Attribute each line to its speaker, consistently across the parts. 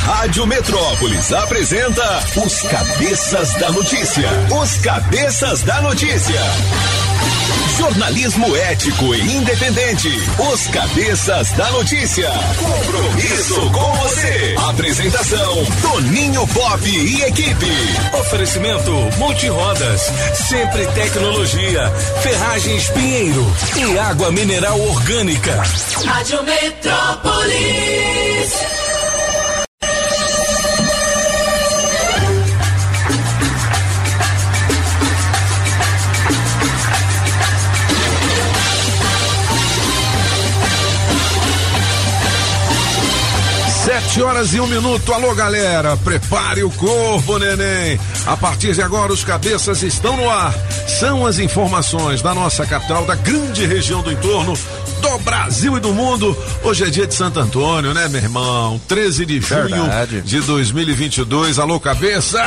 Speaker 1: Rádio Metrópolis apresenta os Cabeças da Notícia. Os Cabeças da Notícia. Jornalismo ético e independente. Os Cabeças da Notícia. Compromisso com você. Apresentação: Toninho Pop e equipe.
Speaker 2: Oferecimento Multirodas, Sempre Tecnologia, Ferragens Pinheiro e água mineral orgânica.
Speaker 3: Rádio Metrópolis.
Speaker 4: Sete horas e 1 minuto. Alô, galera, prepare o corpo, neném. A partir de agora, os Cabeças estão no ar. São as informações da nossa capital, da grande região do entorno, do Brasil e do mundo. Hoje é dia de Santo Antônio, né, meu irmão? 13 de junho de 2022. Alô, cabeça!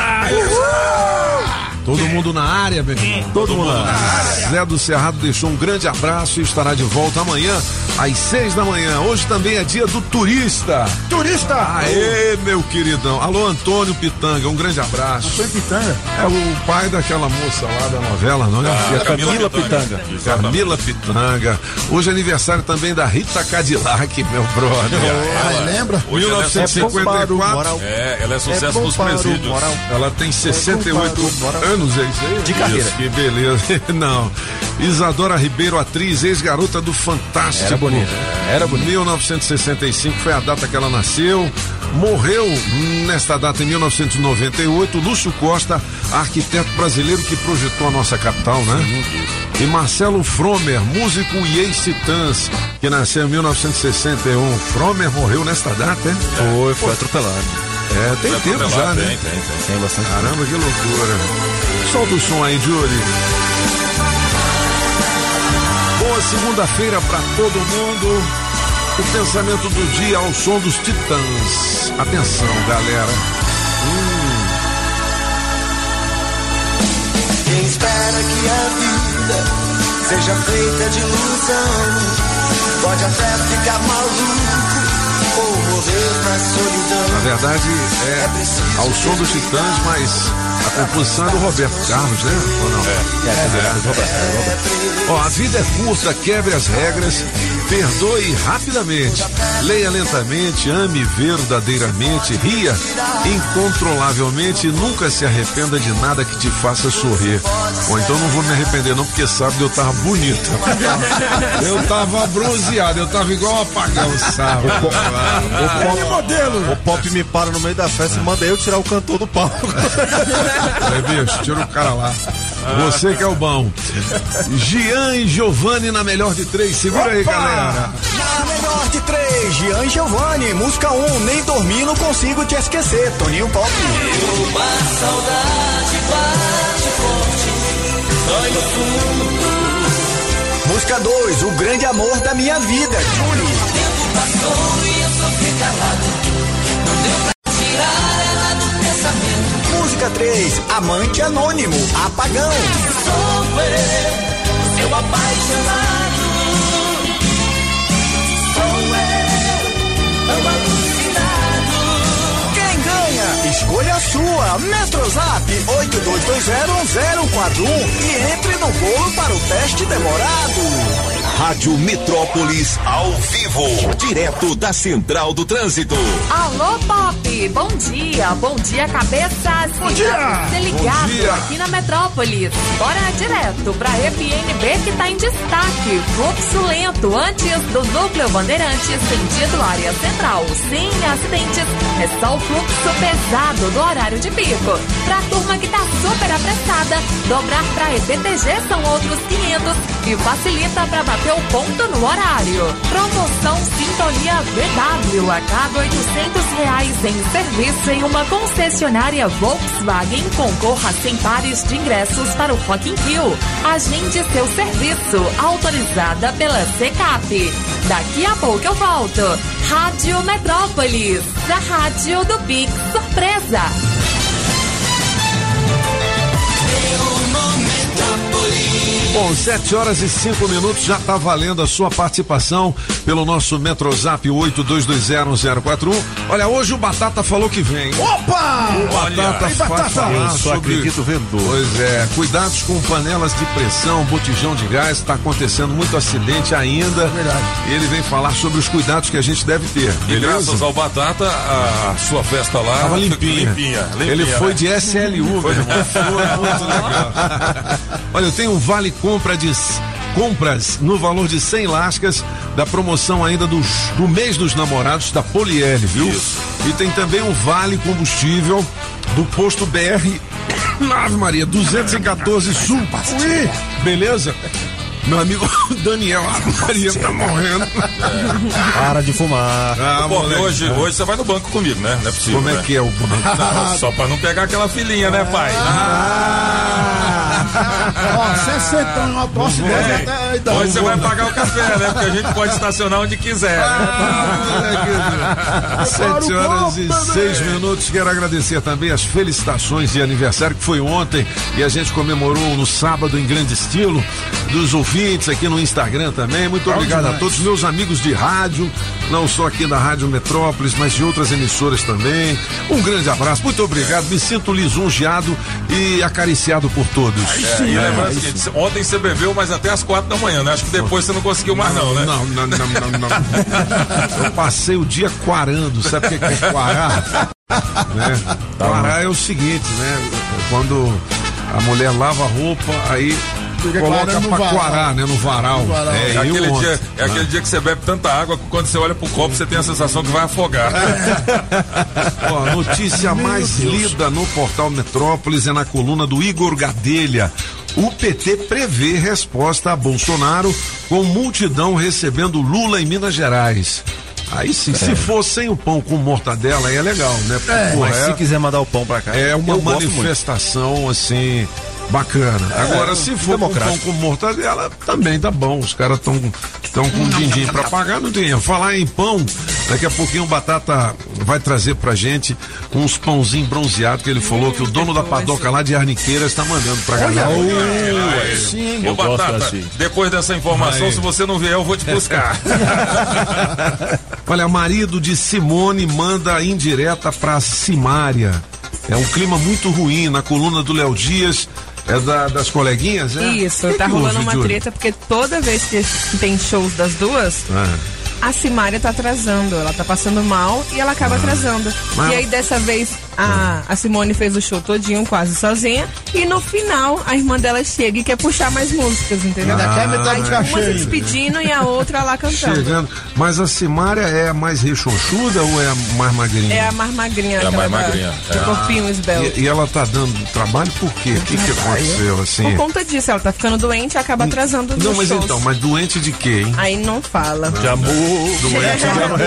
Speaker 4: Todo mundo na área, meu irmão. Todo mundo na área. Zé do Cerrado deixou um grande abraço e estará de volta amanhã às 6 da manhã. Hoje também é dia do turista.
Speaker 5: Turista!
Speaker 4: Aê, meu queridão. Alô, Antônio Pitanga, um grande abraço.
Speaker 5: Antônio Pitanga?
Speaker 4: É o pai daquela moça lá da novela, não é?
Speaker 5: Camila Pitanga.
Speaker 4: Camila Pitanga. Hoje é aniversário também da Rita Cadillac, meu brother.
Speaker 5: Lembra?
Speaker 4: 1954.
Speaker 2: Ela é sucesso nos presídios.
Speaker 4: Ela tem 68 anos, é isso aí?
Speaker 5: De carreira.
Speaker 4: Isso, que beleza. Não. Isadora Ribeiro, atriz, ex-garota do Fantástico.
Speaker 5: Era bonita.
Speaker 4: 1965 foi a data que ela nasceu. Morreu nesta data em 1998 Lúcio Costa, arquiteto brasileiro que projetou a nossa capital, né? E Marcelo Fromer, músico e ex-Titãs, que nasceu em 1961. Fromer morreu nesta data, hein?
Speaker 5: Foi atropelado.
Speaker 4: Tem tempo já, né?
Speaker 5: Tem bastante.
Speaker 4: Caramba, que loucura. Solta o som aí, Júlio. Boa segunda-feira pra todo mundo. O pensamento do dia ao som dos Titãs. Atenção, galera.
Speaker 6: Quem espera que a vida seja feita de ilusão pode até ficar maluco ou morrer na solidão.
Speaker 4: Na verdade, é ao som dos Titãs, mas a composição é do Roberto Carlos, né? Ou não? Ó, a vida é curta, quebre as regras, perdoe rapidamente, leia lentamente, ame verdadeiramente, ria incontrolavelmente e nunca se arrependa de nada que te faça sorrir. Ou então não vou me arrepender não, porque sábado eu tava bonito. Eu tava bronzeado, eu tava igual um apagão sábado.
Speaker 5: O Pop me para no meio da festa e manda eu tirar o cantor do palco.
Speaker 4: Bicho, tira o cara lá. Você que é o bom. Gian e Giovanni na melhor de 3. Segura aí, galera.
Speaker 7: Na melhor de 3, Gian e Giovanni. Música 1, nem dormir, não consigo te esquecer. Toninho Pop.
Speaker 3: Uma saudade bate forte, dói no fundo.
Speaker 7: Música 2, o grande amor da minha vida. Júlio.
Speaker 3: O tempo passou e eu sofri calado. Não deu pra tirar ela do pensamento.
Speaker 7: Música 3, amante anônimo, apagão.
Speaker 3: Sou eu, seu apaixonado. Sou eu, tão alucinado.
Speaker 7: Quem ganha? Escolha a sua. Metrozap 82201041 e entre no bolo para o teste demorado.
Speaker 1: Rádio Metrópolis ao vivo, direto da Central do Trânsito.
Speaker 8: Alô, Pop, bom dia, cabeças.
Speaker 5: Bom dia.
Speaker 8: Você ligado
Speaker 4: Bom dia.
Speaker 8: aqui na Metrópolis. Bora direto pra FNB que tá em destaque. Fluxo lento antes do Núcleo Bandeirantes, sentido área central. Sem acidentes, é só o fluxo pesado do horário de pico. Pra turma que tá super apressada, dobrar pra EPTG são outros 500 e facilita pra bater o ponto no horário. Promoção Sintonia VW a cada R$800 em serviço em uma concessionária Volkswagen. Concorra a 100 pares de ingressos para o Rock in Rio. Agende seu serviço, autorizada pela Secap. Daqui a pouco eu volto. Rádio Metrópolis, a rádio do Pix Surpresa.
Speaker 3: Metrópolis.
Speaker 4: Bom, 7h05, já tá valendo a sua participação pelo nosso Metrozap 82201041. Olha, hoje o Batata falou que vem.
Speaker 9: Opa!
Speaker 4: O Batata vai falar
Speaker 5: Eu só
Speaker 4: sobre...
Speaker 5: acredito vendo.
Speaker 4: Pois é, cuidados com panelas de pressão, botijão de gás, tá acontecendo muito acidente ainda.
Speaker 9: Verdade.
Speaker 4: Ele vem falar sobre os cuidados que a gente deve ter,
Speaker 2: E
Speaker 4: beleza?
Speaker 2: graças ao Batata, a sua festa lá
Speaker 4: Tava
Speaker 2: ficou
Speaker 4: limpinha. Ele
Speaker 2: né?
Speaker 4: foi de SLU, meu irmão. Foi muito legal. Olha, eu tenho um vale compras no valor de 100 lascas da promoção ainda do mês dos namorados da Poliel, viu?
Speaker 2: Isso.
Speaker 4: E tem também um vale combustível do posto BR Ave Maria 214 Sul. Ui, beleza? Meu amigo Daniel, a Maria tá morrendo.
Speaker 5: Para de fumar.
Speaker 2: Pô, hoje você vai no banco comigo, né? Não é possível.
Speaker 4: Como é
Speaker 2: né?
Speaker 4: que é o banco?
Speaker 2: Não, só pra não pegar aquela filhinha, né, pai?
Speaker 9: Ó, 60 uma posse dessa até a idade.
Speaker 2: Hoje você vai pagar o café, né? Porque a gente pode estacionar onde quiser, né?
Speaker 4: 7h06. Quero agradecer também as felicitações de aniversário que foi ontem e a gente comemorou no sábado em grande estilo, dos ouvintes aqui no Instagram também. Muito obrigado a todos meus amigos de rádio, não só aqui da Rádio Metrópolis, mas de outras emissoras também. Um grande abraço, muito obrigado. Me sinto lisonjeado e acariciado por todos.
Speaker 2: E lembra o seguinte, ontem você bebeu, mas até as 4 da manhã, né? Acho que depois você não conseguiu mais não, né?
Speaker 4: Não. Eu passei o dia quarando, sabe o que é quarar? Né? Quarar é o seguinte, né? Quando a mulher lava a roupa, aí coloca pra quarar, né? No varal.
Speaker 2: É aquele dia que você bebe tanta água que quando você olha pro copo você tem a sensação que vai afogar.
Speaker 4: Ó, notícia mais lida no portal Metrópolis é na coluna do Igor Gadelha. O PT prevê resposta a Bolsonaro com multidão recebendo Lula em Minas Gerais. Aí sim, se for sem o pão com mortadela, aí é legal, né?
Speaker 5: Mas se quiser mandar o pão pra cá,
Speaker 4: é uma manifestação assim bacana. Agora, se for com pão com mortadela, também tá bom. Os caras estão com um din-din pra pagar, não tem. Falar em pão, daqui a pouquinho o Batata vai trazer pra gente uns pãozinhos bronzeados que ele falou que o dono da padoca lá de Arniqueiras tá mandando pra galera.
Speaker 2: Ô Batata, depois dessa informação, se você não vier, eu vou te buscar.
Speaker 4: Olha, marido de Simone manda indireta pra Simária. É um clima muito ruim na coluna do Léo Dias. É das coleguinhas, né?
Speaker 10: Isso, tá rolando uma treta porque toda vez que tem shows das duas, a Simária tá atrasando, ela tá passando mal e ela acaba atrasando. E aí dessa vez a Simone fez o show todinho quase sozinha e no final a irmã dela chega e quer puxar mais músicas, entendeu? Aí uma se despedindo e a outra lá cantando.
Speaker 4: Chegando. Mas a Simária é a mais rechonchuda ou é a mais magrinha?
Speaker 10: É a mais magrinha.
Speaker 2: É a mais magrinha.
Speaker 10: De corpinho esbelto.
Speaker 4: E ela tá dando trabalho por quê? O que aconteceu assim?
Speaker 10: Por conta disso, ela tá ficando doente e acaba atrasando os shows.
Speaker 4: Mas então, mas doente de quê, hein?
Speaker 10: Aí não fala.
Speaker 5: De amor.
Speaker 4: Doente de amor.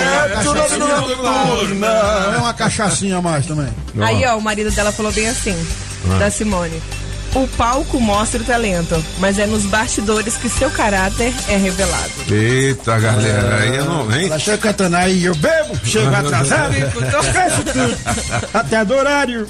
Speaker 9: É uma cachaçinha a mais também.
Speaker 10: Aí, ó, o marido dela falou bem assim, da Simone. O palco mostra o talento, mas é nos bastidores que seu caráter é revelado.
Speaker 4: Eita, galera, aí eu não, hein?
Speaker 9: Ela chega cantando aí, eu bebo, chego atrasado, esquece tudo. Até do horário.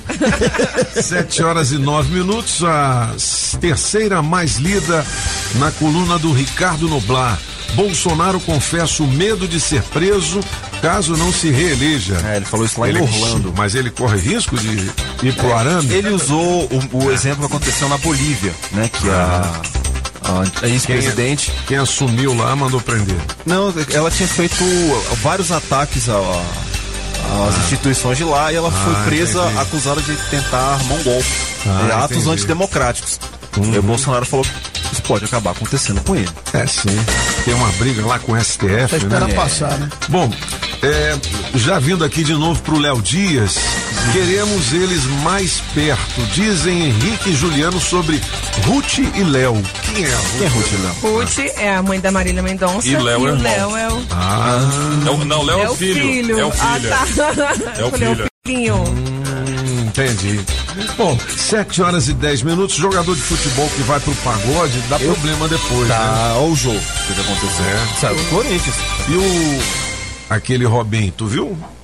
Speaker 4: 7h09, a terceira mais lida na coluna do Ricardo Noblar. Bolsonaro confessa o medo de ser preso caso não se reeleja.
Speaker 5: Ele falou isso lá em Orlando.
Speaker 4: Mas ele corre risco de ir pro arame?
Speaker 5: Ele usou o exemplo que aconteceu na Bolívia, né? Que a ex-presidente...
Speaker 4: Quem assumiu lá mandou prender.
Speaker 5: Não, ela tinha feito vários ataques às instituições de lá e ela foi presa, acusada de tentar armar um golpe. Atos antidemocráticos. E o Bolsonaro falou que isso pode acabar acontecendo com ele.
Speaker 4: É, sim. Tem uma briga lá com o STF,
Speaker 9: tá esperando passar, né?
Speaker 4: Bom, já vindo aqui de novo pro Léo Dias, queremos eles mais perto. Dizem Henrique e Juliano sobre Ruth e Léo. Quem é a Ruth?
Speaker 5: Quem é Ruth e Léo?
Speaker 10: Ruth é a mãe da Marília Mendonça
Speaker 2: e Léo
Speaker 10: o Léo é o...
Speaker 2: Não, Léo é o filho. É o filho.
Speaker 10: É o filho.
Speaker 4: Entendi. Bom, 7h10, jogador de futebol que vai pro pagode dá problema depois, né?
Speaker 5: Olha o jogo que aconteceu.
Speaker 4: Saiu
Speaker 5: do Corinthians.
Speaker 4: E aquele Robinho, tu viu?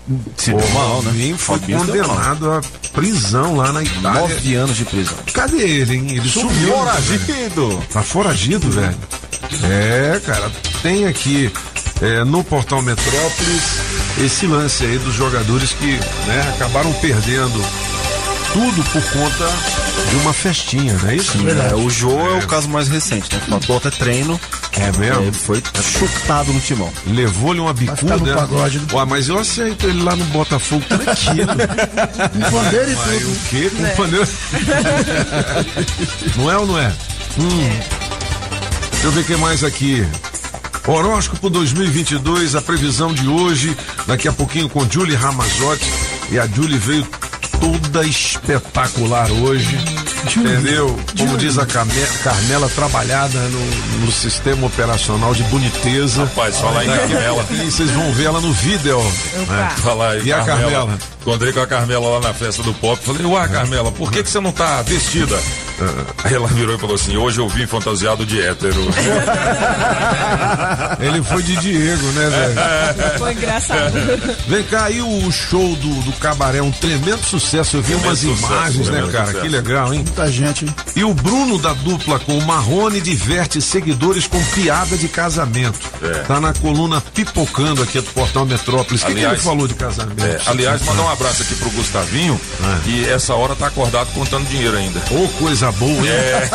Speaker 5: Se deu mal, né?
Speaker 4: Fabinho foi condenado à prisão lá na Itália.
Speaker 5: 9 anos de prisão.
Speaker 4: Cadê ele, hein? Ele sumiu.
Speaker 5: Foragido.
Speaker 4: Tá foragido, velho. Cara, tem aqui no Portal Metrópolis esse lance aí dos jogadores que, né, acabaram perdendo tudo por conta de uma festinha, não é isso?
Speaker 5: Sim, o Jô é o caso mais recente, né? Faltou até treino.
Speaker 4: É mesmo?
Speaker 5: Ele foi chutado no timão.
Speaker 4: Levou-lhe uma bicuda. Mas eu aceito ele lá no Botafogo tranquilo.
Speaker 9: Com pandeiro e tudo.
Speaker 4: O quê? Com pandeiro? Não é ou não é? Deixa eu ver o que mais aqui. Horóscopo 2022, a previsão de hoje, daqui a pouquinho com Julie Ramazotti. E a Julie veio toda espetacular hoje, entendeu? Como diz a Carmela, trabalhada no sistema operacional de boniteza.
Speaker 2: Rapaz, fala aí, Carmela.
Speaker 4: E vocês vão ver ela no vídeo.
Speaker 2: Fala aí,
Speaker 4: e a Carmela?
Speaker 2: Encontrei com a Carmela lá na festa do Pop. Falei, Carmela, por que você não tá vestida? Aí ela virou e falou assim: hoje eu vim fantasiado de hétero.
Speaker 4: Ele foi de Diego, né, velho?
Speaker 10: Foi engraçado.
Speaker 4: Vem cá, aí o show do Cabaré, um tremendo sucesso. Eu vi umas imagens, né, cara? Sucesso. Que legal, hein?
Speaker 9: Muita gente, hein?
Speaker 4: E o Bruno da dupla com o Marrone diverte seguidores com piada de casamento. Tá na coluna Pipocando aqui do Portal Metrópolis. O que ele falou de casamento?
Speaker 2: Aliás, mandar um abraço aqui pro Gustavinho, que essa hora tá acordado contando dinheiro ainda.
Speaker 4: Ô, coisa boa, hein?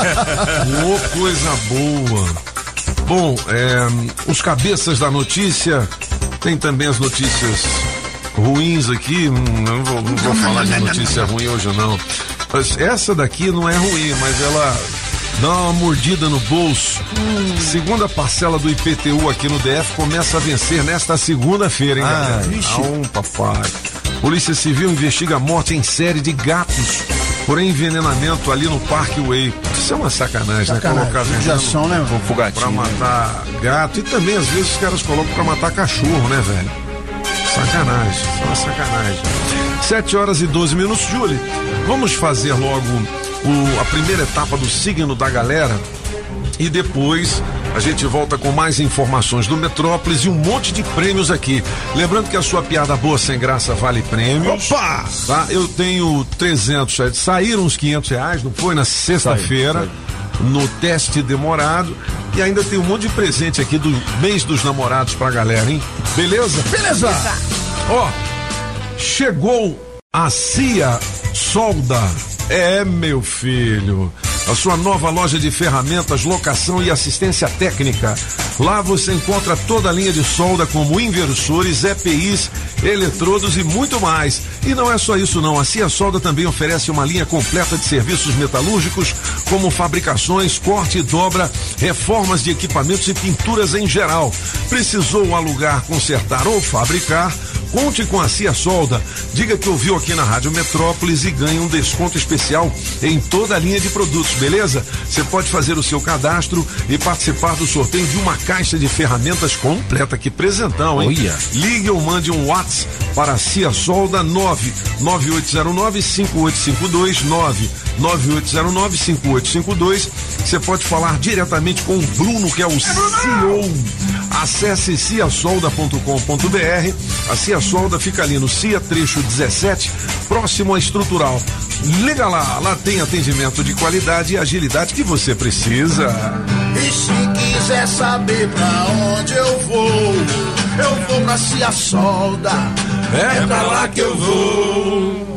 Speaker 4: Ô, coisa boa. Bom, os cabeças da notícia, tem também as notícias ruins aqui, não vou falar de notícia ruim hoje não. Mas essa daqui não é ruim, mas ela dá uma mordida no bolso. Segunda parcela do IPTU aqui no DF começa a vencer nesta segunda-feira, hein, galera? Papai. Polícia Civil investiga a morte em série de gatos por envenenamento ali no Parkway. Isso é uma sacanagem, né? Colocar veneno,
Speaker 9: né?
Speaker 4: Pra matar gato. E também, às vezes, os caras colocam pra matar cachorro, né, velho? Sacanagem, isso é uma sacanagem. 7h12, Julie. Vamos fazer logo a primeira etapa do signo da galera e depois a gente volta com mais informações do Metrópolis e um monte de prêmios aqui. Lembrando que a sua piada boa sem graça vale prêmios. Opa! Tá? Eu tenho 300, saíram uns R$500, não foi? Na sexta-feira, no teste demorado. E ainda tem um monte de presente aqui do mês dos namorados pra galera, hein? Beleza?
Speaker 9: Beleza!
Speaker 4: Ó, chegou a Cia Solda. Meu filho, a sua nova loja de ferramentas, locação e assistência técnica. Lá você encontra toda a linha de solda como inversores, EPIs, eletrodos e muito mais. E não é só isso não, a Cia Solda também oferece uma linha completa de serviços metalúrgicos, como fabricações, corte e dobra, reformas de equipamentos e pinturas em geral. Precisou alugar, consertar ou fabricar? Conte com a Cia Solda. Diga que ouviu aqui na Rádio Metrópolis e ganhe um desconto especial em toda a linha de produtos, beleza? Você pode fazer o seu cadastro e participar do sorteio de uma caixa de ferramentas completa. Que presentão, hein? Ligue ou mande um WhatsApp para a Cia Solda 99809-5852 99809-5852. Você pode falar diretamente com o Bruno, que é o CEO. Acesse ciasolda.com.br. A Cia Solda fica ali no Cia Trecho 17, próximo à Estrutural. Liga lá tem atendimento de qualidade e agilidade que você precisa.
Speaker 6: E se quiser saber pra onde eu vou pra Cia Solda. É pra lá que eu vou.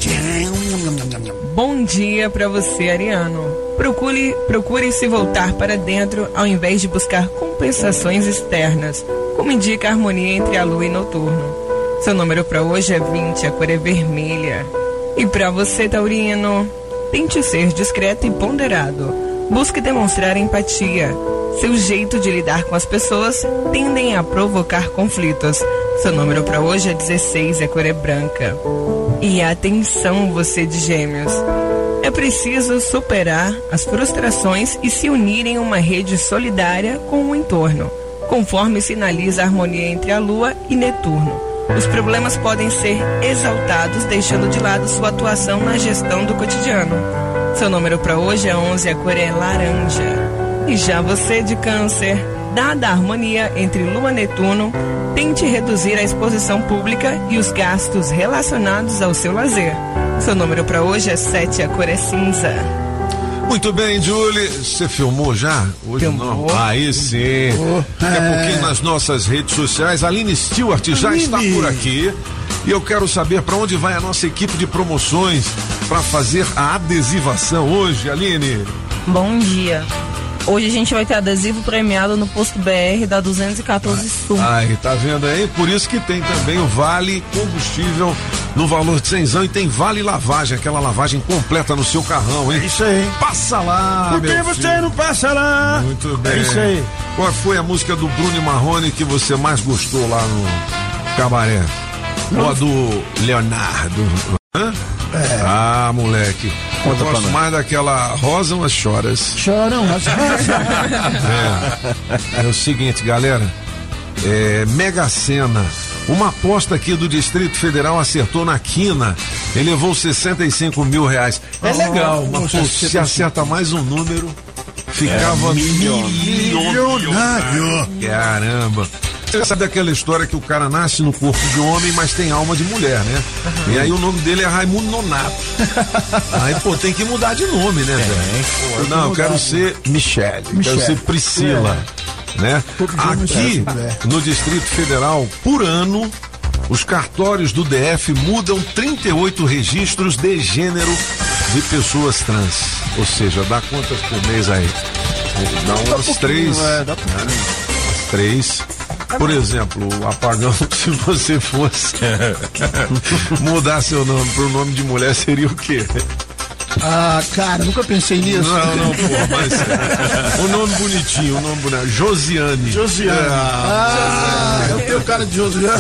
Speaker 10: Bom dia pra você, Ariano. Procure se voltar para dentro ao invés de buscar compensações externas, como indica a harmonia entre a lua e noturno. Seu número para hoje é 20, a cor é vermelha. E para você, taurino, tente ser discreto e ponderado. Busque demonstrar empatia. Seu jeito de lidar com as pessoas tendem a provocar conflitos. Seu número para hoje é 16, a cor é branca. E atenção, você de Gêmeos. É preciso superar as frustrações e se unir em uma rede solidária com o entorno, conforme sinaliza a harmonia entre a Lua e Netuno. Os problemas podem ser exaltados, deixando de lado sua atuação na gestão do cotidiano. Seu número para hoje é 11, a cor é laranja. E já você de Câncer, Dada a harmonia entre Lua e Netuno, tente reduzir a exposição pública e os gastos relacionados ao seu lazer. Seu número para hoje é 7, a cor é cinza.
Speaker 4: Muito bem, Julie. Você filmou já? Hoje
Speaker 10: Filmou.
Speaker 4: não. Aí sim. Daqui a pouquinho nas nossas redes sociais, a Aline Stewart já está por aqui. E eu quero saber para onde vai a nossa equipe de promoções para fazer a adesivação hoje, Aline.
Speaker 11: Bom dia. Hoje a gente vai ter adesivo premiado no Posto BR da 214 Sul.
Speaker 4: Ai, tá vendo aí? Por isso que tem também o Vale Combustível no valor de 100 e tem Vale Lavagem, aquela lavagem completa no seu carrão, hein?
Speaker 9: É isso aí.
Speaker 4: Passa lá,
Speaker 9: Por que você não passa lá?
Speaker 4: Muito bem.
Speaker 9: É isso aí.
Speaker 4: Qual foi a música do Bruno Marrone que você mais gostou lá no cabaré? Ou a do Leonardo? Hã?
Speaker 9: É.
Speaker 4: Ah, moleque. Eu gosto mais daquela Rosam as Choras.
Speaker 9: Choram as
Speaker 4: É o seguinte, galera. Mega Sena. Uma aposta aqui do Distrito Federal acertou na quina. Ele levou 65 mil reais. É legal, mas pô, se acerta mais um número, ficava milionário. Caramba. Você sabe daquela história que o cara nasce no corpo de homem, mas tem alma de mulher, né? E aí o nome dele é Raimundo Nonato. Aí, pô, tem que mudar de nome, né, velho? Não, eu quero ser Michele, quero ser Priscila, né? Aqui, no Distrito Federal, por ano, os cartórios do DF mudam 38 registros de gênero de pessoas trans. Ou seja, dá quantas por mês aí? Dá umas 3. Umas 3. Por exemplo, o Apagão, se você fosse mudar seu nome pro nome de mulher, seria o quê?
Speaker 9: Ah, cara, nunca pensei nisso.
Speaker 4: Não, porra, mas o nome bonitinho, o nome bonito. Josiane.
Speaker 9: Josiane. Eu tenho cara de Josiane.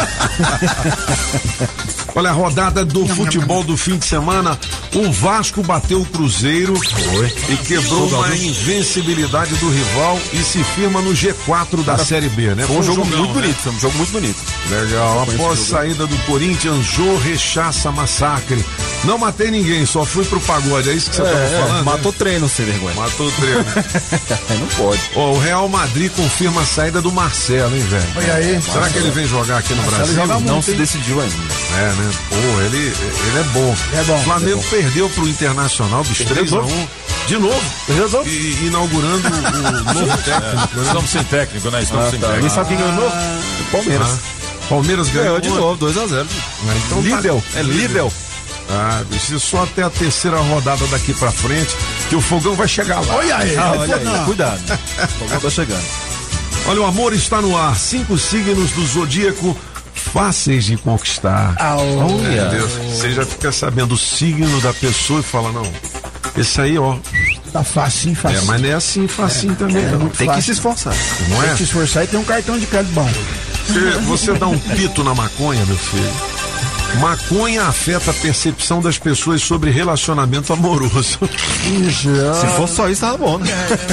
Speaker 4: Olha a rodada do futebol do fim de semana. O Vasco bateu o Cruzeiro e quebrou uma invencibilidade do rival e se firma no G4 da Série B, né?
Speaker 5: Foi um jogo muito bonito, foi um jogo muito bonito.
Speaker 4: Legal. Após saída do Corinthians, Jô rechaça massacre. Não matei ninguém, só fui pro pagode. É isso que você tava falando?
Speaker 5: Matou treino, sem vergonha.
Speaker 4: Matou treino.
Speaker 5: Não pode.
Speaker 4: O Real Madrid confirma a saída do Marcelo, hein, velho?
Speaker 9: Olha aí.
Speaker 4: Será que ele vem jogar aqui no Brasil?
Speaker 5: Não se decidiu ainda.
Speaker 4: É, né? Pô, ele é bom.
Speaker 9: É bom.
Speaker 4: O Flamengo perdeu pro Internacional, bicho, 3-1. De novo. E inaugurando o novo técnico.
Speaker 2: Estamos sem técnico, né? Estamos sem técnico.
Speaker 5: E sabe quem ganhou novo? Palmeiras.
Speaker 4: Palmeiras ganhou
Speaker 5: de novo, 2-0.
Speaker 4: Então
Speaker 5: Lidl. É Lidl.
Speaker 4: Ah, bicho, só até a terceira rodada daqui pra frente que o fogão vai chegar lá.
Speaker 9: Olha aí.
Speaker 5: Olha aí. Cuidado. O fogão tá chegando.
Speaker 4: Olha, o amor está no ar. 5 signos do zodíaco fáceis de conquistar. Meu Deus. Você já fica sabendo o signo da pessoa e fala, não, esse aí, ó.
Speaker 9: Tá facinho.
Speaker 4: Mas não é assim facinho também.
Speaker 5: Tem que se esforçar.
Speaker 4: Não é?
Speaker 9: Tem que se esforçar e tem um cartão de crédito bom.
Speaker 4: Você dá um pito na maconha, meu filho. Maconha afeta a percepção das pessoas sobre relacionamento amoroso.
Speaker 5: Se fosse só isso, tava bom, né?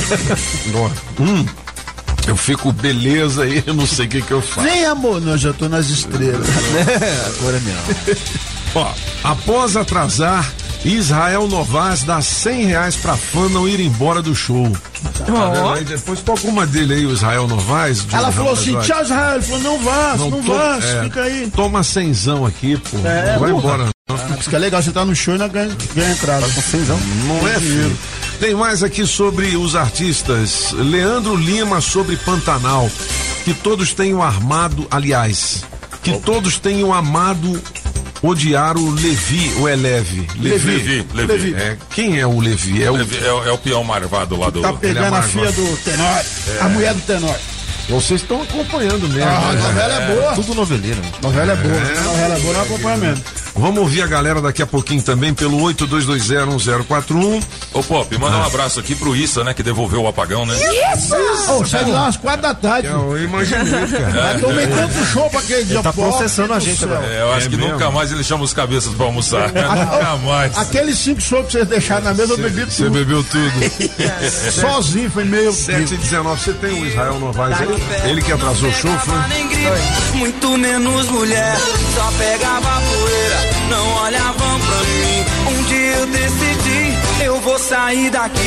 Speaker 4: Eu fico beleza aí, eu não sei o que eu faço.
Speaker 9: Nem amor, não, já tô nas estrelas.
Speaker 5: Agora não.
Speaker 4: Ó, após atrasar, Israel Novaes dá R$100 pra fã não ir embora do show. Aí depois toca uma dele aí, o Israel Novaes.
Speaker 9: Ela falou assim, tchau Israel, ele falou, não vá, fica aí.
Speaker 4: Toma 100zão aqui, pô. Não vai embora.
Speaker 9: Isso que é legal, você tá no show e não ganha entrada.
Speaker 5: Com 100zão.
Speaker 4: Não é, filho. Tem mais aqui sobre os artistas. Leandro Lima sobre Pantanal. Que todos tenham armado, aliás, que todos tenham amado odiar o Levi, ou é Levi?
Speaker 2: Levi.
Speaker 4: Quem é o Levi?
Speaker 2: É o peão marvado lá do...
Speaker 9: Tá pegando a filha do Tenório, a mulher do Tenório.
Speaker 4: Vocês estão acompanhando mesmo.
Speaker 9: A novela é boa.
Speaker 5: Tudo noveleiro.
Speaker 9: Novela é boa no acompanhamento.
Speaker 4: Vamos ouvir a galera daqui a pouquinho também pelo 82201041.
Speaker 2: Ô Pop, manda um abraço aqui pro Issa, né, que devolveu o apagão, né?
Speaker 9: Sai de lá às 4 da tarde.
Speaker 4: Eu imaginei, cara.
Speaker 9: Tomei tanto show pra aquele dia.
Speaker 5: Tá processando a gente agora.
Speaker 2: Eu acho que nunca mais ele chama os cabeças pra almoçar. Nunca mais.
Speaker 9: Aqueles 5 shows que vocês deixaram na mesa, eu bebi tudo.
Speaker 4: Você bebeu tudo.
Speaker 9: Sozinho, foi meio...
Speaker 4: 7h19, você tem o Israel Novaes aí? Ele que atrasou o show, foi?
Speaker 6: Muito menos mulher, só pegava poeira, não olhavam pra mim. Um dia eu decidi, eu vou sair daqui.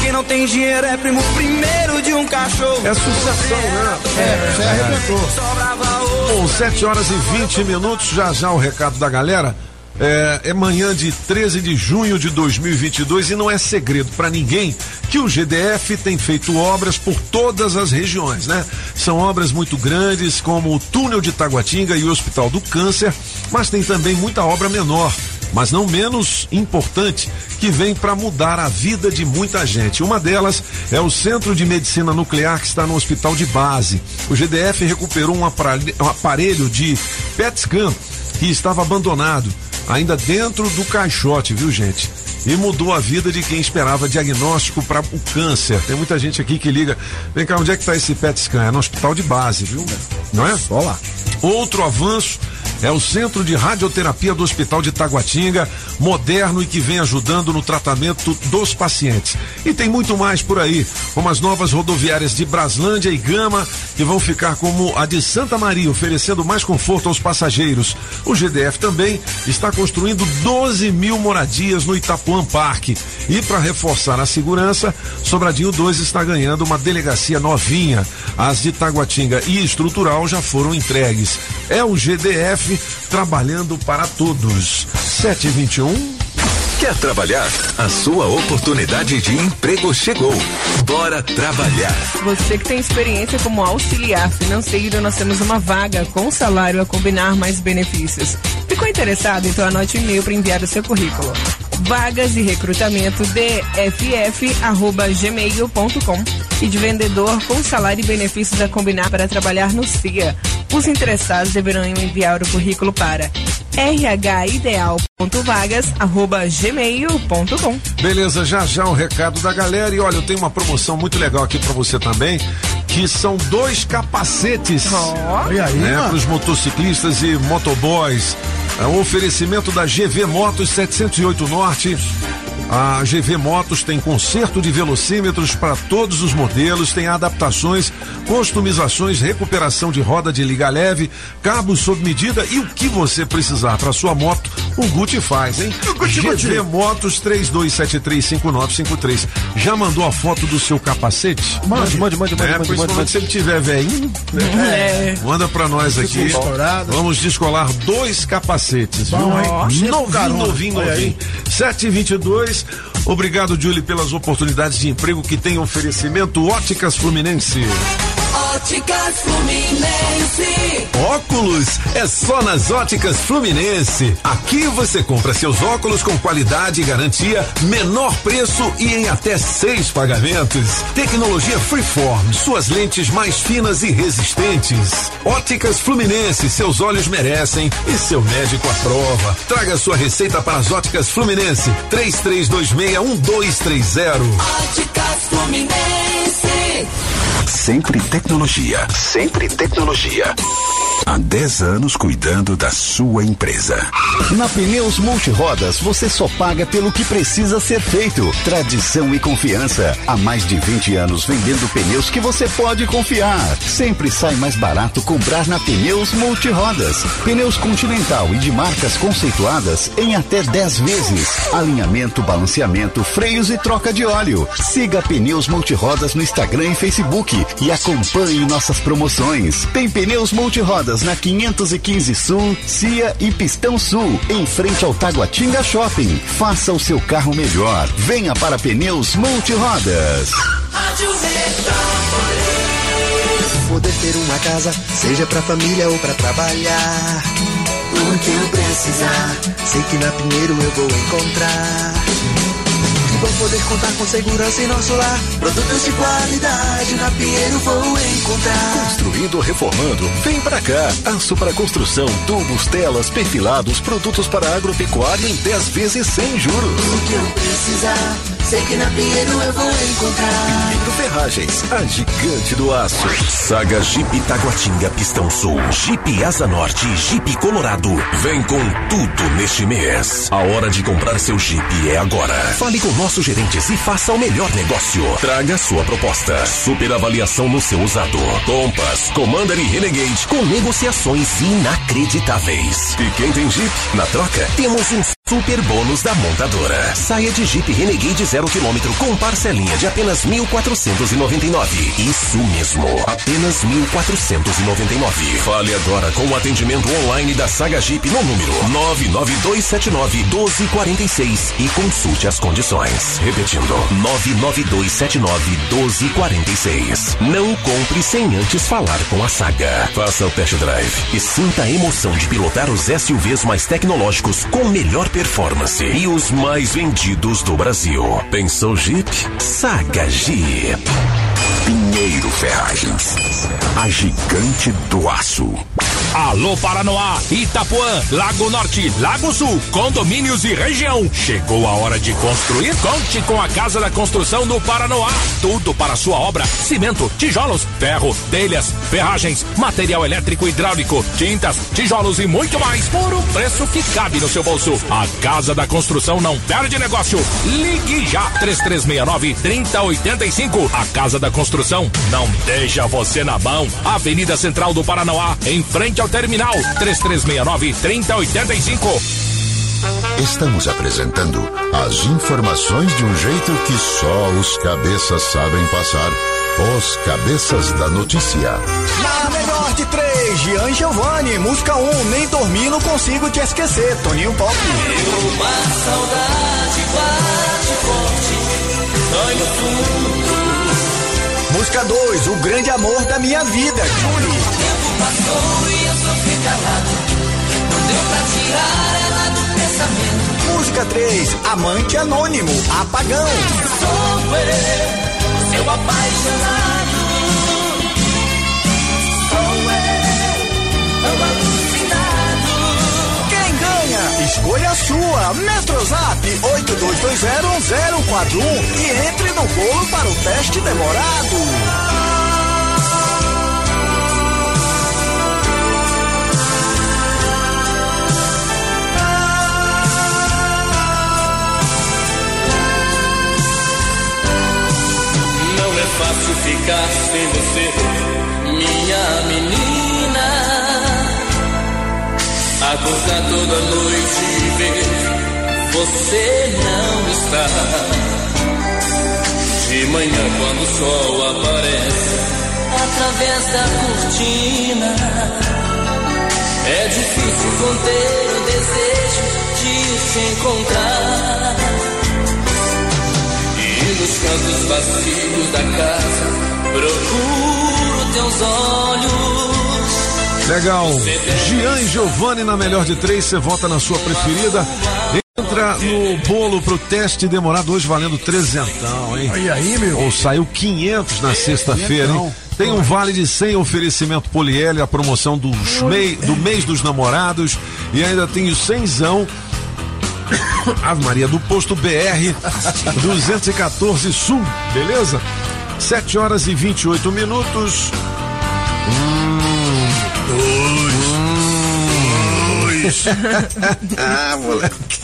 Speaker 6: Quem não tem dinheiro é primo primeiro de um cachorro.
Speaker 4: É sucessão, né?
Speaker 9: Você arrebentou.
Speaker 4: Bom, 7h20, já o recado da galera. É manhã de 13 de junho de 2022 e não é segredo para ninguém que o GDF tem feito obras por todas as regiões, né? São obras muito grandes, como o túnel de Taguatinga e o Hospital do Câncer, mas tem também muita obra menor, mas não menos importante, que vem para mudar a vida de muita gente. Uma delas é o Centro de Medicina Nuclear, que está no hospital de base. O GDF recuperou um aparelho de PET scan que estava abandonado, ainda dentro do caixote, viu, gente? E mudou a vida de quem esperava diagnóstico para o câncer. Tem muita gente aqui que liga, vem cá, onde é que tá esse PET scan? É no hospital de base, viu? Não é? Só lá. Outro avanço é o Centro de Radioterapia do Hospital de Taguatinga, moderno e que vem ajudando no tratamento dos pacientes. E tem muito mais por aí, como as novas rodoviárias de Braslândia e Gama, que vão ficar como a de Santa Maria, oferecendo mais conforto aos passageiros. O GDF também está construindo 12 mil moradias no Itapuã Parque. E para reforçar a segurança, Sobradinho 2 está ganhando uma delegacia novinha. As de Taguatinga e Estrutural já foram entregues. É o GDF trabalhando para todos. 7h21.
Speaker 1: Quer trabalhar? A sua oportunidade de emprego chegou. Bora trabalhar.
Speaker 10: Você que tem experiência como auxiliar financeiro, nós temos uma vaga com salário a combinar mais benefícios. Ficou interessado? Então anote o e-mail para enviar o seu currículo. Vagas e recrutamento dff@gmail.com e de vendedor com salário e benefícios a combinar para trabalhar no CIA. Os interessados deverão enviar o currículo para rhideal.vagas@gmail.com.
Speaker 4: Beleza, já o recado da galera. E olha, eu tenho uma promoção muito legal aqui para você também, que são 2 capacetes para os motociclistas e motoboys. É um oferecimento da GV Motos 708 Norte. A GV Motos tem conserto de velocímetros para todos os modelos, tem adaptações, customizações, recuperação de roda de liga leve, cabos sob medida e o que você precisar para sua moto, o Guti faz, hein? GV Motos 32735953. Já mandou a foto do seu capacete?
Speaker 5: Mande.
Speaker 4: Principalmente se ele tiver velhinho, manda para nós aqui. Vamos descolar 2 capacetes. Novinho. 7h22. Obrigado, Julie, pelas oportunidades de emprego que tem oferecimento Óticas Fluminense.
Speaker 3: Óticas Fluminense.
Speaker 1: Óculos é só nas Óticas Fluminense. Aqui você compra seus óculos com qualidade e garantia, menor preço e em até 6 pagamentos. Tecnologia Freeform, suas lentes mais finas e resistentes. Óticas Fluminense, seus olhos merecem e seu médico aprova. Traga sua receita para as Óticas Fluminense. 3326-1230.
Speaker 3: Óticas Fluminense.
Speaker 1: Sempre tecnologia. Há 10 anos cuidando da sua empresa.
Speaker 12: Na Pneus Multirodas, você só paga pelo que precisa ser feito. Tradição e confiança. Há mais de 20 anos vendendo pneus que você pode confiar. Sempre sai mais barato comprar na Pneus Multirodas. Pneus Continental e de marcas conceituadas em até 10 vezes. Alinhamento, balanceamento, freios e troca de óleo. Siga Pneus Multirodas no Instagram e Facebook e acompanhe nossas promoções. Tem Pneus Multirodas na 515 Sul, CIA e Pistão Sul, em frente ao Taguatinga Shopping. Faça o seu carro melhor. Venha para Pneus Multirodas.
Speaker 3: Rádio Metrópolis.
Speaker 6: Poder ter uma casa, seja pra família ou pra trabalhar. O que eu precisar, sei que na Pinheiro eu vou encontrar. Vou poder contar com segurança em nosso lar. Produtos de qualidade na Pinheiro vou encontrar.
Speaker 1: Construindo ou reformando, vem pra cá. Aço para construção, tubos, telas, perfilados, produtos para agropecuária em 10 vezes sem juros.
Speaker 6: O que eu precisar, sei que na Pinheiro eu vou encontrar.
Speaker 1: Pinheiro Ferragens, a gigante do aço. Saga Jeep Taguatinga Pistão Sul, Jeep Asa Norte e Jeep Colorado. Vem com tudo neste mês. A hora de comprar seu Jeep é agora. Fale com nossos gerentes e faça o melhor negócio. Traga sua proposta. Super avaliação no seu usado. Compass, Commander e Renegade com negociações inacreditáveis. E quem tem Jeep, na troca, temos um
Speaker 13: Super bônus da montadora. Saia de Jeep Renegade 0 km com parcelinha de apenas 1.499. Isso mesmo, apenas 1.499. Fale agora com o atendimento online da Saga Jeep no número 99279-1246 e consulte as condições. Repetindo, 99279-1246. Não compre sem antes falar com a Saga. Faça o test drive e sinta a emoção de pilotar os SUVs mais tecnológicos com melhor performance e os mais vendidos do Brasil. Pensou Jeep? Saga Jeep. Pinheiro Ferragens, a gigante do aço.
Speaker 14: Alô Paranoá, Itapuã, Lago Norte, Lago Sul, condomínios e região. Chegou a hora de construir? Conte com a Casa da Construção do Paranoá. Tudo para sua obra: cimento, tijolos, ferro, telhas, ferragens, material elétrico e hidráulico, tintas, tijolos e muito mais por um preço que cabe no seu bolso. A Casa da Construção não perde negócio. Ligue já, 3369-3085. A Casa da Construção não deixa você na mão. Avenida Central do Paranoá, em frente ao terminal, 3369-3085.
Speaker 15: Estamos apresentando as informações de um jeito que só os cabeças sabem passar. Os Cabeças da Notícia.
Speaker 7: Na melhor de 3, Jean Giovanni, música 1, Nem Dormir Não Consigo Te Esquecer, Toninho Pop.
Speaker 3: Uma saudade bate forte, dói no fundo.
Speaker 7: Música 2, O Grande Amor da Minha Vida, Julie.
Speaker 3: O tempo passou e eu sofri calado, não deu pra tirar ela do pensamento.
Speaker 7: Música 3, Amante Anônimo, Apagão.
Speaker 3: Sou eu, seu apaixonado. Sou eu, alucinado.
Speaker 7: Quem ganha? Escolha a sua. Metrozap 82201041 e entre no bolo para o teste demorado.
Speaker 3: Não é fácil ficar sem você, minha menina. Acordar toda noite e ver você não está. De manhã quando o sol aparece através da cortina, é difícil conter o desejo de te encontrar. E nos cantos vazios da casa procuro teus olhos.
Speaker 4: Legal. Jean Giovanni na melhor de 3, você vota na sua preferida. Entra no bolo pro teste demorado hoje valendo 300, hein?
Speaker 9: E aí, meu?
Speaker 4: Ou saiu 500 na sexta-feira, hein? Tem um vale de 100 oferecimento Poliel, a promoção do mês dos namorados. E ainda tem o 100zão. Ave Maria, do posto BR 214 Sul, beleza? 7h28. Ah, moleque.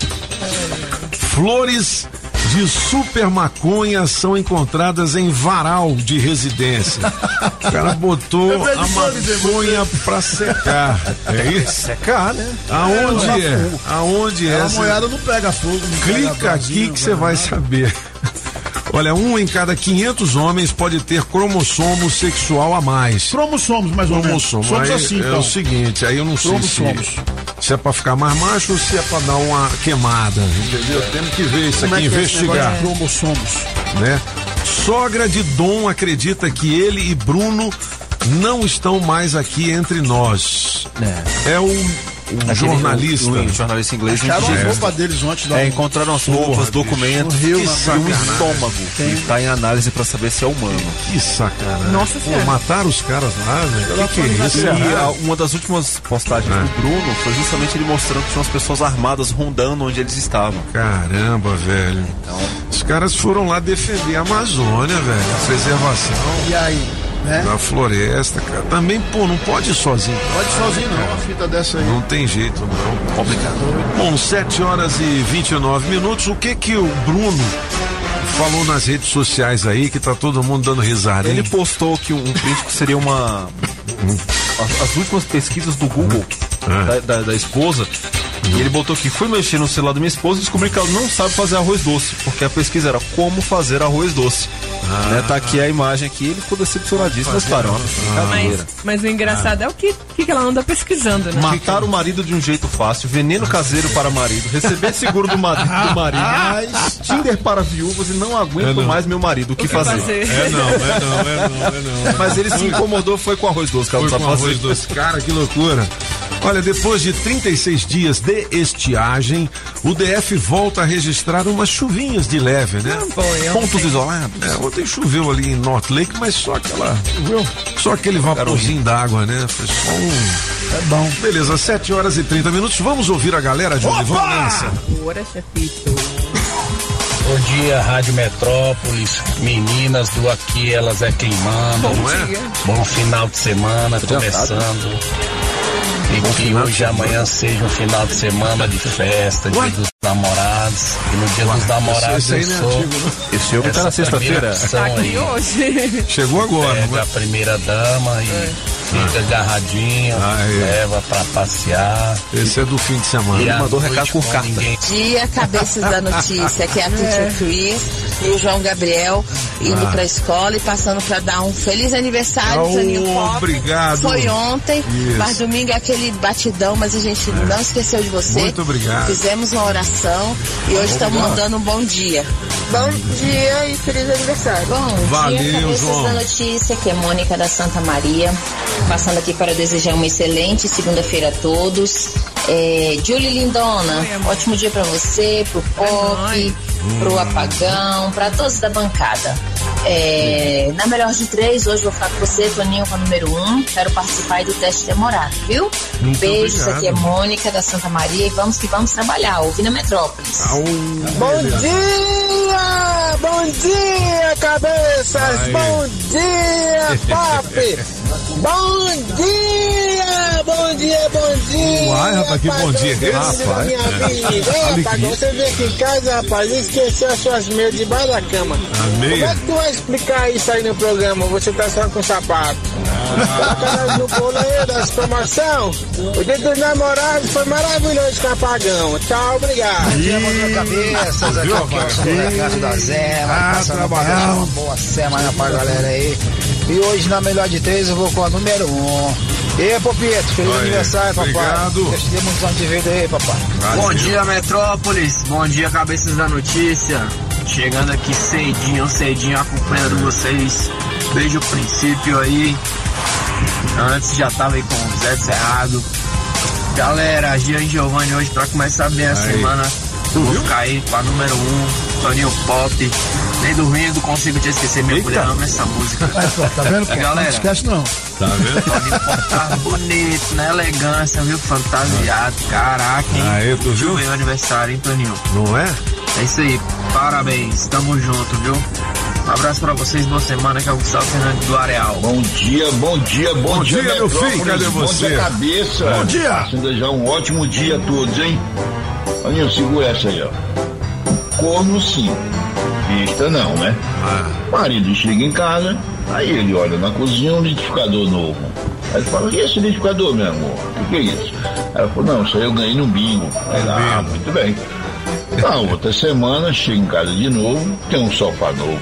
Speaker 4: Flores de super maconha são encontradas em varal de residência. O cara botou a maconha pra secar. É isso?
Speaker 9: Secar, né?
Speaker 4: Aonde é?
Speaker 9: A moeda não pega fogo.
Speaker 4: Clica aqui que você vai saber. Olha, 1 em cada 500 homens pode ter cromossomo sexual a mais.
Speaker 9: Cromossomos, mais ou menos.
Speaker 4: Somos assim, então. É o seguinte, aí eu não sei se é pra ficar mais macho ou se é pra dar uma queimada, entendeu? Temos que ver isso aqui, investigar.
Speaker 9: Cromossomos.
Speaker 4: Né? Sogra de Dom acredita que ele e Bruno não estão mais aqui entre nós. É o jornalista.
Speaker 5: O jornalista inglês.
Speaker 9: Acharam a roupa deles ontem.
Speaker 5: Encontraram as roupas, documentos e um estômago que tá em análise pra saber se é humano.
Speaker 4: Que sacanagem.
Speaker 10: Nossa Senhora.
Speaker 4: Mataram os caras lá, velho. Que é isso?
Speaker 5: E uma das últimas postagens do Bruno foi justamente ele mostrando que tinha umas pessoas armadas rondando onde eles estavam.
Speaker 4: Caramba, velho. Então, os caras foram lá defender a Amazônia, velho. A preservação.
Speaker 9: E aí?
Speaker 4: Na floresta, cara. Também, pô, não pode ir sozinho.
Speaker 9: Pode ir sozinho, não. Uma fita dessa aí.
Speaker 4: Não tem jeito, não. Complicado. Bom, 7h29. O que o Bruno falou nas redes sociais aí, que tá todo mundo dando risada, hein?
Speaker 5: Ele postou que um print que seria as últimas pesquisas do Google da esposa, E ele botou aqui, fui mexer no celular da minha esposa e descobri que ela não sabe fazer arroz doce, porque a pesquisa era como fazer arroz doce. Né, tá aqui a imagem aqui, ele ficou decepcionadíssimo, mas claro,
Speaker 10: mas o engraçado é o que ela anda pesquisando, né?
Speaker 5: Matar o marido de um jeito fácil, veneno caseiro para marido, receber seguro do marido, Tinder para viúvas e não aguento mais meu marido, o que fazer?
Speaker 4: Não.
Speaker 5: Mas ele se incomodou, foi com arroz doce, cara,
Speaker 4: arroz doce. Cara, que loucura. Olha, depois de 36 dias de estiagem, o DF volta a registrar umas chuvinhas de leve, né? Pontos isolados. Ontem choveu ali em North Lake, mas só aquele vaporzinho d'água, né? Foi só
Speaker 9: É bom.
Speaker 4: Beleza, 7h30. Vamos ouvir a galera, Júlio. Vamos nessa.
Speaker 10: Bora, chefito.
Speaker 16: Bom dia, Rádio Metrópolis, meninas do Aqui Elas É Quem Manda. Bom final de semana, começando. E que hoje e amanhã seja um final de semana de festa, dia dos namorados. E no dia dos namorados eu sou.
Speaker 5: Esse jogo tá na sexta-feira.
Speaker 10: Tá aqui hoje.
Speaker 4: Chegou agora.
Speaker 16: Pega a primeira dama e fica agarradinho, leva pra passear.
Speaker 4: Esse é do fim de semana.
Speaker 5: Ele mandou recado por carta.
Speaker 17: Dia Cabeças da Notícia, que é a Teacher Cris e o João Gabriel indo pra escola e passando pra dar um feliz aniversário pro Toninho Pop.
Speaker 4: Obrigado.
Speaker 17: Foi ontem, mas domingo é aquele batidão, mas a gente não esqueceu de você.
Speaker 4: Muito obrigado.
Speaker 17: Fizemos uma oração e hoje estamos mandando um bom dia. Bom dia e feliz aniversário. Bom dia, Cabeças
Speaker 4: João.
Speaker 17: da Notícia, que é Mônica da Santa Maria. Passando aqui para desejar uma excelente segunda-feira a todos. Julie Lindona, ótimo dia para você, pro Pop, pro Apagão, para todos da bancada. Na melhor de 3, hoje vou ficar com você, Toninho, com a número 1. Quero participar aí do teste demorado, viu? Beijos, aqui é Mônica da Santa Maria e vamos que vamos trabalhar, ouvindo a Metrópolis.
Speaker 18: Bom dia! Bom dia, cabeças! Bom dia, Pop! Bom dia! Bom dia, bom dia!
Speaker 4: Uai, rapaz, que bom dia esse,
Speaker 18: rapaz! Rapaz, você veio aqui em casa, rapaz, e esqueceu as suas meias debaixo da cama. Como é que tu vai explicar isso aí no programa? Você tá só com sapato. Tá no bolo aí das promoção. O dia dos namorados foi maravilhoso com o Apagão. Tchau, obrigado.
Speaker 19: Bom dia, bom dia, cabeças. Aqui é o São da Casa da Zé. Trabalhar. Uma boa semana pra galera aí. E hoje, na melhor de 3, eu vou com a número 1. E aí, Popito, feliz aniversário, papai.
Speaker 4: Obrigado.
Speaker 19: Deus te dê muitos anos de vida aí, papai.
Speaker 20: Bom dia, Metrópolis. Bom dia, Cabeças da Notícia. Chegando aqui cedinho, acompanhando vocês desde o princípio aí. Antes já tava aí com o Zé Cerrado. Galera, Gian Giovanni hoje pra começar bem a semana. Vou ficar aí com a número 1, Toninho Pop. Nem dormindo consigo te esquecer, minha mulher ama essa música.
Speaker 9: Tá vendo?
Speaker 20: Galera,
Speaker 9: não esquece não.
Speaker 4: Tá vendo?
Speaker 20: Toninho Pop tá bonito, na elegância, viu? Fantasiado. Caraca, hein?
Speaker 4: Aí, tu viu?
Speaker 20: Meu aniversário, hein, Toninho?
Speaker 4: Não é?
Speaker 20: É isso aí, parabéns, tamo junto, viu? Um abraço pra vocês, boa semana, que é o Gustavo Fernandes do Areal.
Speaker 21: Bom dia,
Speaker 4: Bom dia, meu filho, cadê você?
Speaker 21: Bom dia, cabeça.
Speaker 9: Bom dia.
Speaker 21: Desejar um ótimo dia a todos, hein? Aninho, segura essa aí, ó. Corno sim, vista não, né? Marido chega em casa, aí ele olha na cozinha um liquidificador novo. Aí ele fala, e esse liquidificador, meu amor? O que é isso? Aí ela falou, não, isso aí eu ganhei no bingo. Aí, muito bem. Na outra semana, chega em casa de novo, tem um sofá novo.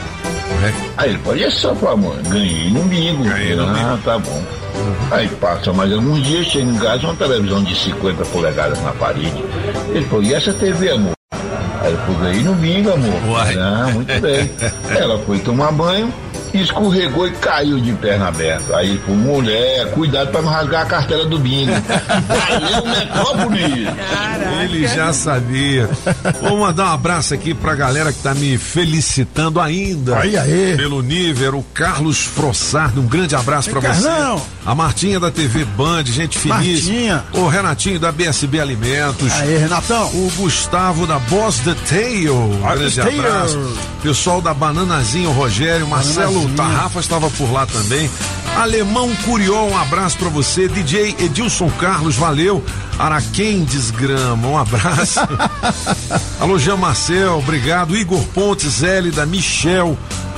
Speaker 21: Aí ele falou, e esse sofá, mano? Ganhei no bingo. Tá bom. Aí passa mais alguns dias, chega em casa, uma televisão de 50 polegadas na parede. Ele falou, e essa TV, amor? Aí ele falou, ganhei no bingo, amor. Muito bem. Ela foi tomar banho, escorregou e caiu de perna aberta. Aí ele falou, mulher, cuidado pra não rasgar a cartela do bingo. Valeu, Metrópolis!
Speaker 4: Ele já sabia. Vou mandar um abraço aqui pra galera que tá me felicitando ainda.
Speaker 9: Aí.
Speaker 4: Pelo nível, o Carlos Frossardo, um grande abraço pra você. A Martinha da TV Band, gente feliz.
Speaker 9: Martinha.
Speaker 4: O Renatinho da BSB Alimentos.
Speaker 9: Aí, Renatão.
Speaker 4: O Gustavo da Boss The Tail. Um grande abraço. Pessoal da Bananazinho, o Rogério, Marcelo Tarrafa estava por lá também. Alemão Curió, um abraço pra você. DJ Edilson Carlos, valeu. Araquém Desgrama, um abraço. Alô, Jean Marcel, obrigado. Igor Pontes, L da Michel.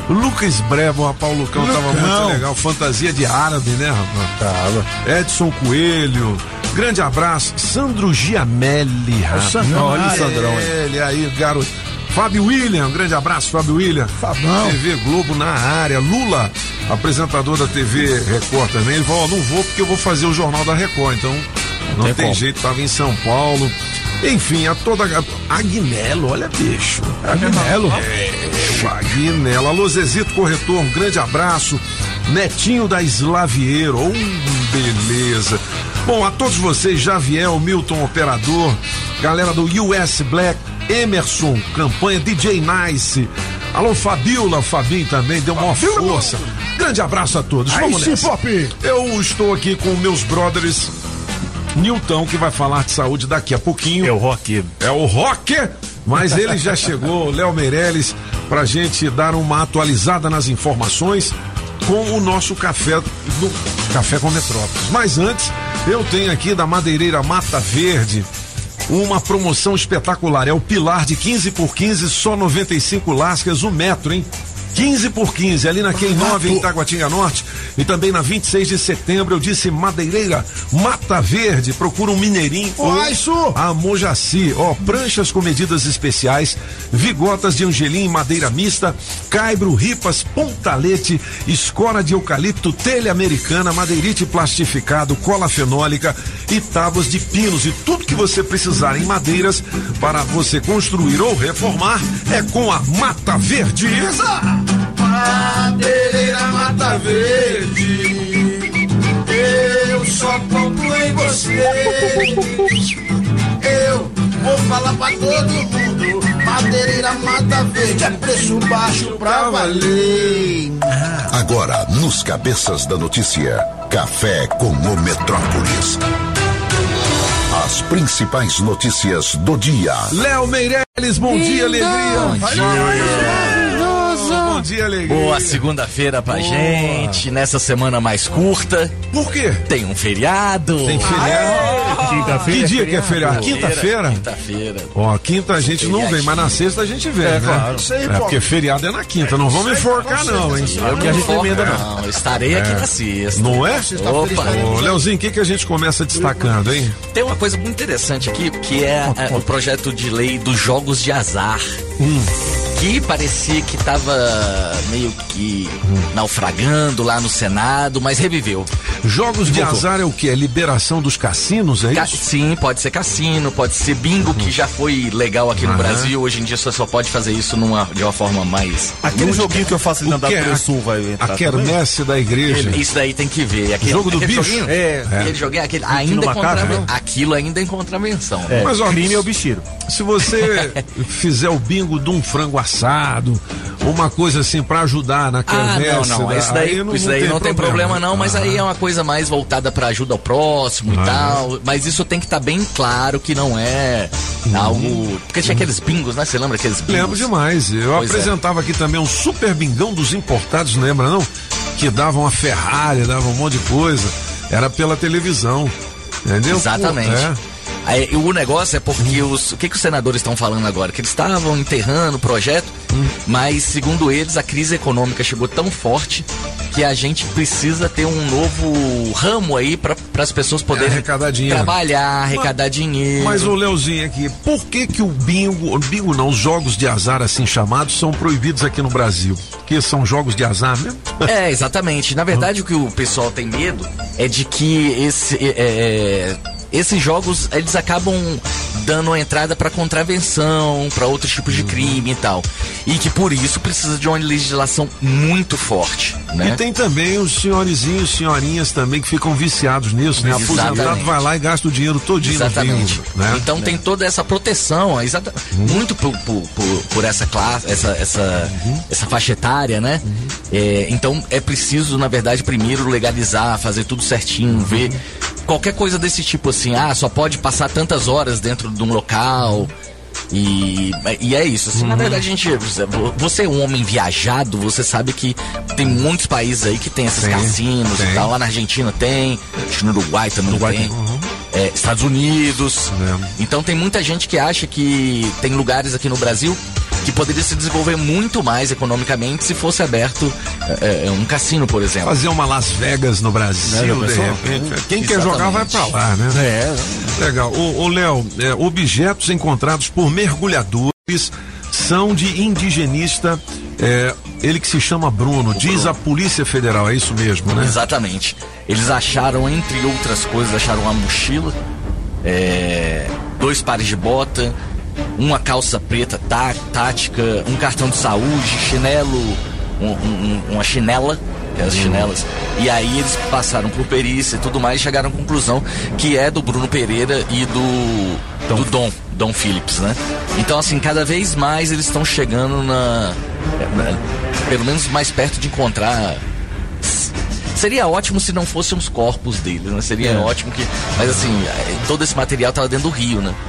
Speaker 4: Lucas Brebo, rapaz, o Lucão tava muito legal. Fantasia de árabe, né, rapaz? Tava. Edson Coelho. Grande abraço. Sandro Giamelli, rapaz.
Speaker 9: Olha o Sandrão.
Speaker 4: Ele aí, garoto. Fábio William, um grande abraço, Fábio William.
Speaker 9: Fabão.
Speaker 4: TV Globo na área. Lula, apresentador da TV Record também. Ele falou: não vou porque eu vou fazer o Jornal da Record. Então, não tem jeito, tava em São Paulo. Enfim, a toda. Aguinelo, olha, bicho.
Speaker 9: Aguinelo?
Speaker 4: O Aguinelo. Alô, Zezito Corretor, um grande abraço. Netinho da Slavieiro, beleza. Bom, a todos vocês, Javier, Milton Operador, galera do US Black, Emerson, campanha DJ Nice. Alô, Fabiola, Fabinho também, deu uma força. Grande abraço a todos. Vamos nessa.
Speaker 9: Pop.
Speaker 4: Eu estou aqui com meus brothers. Nilton, que vai falar de saúde daqui a pouquinho.
Speaker 5: É o Rock.
Speaker 4: É o Rock, mas ele já chegou, Léo Meirelles, pra gente dar uma atualizada nas informações com o nosso café do Café com Metrópolis. Mas antes, eu tenho aqui da Madeireira Mata Verde uma promoção espetacular. É o pilar de 15 por 15, só 95 lascas, o metro, hein? 15 por 15, ali na Quem 9, em Taguatinga Norte, e também na 26 de setembro, eu disse Madeireira Mata Verde, procura um Mineirinho ou a Mojaci, pranchas com medidas especiais, vigotas de angelim em madeira mista, caibro, ripas, pontalete, escora de eucalipto, telha americana, madeirite plastificado, cola fenólica e tábuas de pinos, e tudo que você precisar em madeiras para você construir ou reformar é com a Mata Verde.
Speaker 3: Madeireira Mata Verde, eu só compro em você. Eu vou falar pra todo mundo, Madeireira Mata Verde é preço baixo pra valer.
Speaker 15: Agora, nos Cabeças da Notícia, Café com o Metrópolis. As principais notícias do dia.
Speaker 4: Léo Meirelles, bom dia, alegria.
Speaker 8: Bom dia.
Speaker 4: Bom dia, alegria.
Speaker 8: Boa segunda-feira pra gente, nessa semana mais curta.
Speaker 4: Por quê?
Speaker 8: Tem um feriado.
Speaker 4: Tem feriado.
Speaker 9: Quinta-feira.
Speaker 4: Que dia que é feriado? Quinta-feira?
Speaker 8: Quinta-feira.
Speaker 4: Quinta a gente não vem, mas na sexta a gente vem, né?
Speaker 9: Claro. Isso aí,
Speaker 4: porque feriado é na quinta, não vamos enforcar não, hein?
Speaker 8: É o que a gente emenda, não. Eu estarei aqui na sexta.
Speaker 4: Não é?
Speaker 8: Opa.
Speaker 4: Leozinho, o que a gente começa destacando, hein?
Speaker 8: Tem uma coisa muito interessante aqui, que é o projeto de lei dos jogos de azar. Que parecia que estava meio que naufragando lá no Senado, mas reviveu.
Speaker 4: Jogos de azar é o que? É liberação dos cassinos, é isso?
Speaker 8: Sim, pode ser cassino, pode ser bingo, que já foi legal aqui no Brasil. Hoje em dia você só pode fazer isso de uma forma mais...
Speaker 5: Aquele joguinho que eu faço ali na Data Sul vai entrar.
Speaker 4: A quermesse da igreja.
Speaker 8: Isso daí tem que ver.
Speaker 4: Jogo do bicho?
Speaker 8: Joguinho, aquele joguinho, aquilo ainda é contravenção.
Speaker 4: Mas,
Speaker 5: crime é o bicheiro.
Speaker 4: Se você fizer o bingo de um frango assado, uma coisa assim pra ajudar na quermesse...
Speaker 8: Não. Isso daí não tem problema não, mas aí é uma coisa mais voltada pra ajuda ao próximo e tal. Mas isso tem que estar bem claro que não é algo... Porque tinha aqueles bingos, né? Você lembra aqueles bingos?
Speaker 4: Lembro demais. Eu apresentava aqui também um super bingão dos importados, lembra não? Que davam a Ferrari, davam um monte de coisa. Era pela televisão. Entendeu?
Speaker 8: Exatamente. Aí, o negócio é porque o que os senadores estão falando agora? Que eles estavam enterrando o projeto, mas segundo eles a crise econômica chegou tão forte que a gente precisa ter um novo ramo aí para as pessoas poderem
Speaker 4: arrecadar dinheiro.
Speaker 8: Trabalhar, arrecadar dinheiro.
Speaker 4: Mas o Leozinho aqui, por que o bingo não, os jogos de azar assim chamados são proibidos aqui no Brasil? Que são jogos de azar mesmo?
Speaker 8: Exatamente. Na verdade o que o pessoal tem medo é de que esses jogos, eles acabam dando uma entrada para contravenção, para outros tipos de crime e tal. E que por isso precisa de uma legislação muito forte, né?
Speaker 4: E tem também os senhorizinhos, senhorinhas também que ficam viciados nisso, né? Aposentado vai lá e gasta o dinheiro todinho no bingo, né?
Speaker 8: Então tem toda essa proteção, muito por essa classe, essa faixa etária, né? Então é preciso, na verdade, primeiro legalizar, fazer tudo certinho, ver qualquer coisa desse tipo assim, só pode passar tantas horas dentro de um local e é isso, assim, na verdade você é um homem viajado, você sabe que tem muitos países aí que tem esses cassinos e tal, lá na Argentina tem, acho que no Uruguai também tem. Estados Unidos, então tem muita gente que acha que tem lugares aqui no Brasil que poderia se desenvolver muito mais economicamente se fosse aberto um cassino, por exemplo.
Speaker 4: Fazer uma Las Vegas no Brasil, de repente. Quem quer jogar vai pra lá, né? Legal. Ô Léo, objetos encontrados por mergulhadores são de indigenista, ele que se chama Bruno, diz a Polícia Federal, é isso mesmo, né?
Speaker 8: Exatamente. Eles acharam, entre outras coisas, acharam uma mochila, 2 pares de bota, uma calça preta tática, um cartão de saúde, chinelo, uma chinela, que é as chinelas. E aí eles passaram por perícia e tudo mais e chegaram à conclusão que é do Bruno Pereira e do Dom Phillips, né? Então, assim, cada vez mais eles estão chegando pelo menos mais perto de encontrar. Seria ótimo se não fossem os corpos deles, né? Seria ótimo que... Mas, assim, todo esse material estava dentro do rio, né?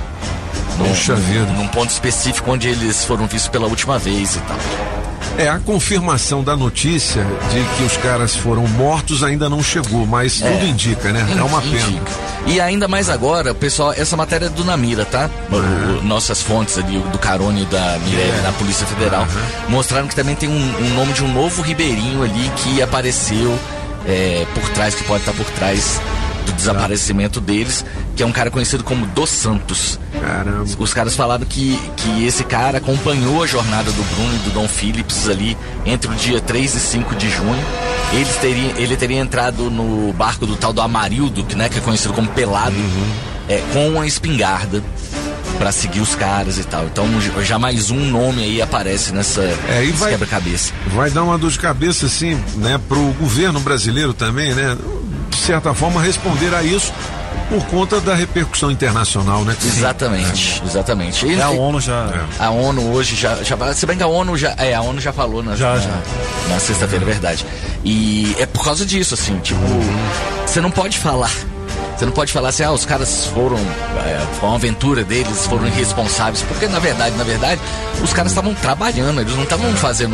Speaker 8: Num ponto específico onde eles foram vistos pela última vez e tal.
Speaker 4: A confirmação da notícia de que os caras foram mortos ainda não chegou, mas tudo indica, né? É uma pena.
Speaker 8: E ainda mais agora, pessoal, essa matéria é do Namira, tá? Nossas fontes ali, do Carone e da Mirelle na Polícia Federal, mostraram que também tem um nome de um novo ribeirinho ali que apareceu por trás, que pode estar por trás do desaparecimento deles, que é um cara conhecido como Dos Santos.
Speaker 4: Caramba.
Speaker 8: Os caras falaram que esse cara acompanhou a jornada do Bruno e do Dom Phillips ali entre o dia 3 e 5 de junho. Ele teria entrado no barco do tal do Amarildo, que é conhecido como Pelado, com uma espingarda pra seguir os caras e tal. Então já mais um nome aí aparece nesse quebra-cabeça.
Speaker 4: Vai dar uma dor de cabeça, assim, né, pro governo brasileiro também, né? De certa forma, responder a isso por conta da repercussão internacional, né?
Speaker 8: Exatamente.
Speaker 5: A ONU já...
Speaker 8: A ONU hoje já se bem que a ONU já falou na sexta-feira, verdade. E é por causa disso, assim, tipo, você não pode falar assim, os caras foram, foi uma aventura deles, foram irresponsáveis, porque na verdade, os caras estavam trabalhando, eles não estavam fazendo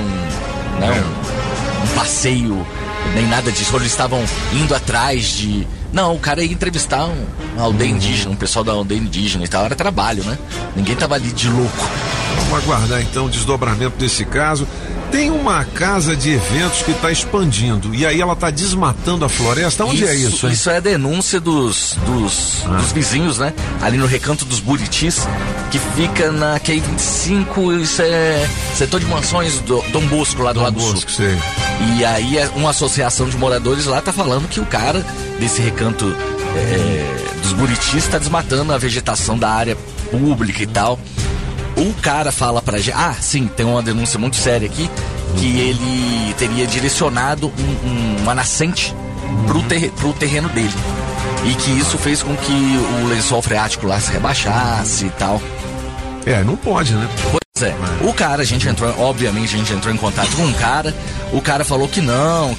Speaker 8: um passeio, nem nada disso, eles estavam indo atrás de... Não, o cara ia entrevistar uma aldeia indígena, um pessoal da aldeia indígena e tal, era trabalho, né? Ninguém tava ali de louco.
Speaker 4: Vamos aguardar então o desdobramento desse caso. Tem uma casa de eventos que está expandindo e aí ela está desmatando a floresta. Onde é isso, hein?
Speaker 8: Isso é a denúncia dos vizinhos, né? Ali no Recanto dos Buritis, que fica na QI25, isso é setor de mansões do Dom Bosco, lá do Lago Sul.
Speaker 4: Sei.
Speaker 8: E aí uma associação de moradores lá tá falando que o cara desse Recanto dos Buritis está desmatando a vegetação da área pública e tal. O cara fala pra gente... sim, tem uma denúncia muito séria aqui, que ele teria direcionado uma nascente pro terreno dele. E que isso fez com que o lençol freático lá se rebaixasse e tal.
Speaker 4: Não pode, né?
Speaker 8: Pois é. O cara, obviamente a gente entrou em contato com um cara. O cara falou que não,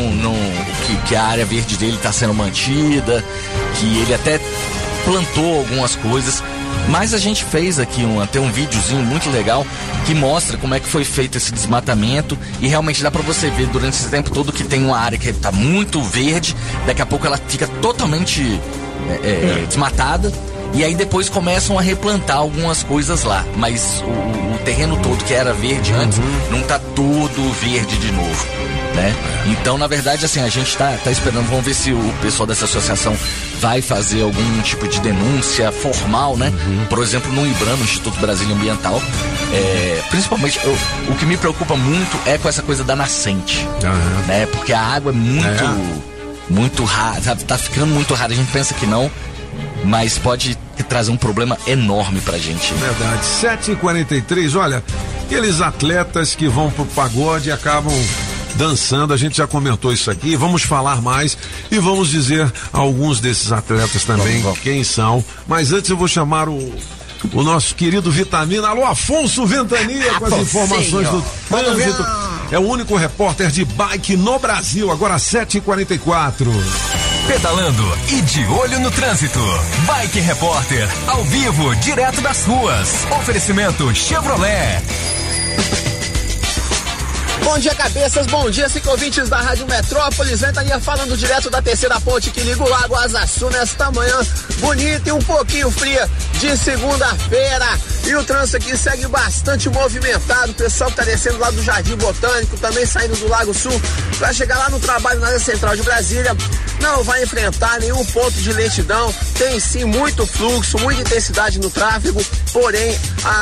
Speaker 8: que a área verde dele tá sendo mantida, que ele até plantou algumas coisas. Mas a gente fez aqui até um videozinho muito legal que mostra como é que foi feito esse desmatamento e realmente dá pra você ver durante esse tempo todo que tem uma área que tá muito verde, daqui a pouco ela fica totalmente desmatada e aí depois começam a replantar algumas coisas lá, mas o terreno todo que era verde antes não tá todo verde de novo, né? Então, na verdade, assim, a gente tá esperando, vamos ver se o pessoal dessa associação vai fazer algum tipo de denúncia formal, né? Por exemplo, no IBRAM, no Instituto Brasília Ambiental. Principalmente, o que me preocupa muito é com essa coisa da nascente, né? Porque a água é muito rara, tá ficando muito rara. A gente pensa que não, mas pode trazer um problema enorme pra gente.
Speaker 4: Verdade. 7h43, olha, aqueles atletas que vão pro pagode e acabam dançando, a gente já comentou isso aqui, vamos falar mais e vamos dizer alguns desses atletas também, quem são, mas antes eu vou chamar o nosso querido Vitamina. Alô, Afonso Ventania, com as informações do trânsito. É o único repórter de bike no Brasil, agora 7h44.
Speaker 11: Pedalando e de olho no trânsito. Bike Repórter, ao vivo, direto das ruas. Oferecimento Chevrolet.
Speaker 20: Bom dia, cabeças, bom dia, ouvintes da Rádio Metrópolis. Ventania falando direto da terceira ponte que liga o Lago Azaçu nesta manhã bonita e um pouquinho fria de segunda-feira. E o trânsito aqui segue bastante movimentado. O pessoal que tá descendo lá do Jardim Botânico, também saindo do Lago Sul, vai chegar lá no trabalho na área central de Brasília, não vai enfrentar nenhum ponto de lentidão. Tem sim muito fluxo, muita intensidade no tráfego, porém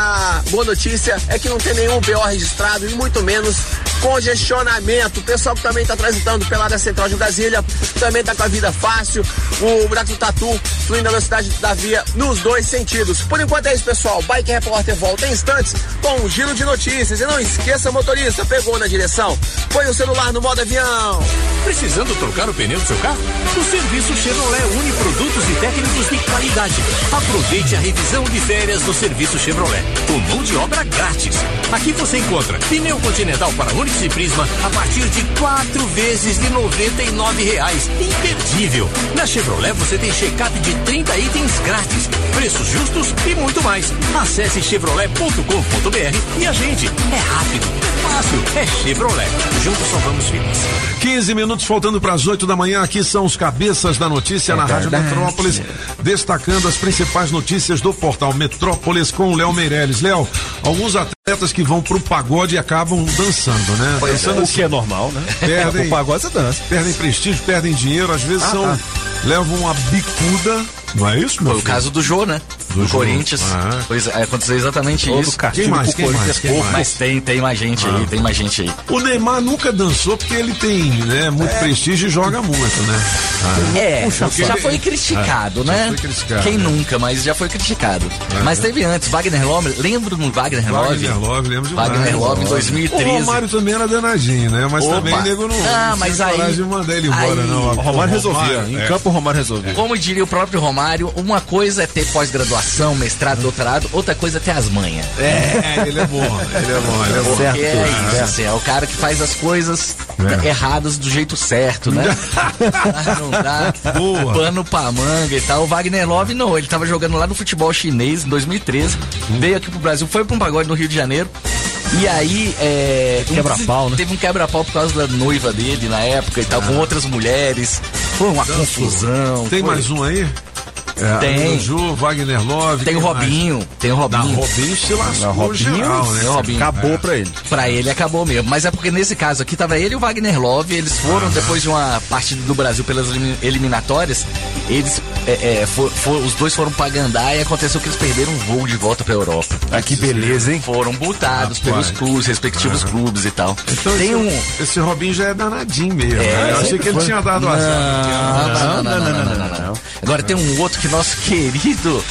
Speaker 20: a boa notícia é que não tem nenhum BO registrado e muito menos congestionamento. O pessoal que também está transitando pela área central de Brasília também está com a vida fácil. O buraco do Tatu fluindo a velocidade da via nos dois sentidos. Por enquanto é isso, pessoal. Bike Repórter volta em instantes com um giro de notícias. E não esqueça, motorista, pegou na direção, põe o celular no modo avião.
Speaker 14: Precisando trocar o pneu do seu carro? O serviço Chevrolet une produtos e técnicos de qualidade. Aproveite a revisão de férias do serviço Chevrolet, com mão de obra grátis. Aqui você encontra pneu Continental para Onix e Prisma a partir de 4 vezes de R$ 99,00. Imperdível! Na Chevrolet você tem check-up de 30 itens grátis, preços justos e muito mais. Acesse chevrolet.com.br e agende. É rápido, é fácil, é Chevrolet. Juntos salvamos vidas.
Speaker 4: 15 minutos faltando para as 8 da manhã. Aqui são os cabeças da notícia na Rádio Metrópolis, destacando as principais notícias do portal Metrópolis com o Léo Meirelles. Léo, alguns atletas que vão pro pagode e acabam dançando, né?
Speaker 5: Dançando o que é normal, né?
Speaker 4: Perdem,
Speaker 5: o pagode você dança.
Speaker 4: Perdem prestígio, perdem dinheiro, às vezes levam uma bicuda. Não é isso, meu
Speaker 8: filho? Foi o caso do Jô, né? Do Corinthians. Pois aconteceu exatamente isso.
Speaker 4: Quem mais?
Speaker 8: Mas tem mais gente aí, tem mais gente aí.
Speaker 4: O Neymar nunca dançou porque ele tem, né, muito prestígio e joga muito, né?
Speaker 8: Já foi criticado, né?
Speaker 4: Já foi criticado,
Speaker 8: Quem nunca, mas já foi criticado. Mas teve antes, Wagner Love, lembra do Wagner Love?
Speaker 4: Lembro demais.
Speaker 8: Wagner Love em 2013.
Speaker 4: O Romário também era danadinho, né? Mas também o nego não
Speaker 8: mas aí
Speaker 4: de mandar ele embora, não.
Speaker 5: O Romário resolvia. Em campo o Romário resolvia.
Speaker 8: Como diria o próprio Romário, uma coisa é ter pós-graduação, mestrado, doutorado, outra coisa é ter as manhas.
Speaker 4: Ele é bom.
Speaker 8: Certo. É isso, é o cara que faz as coisas erradas do jeito certo, né? Não dá pano pra manga e tal. O Wagner Love não, ele tava jogando lá no futebol chinês em 2013, veio aqui pro Brasil, foi pra um pagode no Rio de Janeiro. E aí,
Speaker 5: quebra-pau, né?
Speaker 8: Teve um quebra-pau por causa da noiva dele na época e tal, com outras mulheres. Foi uma confusão.
Speaker 4: Tem mais um aí?
Speaker 8: Tem.
Speaker 4: Ju, Wagner Love.
Speaker 8: Tem o Robinho. Tem o Robinho.
Speaker 4: Robinho se lascou geral, né?
Speaker 5: Acabou pra ele.
Speaker 8: Pra ele acabou mesmo. Mas é porque nesse caso aqui tava ele e o Wagner Love. Eles foram, depois de uma partida do Brasil pelas eliminatórias, eles os dois foram pra Gandá e aconteceu que eles perderam um voo de volta pra Europa.
Speaker 5: Que beleza, hein?
Speaker 8: Foram multados pelos clubes, respectivos clubes e tal.
Speaker 4: Então esse Robinho já é danadinho mesmo. Eu achei que ele tinha dado azar.
Speaker 8: Não. Agora tem um outro que nosso querido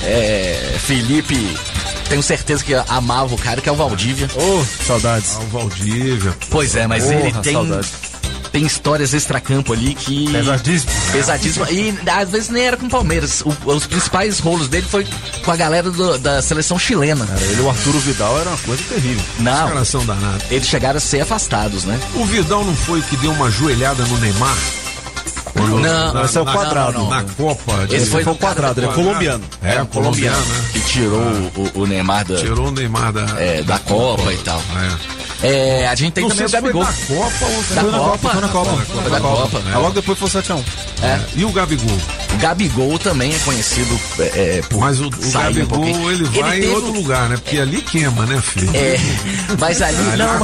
Speaker 8: Felipe, tenho certeza que amava o cara, que é o Valdívia.
Speaker 5: Saudades.
Speaker 4: O Valdívia.
Speaker 8: Pois é, mas ele tem histórias extracampo ali que... Pesadíssimo. E às vezes nem era com o Palmeiras. Os principais rolos dele foi com a galera da seleção chilena.
Speaker 5: Cara, ele e o Arturo Vidal era uma coisa terrível.
Speaker 8: Não.
Speaker 4: Escalação danada.
Speaker 8: Eles chegaram a ser afastados, né?
Speaker 4: O Vidal não foi o que deu uma joelhada no Neymar?
Speaker 5: Não, esse é o Quadrado.
Speaker 4: Na Copa.
Speaker 8: Esse foi
Speaker 5: o Quadrado, ele é colombiano.
Speaker 8: Um colombiano, né? Que tirou o Neymar
Speaker 4: Tirou o Neymar
Speaker 8: da Copa e tal. A gente tem também o Gabigol.
Speaker 4: Foi na Copa.
Speaker 5: Logo depois foi 7-1.
Speaker 4: E o Gabigol?
Speaker 8: O Gabigol também é conhecido por
Speaker 4: Mas o Gabigol, ele vai em outro lugar, né? Porque ali queima, né, filho?
Speaker 8: Mas ali não.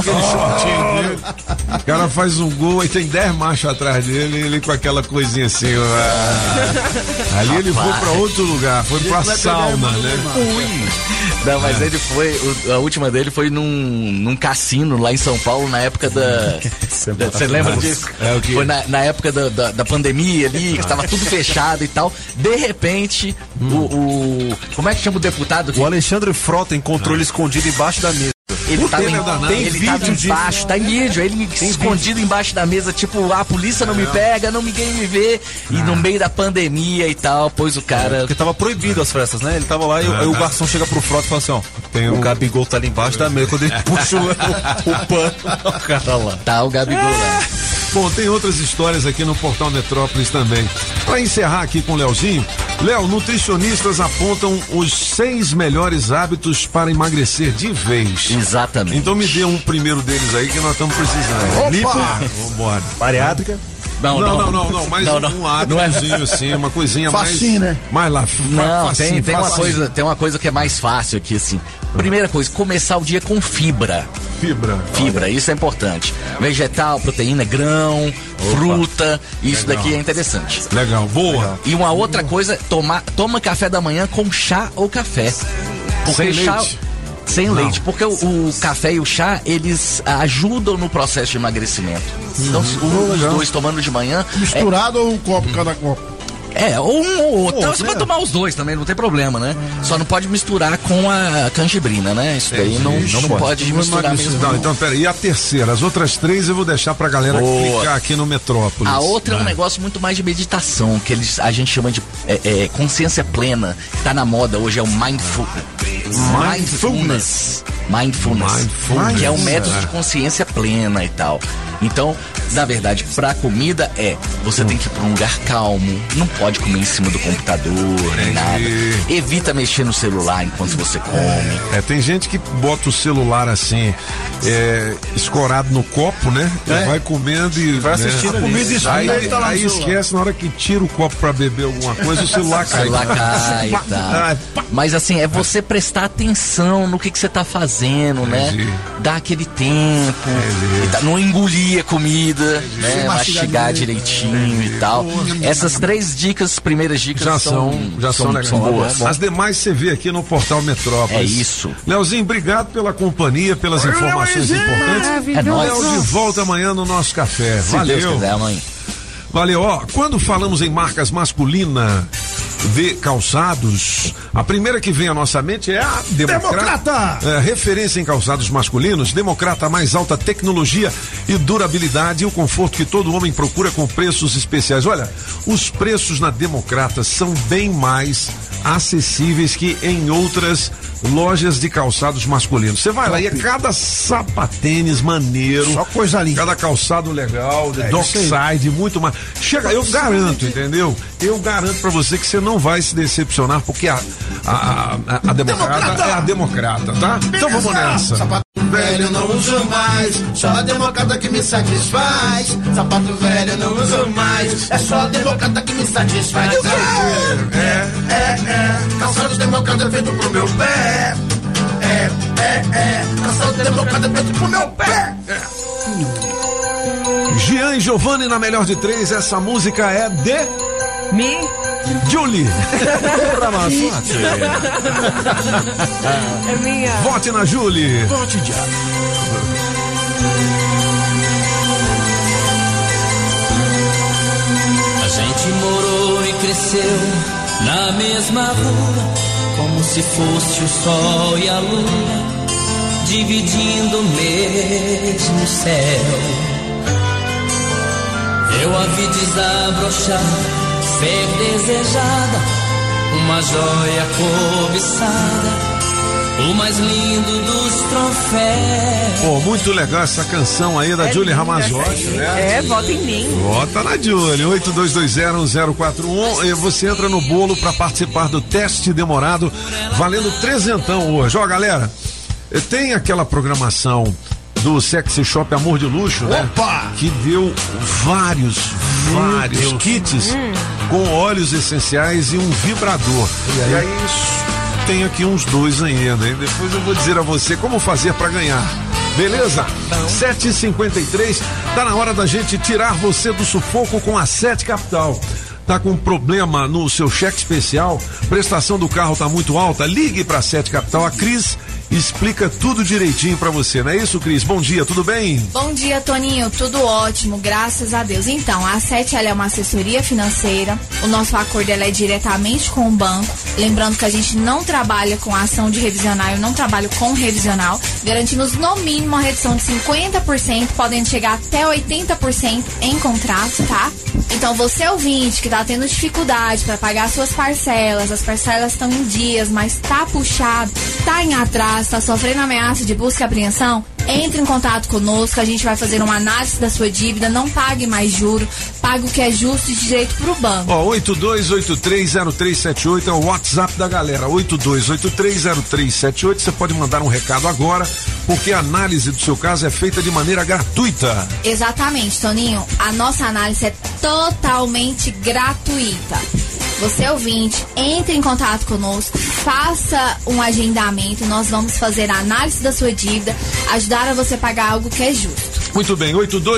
Speaker 4: O cara faz um gol e tem 10 machos atrás dele, ele com aquela coisinha assim. Ali ele foi pra outro lugar, foi pra sauna, né?
Speaker 8: Não, mas ele foi. A última dele foi num cassino lá em São Paulo, na época da. Você lembra disso? Foi na época da pandemia ali, que estava tudo fechado e tal. De repente, como é que chama o deputado?
Speaker 5: O Alexandre Frota encontrou ele escondido embaixo da mesa.
Speaker 8: Ele tava embaixo, tá em vídeo, ele escondido embaixo da mesa, tipo, a polícia não me pega, ninguém me vê. E no meio da pandemia e tal, pois o cara.
Speaker 5: Porque tava proibido as festas, né? Ele tava lá e o garçom chega pro Frota e fala assim: ó, o Gabigol tá ali embaixo da mesa. Quando ele puxa o pano, o cara lá.
Speaker 8: Tá o Gabigol lá.
Speaker 4: Bom, tem outras histórias aqui no Portal Metrópolis também. Para encerrar aqui com o Leozinho, Léo, nutricionistas apontam os 6 melhores hábitos para emagrecer de vez.
Speaker 8: Exatamente.
Speaker 4: Então me dê um primeiro deles aí que nós estamos precisando.
Speaker 9: Opa!
Speaker 4: Lipo, vambora.
Speaker 9: Bariátrica?
Speaker 4: Não, mas um hábitozinho assim, uma coisinha
Speaker 9: facinho,
Speaker 4: mais...
Speaker 9: né?
Speaker 4: Mais lá.
Speaker 8: Não,
Speaker 4: facinho,
Speaker 8: tem uma coisa que é mais fácil aqui, assim. Primeira coisa, começar o dia com fibra. Fibra, isso é importante. Vegetal, proteína, grão, fruta, isso
Speaker 4: legal.
Speaker 8: daqui é interessante.
Speaker 4: Legal, boa.
Speaker 8: E uma outra coisa, toma café da manhã com chá ou café. Porque
Speaker 4: sem
Speaker 8: chá...
Speaker 4: leite?
Speaker 8: Sem leite, porque o café e o chá, eles ajudam no processo de emagrecimento. Então, os dois tomando de manhã...
Speaker 3: Misturado ou um copo, cada copo?
Speaker 8: Ou um ou outro. Então, você pode tomar os dois também, não tem problema, né? Só não pode misturar com a canjibrina, né? Isso daí não pode misturar mesmo.
Speaker 4: Não, então, pera, e a terceira? As outras 3 eu vou deixar pra galera clicar aqui no Metrópolis.
Speaker 8: A outra é um negócio muito mais de meditação, que a gente chama de consciência plena, que tá na moda hoje, é o Mindfulness, que é um método de consciência plena e tal. Então, na verdade, pra comida você tem que ir pra um lugar calmo, não pode comer em cima do computador, nem nada. Evita mexer no celular enquanto você come.
Speaker 4: Tem gente que bota o celular assim, escorado no copo, né? Vai comendo e vai assistindo. Aí esquece, na hora que tira o copo pra beber alguma coisa, o celular cai.
Speaker 8: E tal. Mas assim, é você prestar atenção no que você tá fazendo, né? Dar aquele tempo, não engolir a comida, né? Mastigar direitinho e tal. Essas 3 primeiras dicas
Speaker 4: já são
Speaker 8: boas.
Speaker 4: As demais você vê aqui no portal Metrópolis.
Speaker 8: É isso.
Speaker 4: Leozinho, obrigado pela companhia, pelas informações importantes. Léo de volta amanhã no nosso café. Valeu.
Speaker 8: Se Deus quiser, amanhã.
Speaker 4: Valeu, quando falamos em marcas masculinas de calçados, a primeira que vem à nossa mente é a Democrata. Referência em calçados masculinos, Democrata, a mais alta tecnologia e durabilidade e o conforto que todo homem procura com preços especiais. Olha, os preços na Democrata são bem mais acessíveis que em outras lojas de calçados masculinos. Você vai lá e é cada sapatênis maneiro,
Speaker 9: só coisa linda,
Speaker 4: cada calçado legal, dockside, muito mais. Chega, eu garanto, entendeu? Eu garanto pra você que você não vai se decepcionar, porque a Democrata é a Democrata, tá? Então vamos nessa.
Speaker 3: Sapato velho não uso mais, só a Democrata que me satisfaz. Sapato velho não uso mais, é só a Democrata que me satisfaz. Calçados Democrata feito pro meu pé. Calçados Democrata feito pro meu pé.
Speaker 4: Jean e Giovanni na melhor de 3, essa música é de... Julie.
Speaker 10: É minha.
Speaker 4: Vote na Julie.
Speaker 3: Vote já.
Speaker 2: A gente morou e cresceu na mesma rua, como se fosse o sol e a lua, dividindo o mesmo céu. Eu a vi desabrochar, ser desejada, uma joia cobiçada, o mais lindo dos troféus.
Speaker 4: Pô, muito legal essa canção aí da Julie Ramazotti, né?
Speaker 10: Vota em mim.
Speaker 4: Vota na Julie, 82201041 e você entra no bolo pra participar do teste demorado, valendo 300 hoje. Ó, galera, tem aquela programação do Sexy Shop Amor de Luxo, né? Que deu vários kits com óleos essenciais e um vibrador. E aí tem aqui uns 2 ainda, hein? Depois eu vou dizer a você como fazer pra ganhar. Beleza? 7h53, tá na hora da gente tirar você do sufoco com a 7 Capital. Tá com problema no seu cheque especial, prestação do carro tá muito alta, ligue pra 7 Capital, a Cris explica tudo direitinho pra você, não é isso, Cris? Bom dia, tudo bem?
Speaker 22: Bom dia, Toninho, tudo ótimo, graças a Deus. Então, a 7 ela é uma assessoria financeira, o nosso acordo ela é diretamente com o banco, lembrando que a gente não trabalha com ação de revisional, eu não trabalho com revisional, garantimos no mínimo uma redução de 50%, podendo chegar até 80% em contrato, tá? Então, você ouvinte que tá tendo dificuldade para pagar suas parcelas, as parcelas estão em dias, mas tá puxado, tá em atraso, tá sofrendo ameaça de busca e apreensão, Entre em contato conosco, a gente vai fazer uma análise da sua dívida, não pague mais juro, pague o que é justo e de direito pro banco.
Speaker 4: 82830378 é o WhatsApp da galera, 82830378, você pode mandar um recado agora, porque a análise do seu caso é feita de maneira gratuita.
Speaker 22: Exatamente, Toninho, a nossa análise é totalmente gratuita. Você ouvinte, entre em contato conosco, faça um agendamento, nós vamos fazer a análise da sua dívida, ajudar a você pagar algo que é justo.
Speaker 4: Muito bem,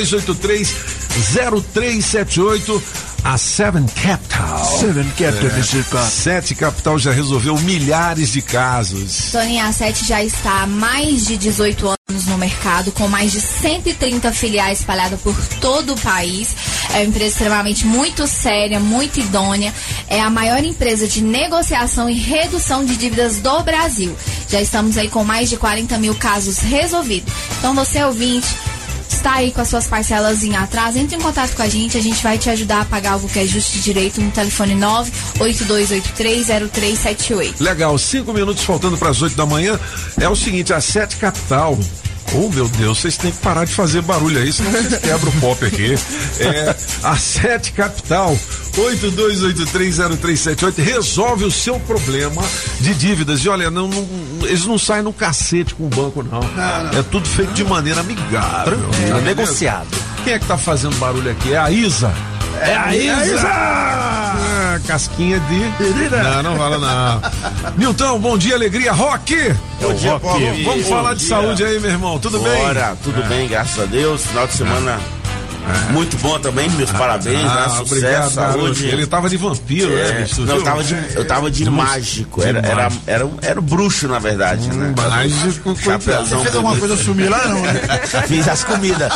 Speaker 4: 82830378, a Seven Capital. Sete Capital já resolveu milhares de casos.
Speaker 22: Toninho, a Sete já está há mais de 18 anos no mercado, com mais de 130 filiais espalhadas por todo o país. É uma empresa extremamente muito séria, muito idônea. É a maior empresa de negociação e redução de dívidas do Brasil. Já estamos aí com mais de 40 mil casos resolvidos. Então você, ouvinte, está aí com as suas parcelas em atraso, entre em contato com a gente vai te ajudar a pagar algo que é justo de direito no telefone 982830378.
Speaker 4: Legal, 5 minutos faltando para as 8 da manhã. É o seguinte, a Sete Capital. Oh, meu Deus, vocês têm que parar de fazer barulho aí, senão vocês quebram o pop aqui. A Sete Capital, 82830378, resolve o seu problema de dívidas. E olha, eles não saem no cacete com o banco, não. É tudo feito de maneira amigável.
Speaker 5: Negociado.
Speaker 4: Quem é que tá fazendo barulho aqui? É a Isa? É a Isa! Casquinha de... Não fala não. Milton, bom dia, alegria, Rock!
Speaker 6: Bom dia, Paulo.
Speaker 4: Vamos falar de saúde aí, meu irmão, tudo bem?
Speaker 6: Tudo bem, graças a Deus, final de semana... Muito bom também, meus parabéns, sucesso,
Speaker 4: obrigado,
Speaker 6: saúde.
Speaker 4: Ele tava de vampiro, né, bicho?
Speaker 6: Não, eu tava de mágico, era o bruxo, na verdade, né?
Speaker 4: Mágico,
Speaker 6: chapéuzão.
Speaker 9: Você fez alguma coisa sumir lá, não, né?
Speaker 6: Fiz a comida.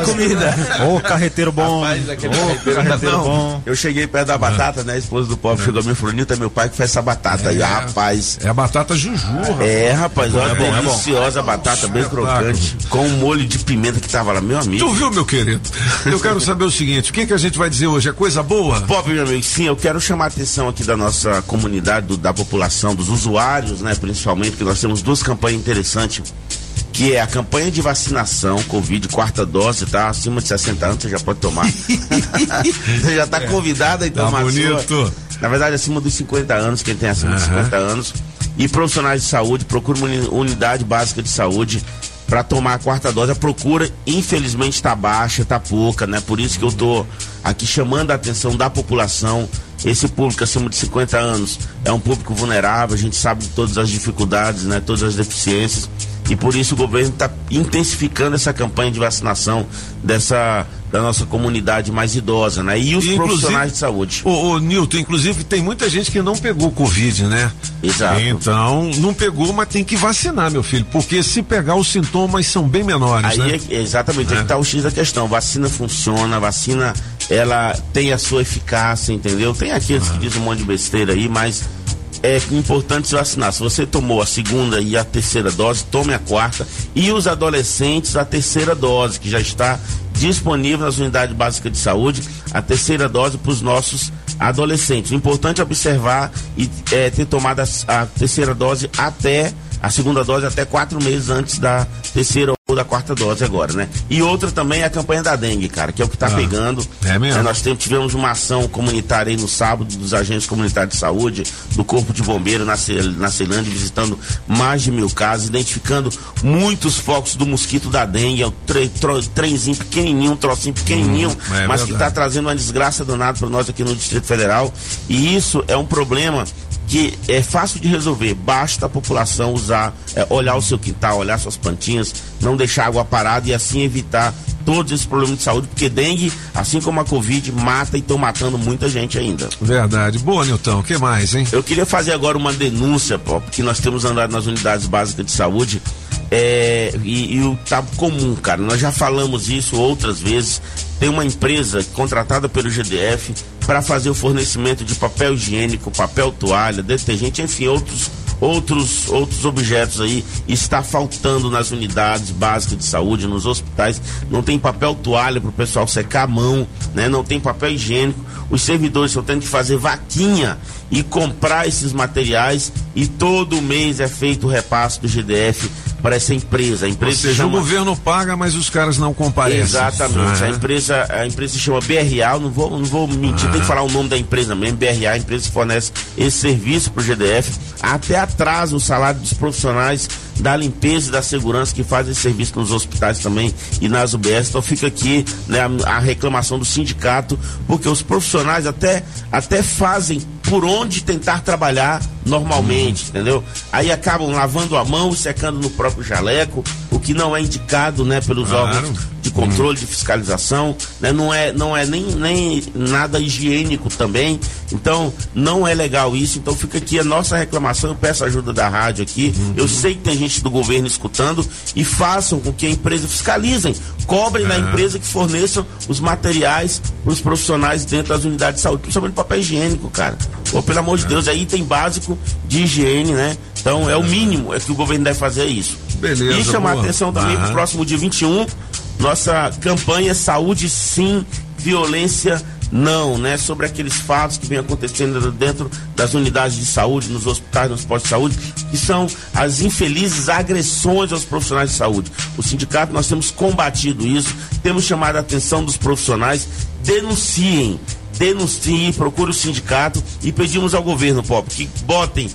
Speaker 5: Ô, carreteiro bom.
Speaker 6: Carreteiro bom. Eu cheguei perto da batata, né? A esposa do pobre chegou a mim e falou, Nilton, meu pai que faz essa batata. Aí, rapaz.
Speaker 4: É a batata Juju, rapaz.
Speaker 6: Rapaz, olha, deliciosa a batata, bem crocante, com um molho de pimenta que tava lá, meu amigo.
Speaker 4: Tu viu, meu querido? Eu quero saber o seguinte, o que a gente vai dizer hoje? É coisa boa?
Speaker 6: Pobre, meu amigo, sim, eu quero chamar a atenção aqui da nossa comunidade, da população, dos usuários, né, principalmente, porque nós temos duas campanhas interessantes, que é a campanha de vacinação Covid, 4ª dose, tá? Acima de 60 anos, você já pode tomar. Você já tá convidado a tomar.
Speaker 4: Tá bonito.
Speaker 6: Na verdade, acima dos 50 anos, quem tem acima dos 50 anos. E profissionais de saúde, procura uma unidade básica de saúde para tomar a 4ª dose. A procura, infelizmente, está baixa, está pouca, né? Por isso que eu tô aqui chamando a atenção da população. Esse público acima de 50 anos é um público vulnerável, a gente sabe de todas as dificuldades, né? Todas as deficiências. E por isso o governo está intensificando essa campanha de vacinação da nossa comunidade mais idosa, né? E os profissionais de saúde.
Speaker 4: Ô Nilton, inclusive tem muita gente que não pegou Covid, né?
Speaker 6: Exato.
Speaker 4: Então, não pegou, mas tem que vacinar, meu filho, porque se pegar os sintomas são bem menores,
Speaker 6: aí
Speaker 4: né?
Speaker 6: Exatamente, aí que tá o X da questão. Vacina funciona, vacina, ela tem a sua eficácia, entendeu? Tem aqueles que dizem um monte de besteira aí, mas é importante se vacinar. Se você tomou a 2ª e a 3ª dose, tome a 4ª. E os adolescentes, a 3ª dose, que já está disponível nas unidades básicas de saúde, a 3ª dose para os nossos adolescentes. O importante é observar e ter tomado a 3ª dose até a 2ª dose até 4 meses antes da 3ª ou da 4ª dose agora, né? E outra também é a campanha da dengue, cara, que é o que tá pegando.
Speaker 4: É mesmo?
Speaker 6: Nós tivemos uma ação comunitária aí no sábado dos agentes comunitários de saúde, do Corpo de Bombeiro na Ceilândia, visitando mais de 1000 casos, identificando muitos focos do mosquito da dengue. É um trenzinho pequenininho, um trocinho pequenininho, mas verdade, que tá trazendo uma desgraça danada para nós aqui no Distrito Federal. E isso é um problema que é fácil de resolver, basta a população olhar o seu quintal, olhar suas plantinhas, não deixar água parada e assim evitar todos esses problemas de saúde, porque dengue, assim como a Covid, mata e estão matando muita gente ainda.
Speaker 4: Verdade. Boa, Nilton, o que mais, hein?
Speaker 6: Eu queria fazer agora uma denúncia, porque nós temos andado nas unidades básicas de saúde e o tá comum, cara, nós já falamos isso outras vezes. Tem uma empresa contratada pelo GDF para fazer o fornecimento de papel higiênico, papel toalha, detergente, enfim, outros objetos aí. Está faltando nas unidades básicas de saúde, nos hospitais. Não tem papel toalha para o pessoal secar a mão, né? Não tem papel higiênico. Os servidores estão tendo que fazer vaquinha e comprar esses materiais, e todo mês é feito o repasse do GDF para essa empresa. A empresa
Speaker 4: Ou seja, o governo paga, mas os caras não comparecem.
Speaker 6: Exatamente. A empresa se chama BRA, não vou mentir, tem que falar o nome da empresa mesmo. BRA, a empresa que fornece esse serviço para o GDF, até atrasa o salário dos profissionais da limpeza e da segurança que fazem esse serviço nos hospitais também e nas UBS. Então fica aqui, né, a reclamação do sindicato, porque os profissionais até fazem por onde tentar trabalhar normalmente, entendeu? Aí acabam lavando a mão e secando no próprio jaleco, o que não é indicado, né, pelos órgãos de controle, de fiscalização, né? Não é nem nada higiênico também, então não é legal isso. Então fica aqui a nossa reclamação, eu peço a ajuda da rádio aqui, eu sei que tem gente do governo escutando, e façam com que a empresa fiscalizem, cobrem na empresa que forneçam os materiais para os profissionais dentro das unidades de saúde, principalmente papel higiênico, cara. Pô, pelo amor de Deus, é item básico de higiene, né? Então é o mínimo que o governo deve fazer isso.
Speaker 4: Beleza,
Speaker 6: e chamar a atenção também para o próximo dia 21, nossa campanha Saúde Sim, Violência Não, né? Sobre aqueles fatos que vem acontecendo dentro das unidades de saúde, nos hospitais, nos postos de saúde, que são as infelizes agressões aos profissionais de saúde. O sindicato, nós temos combatido isso, temos chamado a atenção dos profissionais, denunciem, procure o sindicato e pedimos ao governo, que botem,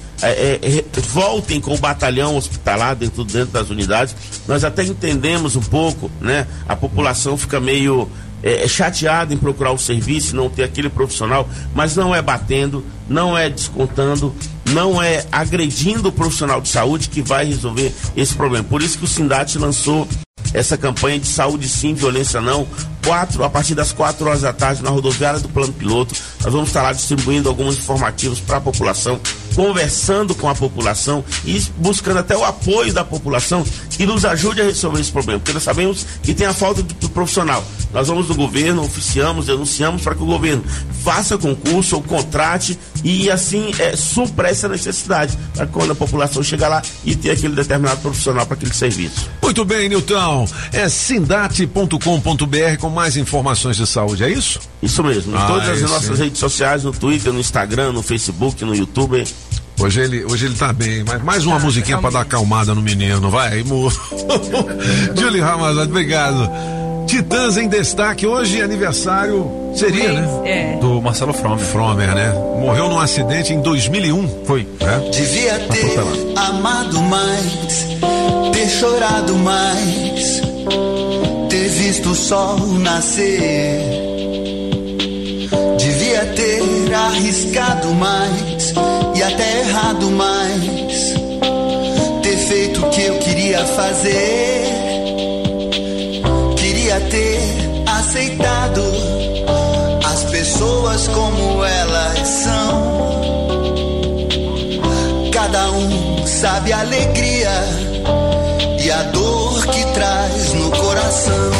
Speaker 6: voltem com o batalhão hospitalar dentro das unidades. Nós até entendemos um pouco, né? A população fica meio chateada em procurar o serviço, não ter aquele profissional, mas não é batendo, não é descontando, não é agredindo o profissional de saúde que vai resolver esse problema. Por isso que o Sindat lançou essa campanha de Saúde Sim, Violência Não, a partir das 4 horas da tarde na rodoviária do Plano Piloto. Nós vamos estar lá distribuindo alguns informativos para a população, conversando com a população e buscando até o apoio da população que nos ajude a resolver esse problema, porque nós sabemos que tem a falta do profissional. Nós vamos do governo, oficiamos, denunciamos para que o governo faça concurso ou contrate e assim supra essa necessidade, para quando a população chegar lá e ter aquele determinado profissional para aquele serviço.
Speaker 4: Muito bem, Nilton. É sindat.com.br com mais informações de saúde, é isso?
Speaker 6: Isso mesmo. Em todas as nossas redes sociais, no Twitter, no Instagram, no Facebook, no YouTube.
Speaker 4: Hoje ele tá bem, mas mais uma musiquinha pra dar acalmada no menino, vai, amor. Julie Ramazzotti, obrigado. Titãs em destaque, hoje aniversário, seria, né?
Speaker 5: Do Marcelo
Speaker 4: Fromer, né? Morreu num acidente em 2001.
Speaker 5: Foi.
Speaker 1: Devia ter amado mais, ter chorado mais, ter visto o sol nascer. Devia ter arriscado mais e até errado mais, ter feito o que eu queria fazer. Queria ter aceitado as pessoas como elas são. Cada um sabe a alegria e a dor que traz no coração.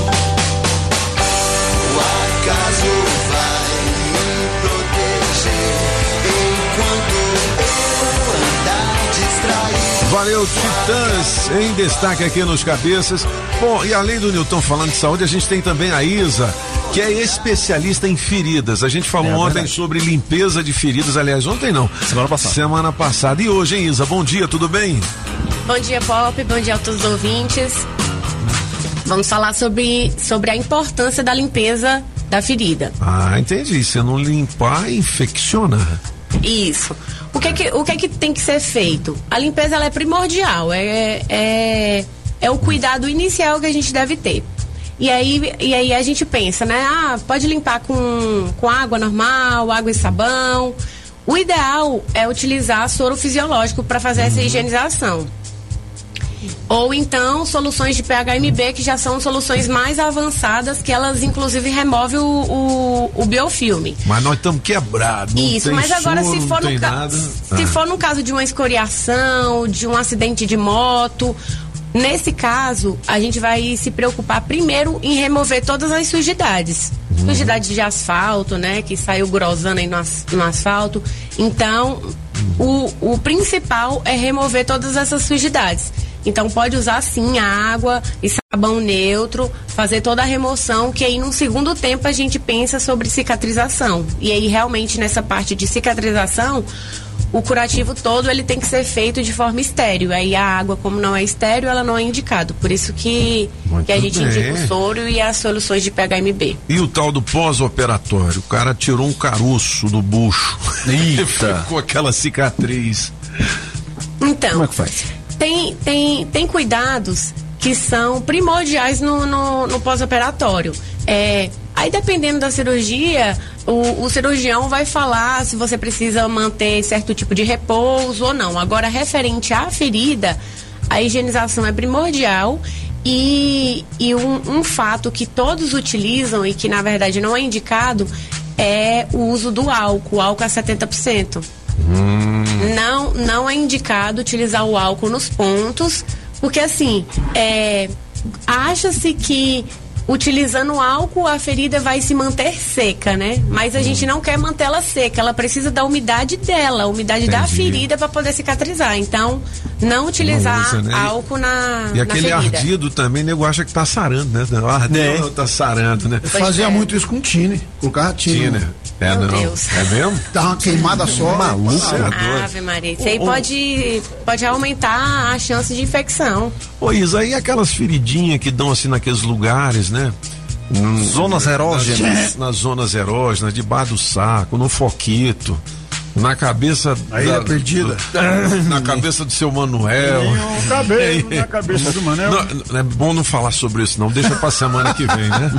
Speaker 1: O acaso vai me proteger enquanto eu andar distraído.
Speaker 4: Valeu, Titãs em destaque aqui nos Cabeças. Bom, e além do Nilton falando de saúde, a gente tem também a Isa, que é especialista em feridas. A gente falou ontem sobre limpeza de feridas, aliás, ontem não. Semana passada. E hoje, hein, Isa? Bom dia, tudo bem?
Speaker 12: Bom dia, Pop, bom dia a todos os ouvintes. Vamos falar sobre a importância da limpeza da ferida.
Speaker 4: Ah, entendi. Se não limpar, infecciona.
Speaker 12: Isso. O que tem que ser feito? A limpeza, ela é primordial, é o cuidado inicial que a gente deve ter. E aí a gente pensa, né? Pode limpar com água normal, água e sabão. O ideal é utilizar soro fisiológico para fazer essa higienização. Ou então soluções de PHMB, que já são soluções mais avançadas, que elas inclusive removem o biofilme.
Speaker 4: Mas nós estamos quebrados.
Speaker 12: Isso, mas agora se for no caso de uma escoriação, de um acidente de moto, nesse caso a gente vai se preocupar primeiro em remover todas as sujidades. Sujidade de asfalto, né, que saiu grosando aí no asfalto. Então o principal é remover todas essas sujidades. Então pode usar sim a água e sabão neutro, fazer toda a remoção, que aí num segundo tempo a gente pensa sobre cicatrização. E aí realmente nessa parte de cicatrização, o curativo todo ele tem que ser feito de forma estéril. Aí a água, como não é estéril, ela não é indicado. Por isso que a gente indica o soro e as soluções de PHMB.
Speaker 4: E o tal do pós-operatório? O cara tirou um caroço do bucho e ficou aquela cicatriz.
Speaker 12: Então,
Speaker 4: como é que faz?
Speaker 12: Tem cuidados que são primordiais no pós-operatório. Aí, dependendo da cirurgia, o cirurgião vai falar se você precisa manter certo tipo de repouso ou não. Agora, referente à ferida, a higienização é primordial e um fato que todos utilizam e que, na verdade, não é indicado é o uso do álcool a 70%. Não é indicado utilizar o álcool nos pontos, porque assim, acha-se que utilizando álcool a ferida vai se manter seca, né? Mas a gente não quer mantê-la seca, ela precisa da umidade dela, a umidade da ferida para poder cicatrizar. Então, não utilizar
Speaker 4: não usa, né?
Speaker 12: álcool na
Speaker 4: E aquele
Speaker 12: ferida.
Speaker 4: ardido também, nego acha que tá sarando, né? Ardido tá sarando, né?
Speaker 3: Fazia muito isso com tine, colocava tine.
Speaker 4: É,
Speaker 12: Meu
Speaker 4: não.
Speaker 12: Deus.
Speaker 4: É mesmo?
Speaker 3: Dá uma queimada só.
Speaker 4: Maluco.
Speaker 12: Ave Maria, isso aí pode aumentar a chance de infecção.
Speaker 4: Ô Isa, aí aquelas feridinhas que dão assim naqueles lugares, né?
Speaker 5: Zonas erógenas.
Speaker 4: Nas zonas erógenas, debaixo do saco, no foquito, na cabeça
Speaker 3: Aí é perdida.
Speaker 4: Na cabeça do seu Manuel.
Speaker 9: Um cabelo na cabeça do Manuel.
Speaker 4: Não é bom não falar sobre isso, não. Deixa pra semana que vem, né?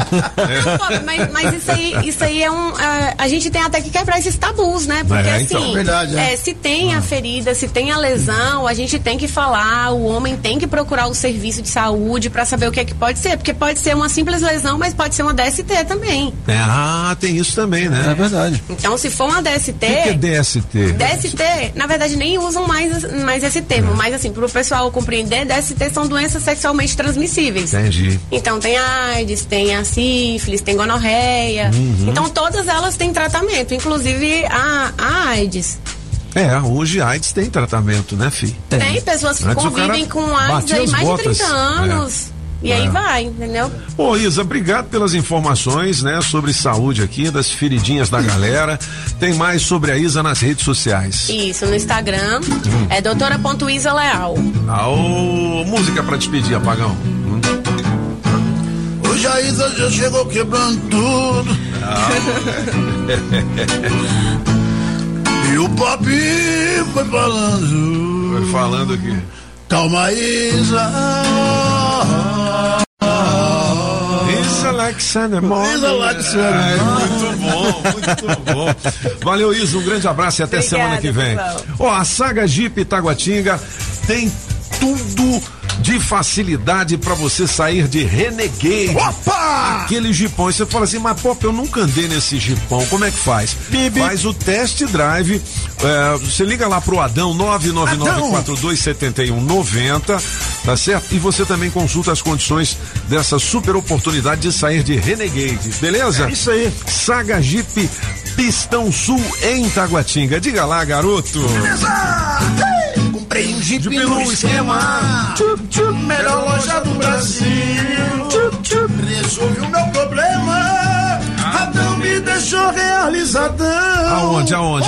Speaker 12: Mas isso aí é a gente tem até que quebrar esses tabus, né? Porque
Speaker 4: então,
Speaker 3: verdade,
Speaker 12: se tem a ferida, se tem a lesão, a gente tem que falar, o homem tem que procurar o serviço de saúde pra saber o que é que pode ser. Porque pode ser uma simples lesão, mas pode ser uma DST também.
Speaker 4: Tem isso também, né?
Speaker 5: É verdade.
Speaker 12: Então, se for uma DST.
Speaker 4: O que é DST?
Speaker 12: DST, na verdade, nem usam mais esse termo, mas assim, pro pessoal compreender, DST são doenças sexualmente transmissíveis.
Speaker 4: Entendi.
Speaker 12: Então tem a AIDS, tem a sífilis, tem gonorreia. Então todas elas têm tratamento, inclusive a AIDS.
Speaker 4: Hoje AIDS tem tratamento, né, fi?
Speaker 12: Tem pessoas que convivem com AIDS aí mais de 30 anos. E aí vai, entendeu?
Speaker 4: Ô Isa, obrigado pelas informações, né, sobre saúde aqui, das feridinhas da galera. Tem mais sobre a Isa nas redes sociais.
Speaker 12: Isso, no Instagram é doutora.isaleal.
Speaker 4: Música pra despedir, Apagão.
Speaker 3: Hoje a Isa já chegou quebrando tudo. E o papi foi falando.
Speaker 4: Foi falando aqui.
Speaker 3: Calma, Isa.
Speaker 4: Isa Alexander Morning.
Speaker 3: Isa Alexander.
Speaker 4: Muito bom. Valeu, Isa, um grande abraço e até semana que vem. A Saga Jeep Itaguatinga tem tudo de facilidade pra você sair de Renegade.
Speaker 3: Opa!
Speaker 4: Aquele jipão. E você fala assim, mas pô, eu nunca andei nesse jipão. Como é que faz? Faz o test drive. Você liga lá pro Adão 999-427190, tá certo? E você também consulta as condições dessa super oportunidade de sair de Renegade, beleza?
Speaker 3: É isso aí.
Speaker 4: Saga Jeep Pistão Sul em Itaguatinga. Diga lá, garoto.
Speaker 3: Beleza! Comprei um Jeep no esquema. Melhor loja do Brasil. Resolvi o meu problema. Adão me deixou realizadão.
Speaker 4: Aonde?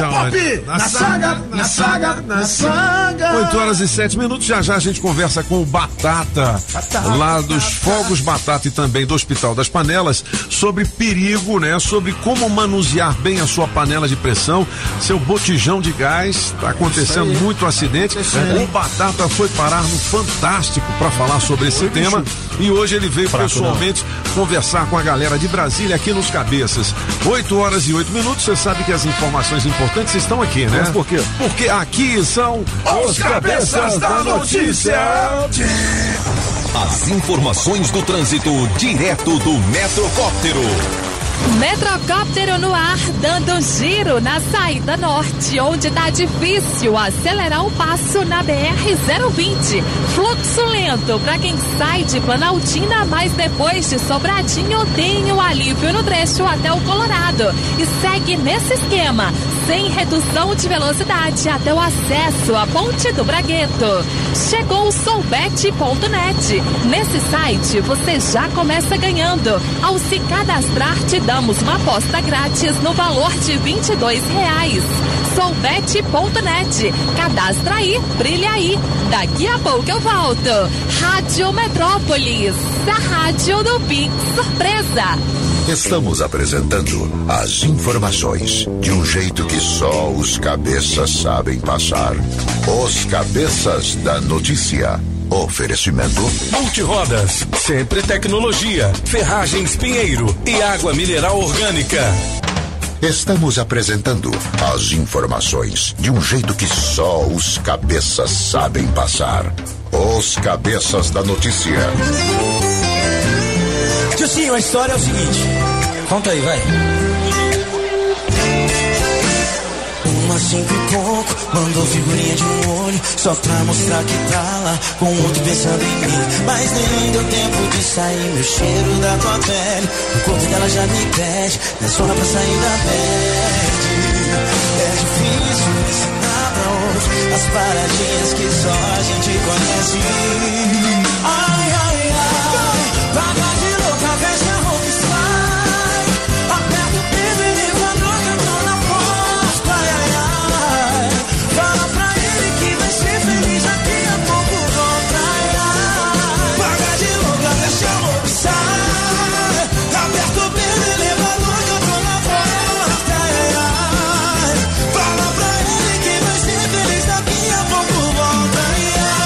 Speaker 3: Na Saga.
Speaker 4: 8h07. Já a gente conversa com o Batata, lá dos Fogos Batata e também do Hospital das Panelas, sobre perigo, né? Sobre como manusear bem a sua panela de pressão, seu botijão de gás. Tá acontecendo muito acidente. O Batata foi parar no Fantástico para falar sobre esse tema e hoje ele veio pessoalmente conversar com a galera de Brasília aqui nos Cabeças. 8h08. Você sabe que as informações importantes estão aqui, né?
Speaker 5: Mas por quê?
Speaker 4: Porque aqui são
Speaker 14: os Cabeças da Notícia. As informações do trânsito direto do Metrocóptero.
Speaker 7: Metrocóptero no ar, dando giro na saída norte, onde tá difícil acelerar o passo na BR-020. Fluxo lento para quem sai de Planaltina, mas depois de Sobradinho tem o alívio no trecho até o Colorado. E segue nesse esquema, sem redução de velocidade até o acesso à Ponte do Bragueto. Chegou o soubet.net. Nesse site você já começa ganhando. Ao se cadastrar, te damos uma aposta grátis no valor de R$22. soubet.net. Cadastra aí, brilha aí. Daqui a pouco eu volto. Rádio Metrópolis, a rádio do Pix Surpresa.
Speaker 15: Estamos apresentando as informações de um jeito que só os cabeças sabem passar. Os Cabeças da Notícia. Oferecimento
Speaker 14: Multirodas, sempre tecnologia, ferragens Pinheiro e água mineral orgânica.
Speaker 15: Estamos apresentando as informações de um jeito que só os cabeças sabem passar. Os Cabeças da Notícia.
Speaker 13: Sim, a história é o seguinte. Conta aí, vai. 5 e pouco, mandou figurinha de um olho só pra mostrar que tá lá com outro pensando em mim. Mas nem deu tempo de sair meu cheiro da tua pele. O corpo dela já me pede, não é só pra sair da bed. É difícil ensinar pra outro as paradinhas que só a gente conhece. Ai, ai, ai, paga de louca, fecha a roupa e sai. Aperta o dedo e levanta o cartão na porta. Ai, ai, ai, fala pra ele que vai ser feliz, daqui a pouco volta. Ai, ai, paga de louca, fecha a roupa e sai. Aperta o dedo e levanta o cartão na porta. Ai, ai, fala pra ele que vai ser feliz, daqui a pouco volta. Ai,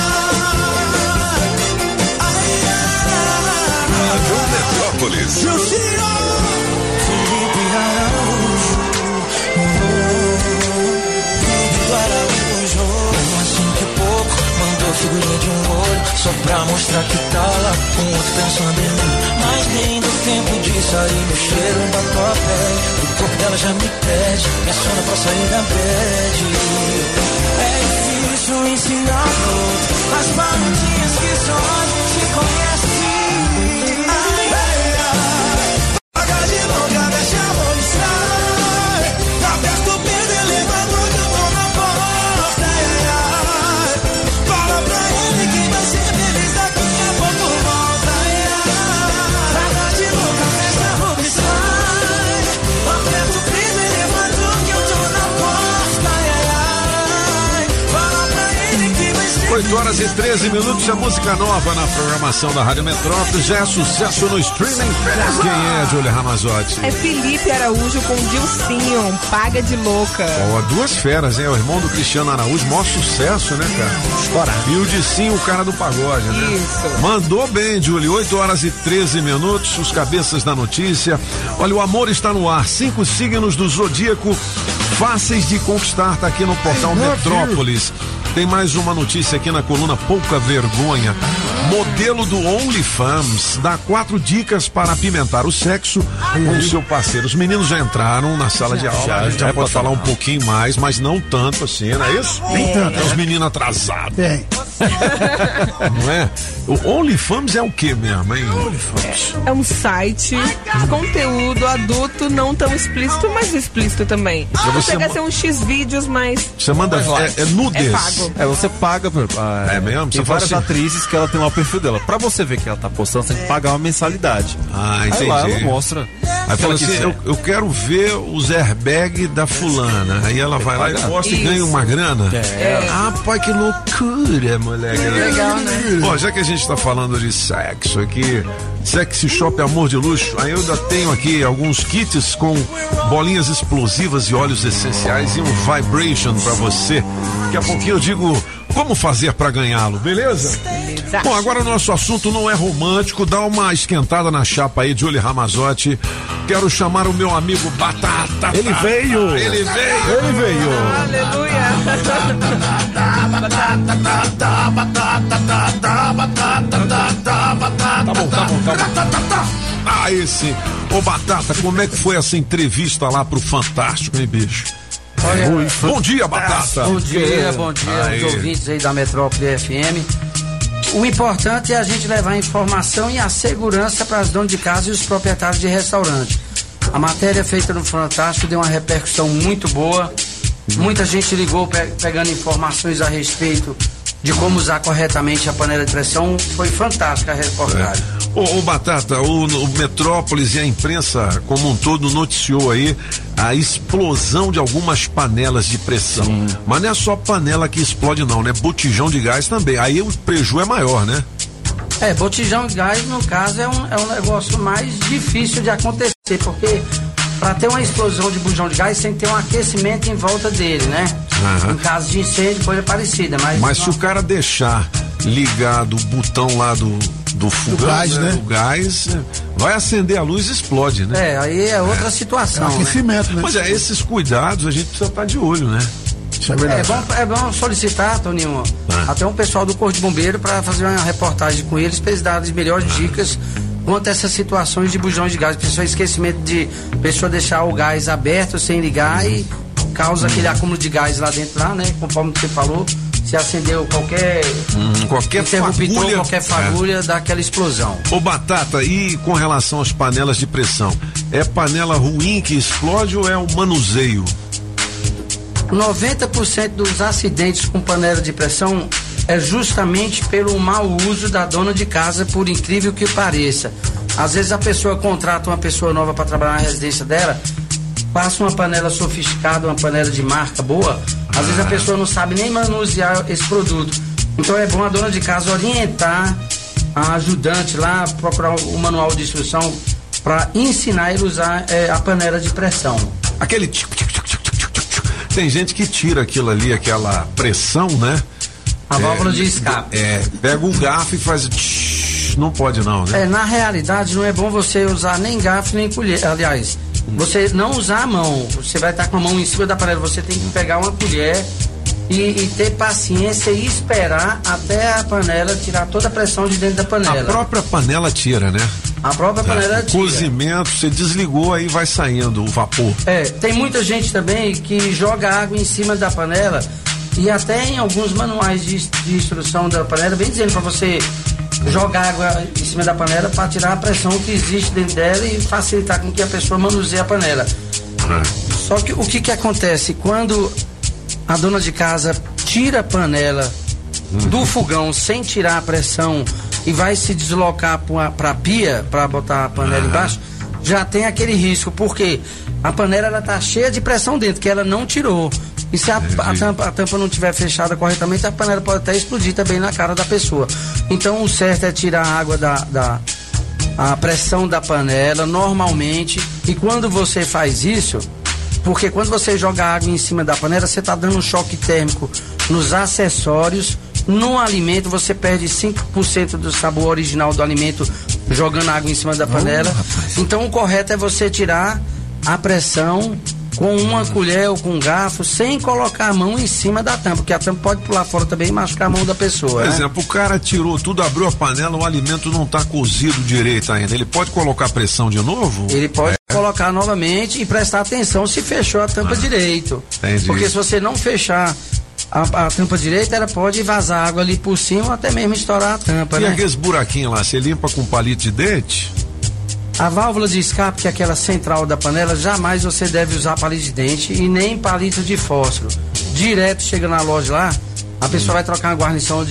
Speaker 13: ai,
Speaker 15: Rádio Metrópolis.
Speaker 13: Felipe Araújo, assim que pouco, mandou figurinha de um olho só pra mostrar que tá lá com outro pensando em mim. Mas nem do tempo de sair meu cheiro da tua pele. O corpo dela já me pede, me aciona pra sair da bed. É difícil ensinar pro outro as paradinhas que só a gente conhece.
Speaker 4: Horas e 13 minutos, a música nova na programação da Rádio Metrópolis já é sucesso no streaming. Quem é, Júlia Ramazotti?
Speaker 10: É Felipe Araújo com Dilcinho, Paga de Louca.
Speaker 4: Ó, duas feras, hein? O irmão do Cristiano Araújo, maior sucesso, né, cara?
Speaker 9: Estourado.
Speaker 4: E o Dilcinho, o cara do pagode, né?
Speaker 10: Isso.
Speaker 4: Mandou bem, Júlia. 8 horas e 13 minutos, os cabeças da notícia. Olha, o amor está no ar. 5 signos do zodíaco fáceis de conquistar, tá aqui no portal Metrópolis. Tem mais uma notícia aqui na coluna Pouca Vergonha. Modelo do OnlyFans dá 4 dicas para apimentar o sexo com o seu parceiro. Os meninos já entraram na sala de aula, a gente já pode falar um pouquinho mais, mas não tanto assim, não é isso?
Speaker 9: Nem tanto.
Speaker 4: É os meninos atrasados.
Speaker 9: Tem.
Speaker 4: Não é? O OnlyFans é o que mesmo, hein?
Speaker 10: É um site de conteúdo adulto não tão explícito, mas explícito também. Chega a ser um X vídeos, mas...
Speaker 4: Você manda, é nudes.
Speaker 10: É pago.
Speaker 5: Você paga.
Speaker 4: É mesmo?
Speaker 5: Tem várias atrizes que ela tem lá o perfil dela. Pra você ver que ela tá postando, você tem que pagar uma mensalidade.
Speaker 4: Ah, entendi.
Speaker 5: Aí lá ela mostra.
Speaker 4: Aí fala assim, eu quero ver os airbags da fulana. Aí ela vai lá e posta e ganha uma grana. Ah, pai, que loucura, moleque.
Speaker 10: Legal, né?
Speaker 4: Ó, já que a gente tá falando de sexo aqui, Sexy Shop Amor de Luxo, aí eu ainda tenho aqui alguns kits com bolinhas explosivas e óleos essenciais e um vibration pra você. Daqui a pouquinho eu digo como fazer pra ganhá-lo, beleza? Bom, agora o nosso assunto não é romântico, dá uma esquentada na chapa aí de Júlia Ramazotti. Quero chamar o meu amigo Batata.
Speaker 9: Ele veio.
Speaker 4: Ele veio.
Speaker 9: Ele veio.
Speaker 10: Aleluia.
Speaker 4: Tá bom. Ah, esse. Ô, Batata, como é que foi essa entrevista lá pro Fantástico, hein, bicho?
Speaker 16: Olha,
Speaker 4: bom dia, Batata.
Speaker 16: Bom dia aos ouvintes aí da Metrópole FM. O importante é a gente levar a informação e a segurança para os donos de casa e os proprietários de restaurante. A matéria feita no Fantástico deu uma repercussão muito boa. Muita gente ligou pegando informações a respeito de como usar corretamente a panela de pressão. Foi fantástica a reportagem.
Speaker 4: Ô Batata, o Metrópolis e a imprensa como um todo noticiou aí a explosão de algumas panelas de pressão. Mas não é só panela que explode não, né? Botijão de gás também. Aí o prejuízo é maior, né?
Speaker 16: Botijão de gás, no caso, é um negócio mais difícil de acontecer, porque para ter uma explosão de bujão de gás tem que ter um aquecimento em volta dele, né? Em caso de incêndio, coisa parecida. Mas
Speaker 4: se o cara deixar ligado o botão lá do fogão,
Speaker 9: gás, né?
Speaker 4: O gás vai acender a luz e explode, né?
Speaker 16: Aí é outra situação.
Speaker 9: É aquecimento, né?
Speaker 4: Mas esses cuidados a gente precisa estar de olho, né?
Speaker 16: É bom solicitar, Toninho, até um pessoal do Corpo de Bombeiro para fazer uma reportagem com eles, para eles darem melhores dicas quanto a essas situações de bujões de gás. Pessoa esquecimento de pessoa deixar o gás aberto sem ligar e causa aquele acúmulo de gás lá dentro, né? Conforme você falou, se acendeu qualquer
Speaker 4: fagulha,
Speaker 16: qualquer fagulha, dá aquela explosão.
Speaker 4: Ô Batata, e com relação às panelas de pressão, é panela ruim que explode ou é o manuseio?
Speaker 16: 90% dos acidentes com panela de pressão é justamente pelo mau uso da dona de casa, por incrível que pareça. Às vezes a pessoa contrata uma pessoa nova para trabalhar na residência dela, passa uma panela sofisticada, uma panela de marca boa, às vezes a pessoa não sabe nem manusear esse produto. Então é bom a dona de casa orientar a ajudante lá, procurar o manual de instrução para ensinar ele a usar a panela de pressão.
Speaker 4: Aquele tem gente que tira aquilo ali, aquela pressão, né?
Speaker 16: A válvula de escape.
Speaker 4: Pega o garfo e faz. Não pode não, né?
Speaker 16: Na realidade não é bom você usar nem garfo nem colher. Aliás, você não usar a mão. Você vai estar com a mão em cima da panela. Você tem que pegar uma colher e ter paciência e esperar até a panela tirar toda a pressão de dentro da panela.
Speaker 4: A própria panela tira, né?
Speaker 16: A própria panela tira.
Speaker 4: Cozimento, você desligou, aí vai saindo o vapor.
Speaker 16: Tem muita gente também que joga água em cima da panela, e até em alguns manuais de instrução da panela vem dizendo para você jogar água em cima da panela para tirar a pressão que existe dentro dela e facilitar com que a pessoa manuseie a panela. Só que o que acontece quando a dona de casa tira a panela do fogão sem tirar a pressão e vai se deslocar para a pia para botar a panela embaixo, já tem aquele risco, porque a panela ela tá cheia de pressão dentro que ela não tirou. E se a tampa não estiver fechada corretamente, a panela pode até explodir também na cara da pessoa. Então o certo é tirar a água a pressão da panela normalmente. E quando você faz isso, porque quando você joga água em cima da panela, você está dando um choque térmico nos acessórios. No alimento você perde 5% do sabor original do alimento jogando água em cima da panela. Então o correto é você tirar a pressão com uma colher ou com um garfo, sem colocar a mão em cima da tampa, porque a tampa pode pular fora também e machucar a mão da pessoa.
Speaker 4: Por exemplo, o cara tirou tudo, abriu a panela, o alimento não está cozido direito ainda. Ele pode colocar pressão de novo?
Speaker 16: Ele pode colocar novamente e prestar atenção se fechou a tampa direito.
Speaker 4: Entendi.
Speaker 16: Porque se você não fechar a tampa direita, ela pode vazar água ali por cima ou até mesmo estourar a tampa,
Speaker 4: e aqueles buraquinhos lá, você limpa com palito de dente?
Speaker 16: A válvula de escape, que é aquela central da panela, jamais você deve usar palito de dente e nem palito de fósforo. Direto chega na loja lá, a pessoa vai trocar a guarnição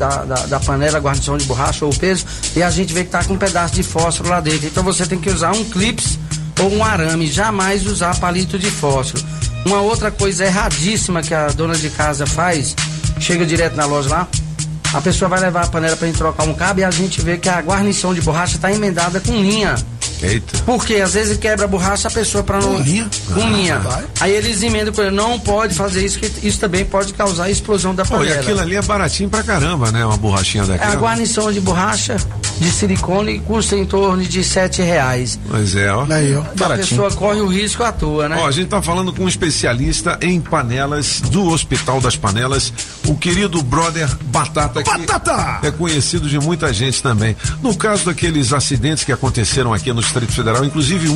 Speaker 16: da panela, a guarnição de borracha ou peso, e a gente vê que tá com um pedaço de fósforo lá dentro. Então você tem que usar um clips ou um arame, jamais usar palito de fósforo. Uma outra coisa erradíssima que a dona de casa faz, chega direto na loja lá, a pessoa vai levar a panela pra gente trocar um cabo e a gente vê que a guarnição de borracha tá emendada com linha.
Speaker 4: Eita.
Speaker 16: Porque às vezes quebra a borracha, a pessoa para não. Com linha. Aí eles emendam com ele, não pode fazer isso, que isso também pode causar a explosão da panela.
Speaker 4: E aquilo ali é baratinho pra caramba, né? Uma borrachinha daquela.
Speaker 16: A guarnição de borracha de silicone custa em torno de R$7.
Speaker 4: Pois é, ó.
Speaker 16: Aí, ó. A pessoa corre o risco à toa, né?
Speaker 4: Ó, a gente tá falando com um especialista em panelas do Hospital das Panelas, o querido brother Batata, que é conhecido de muita gente também. No caso daqueles acidentes que aconteceram aqui no Distrito Federal, inclusive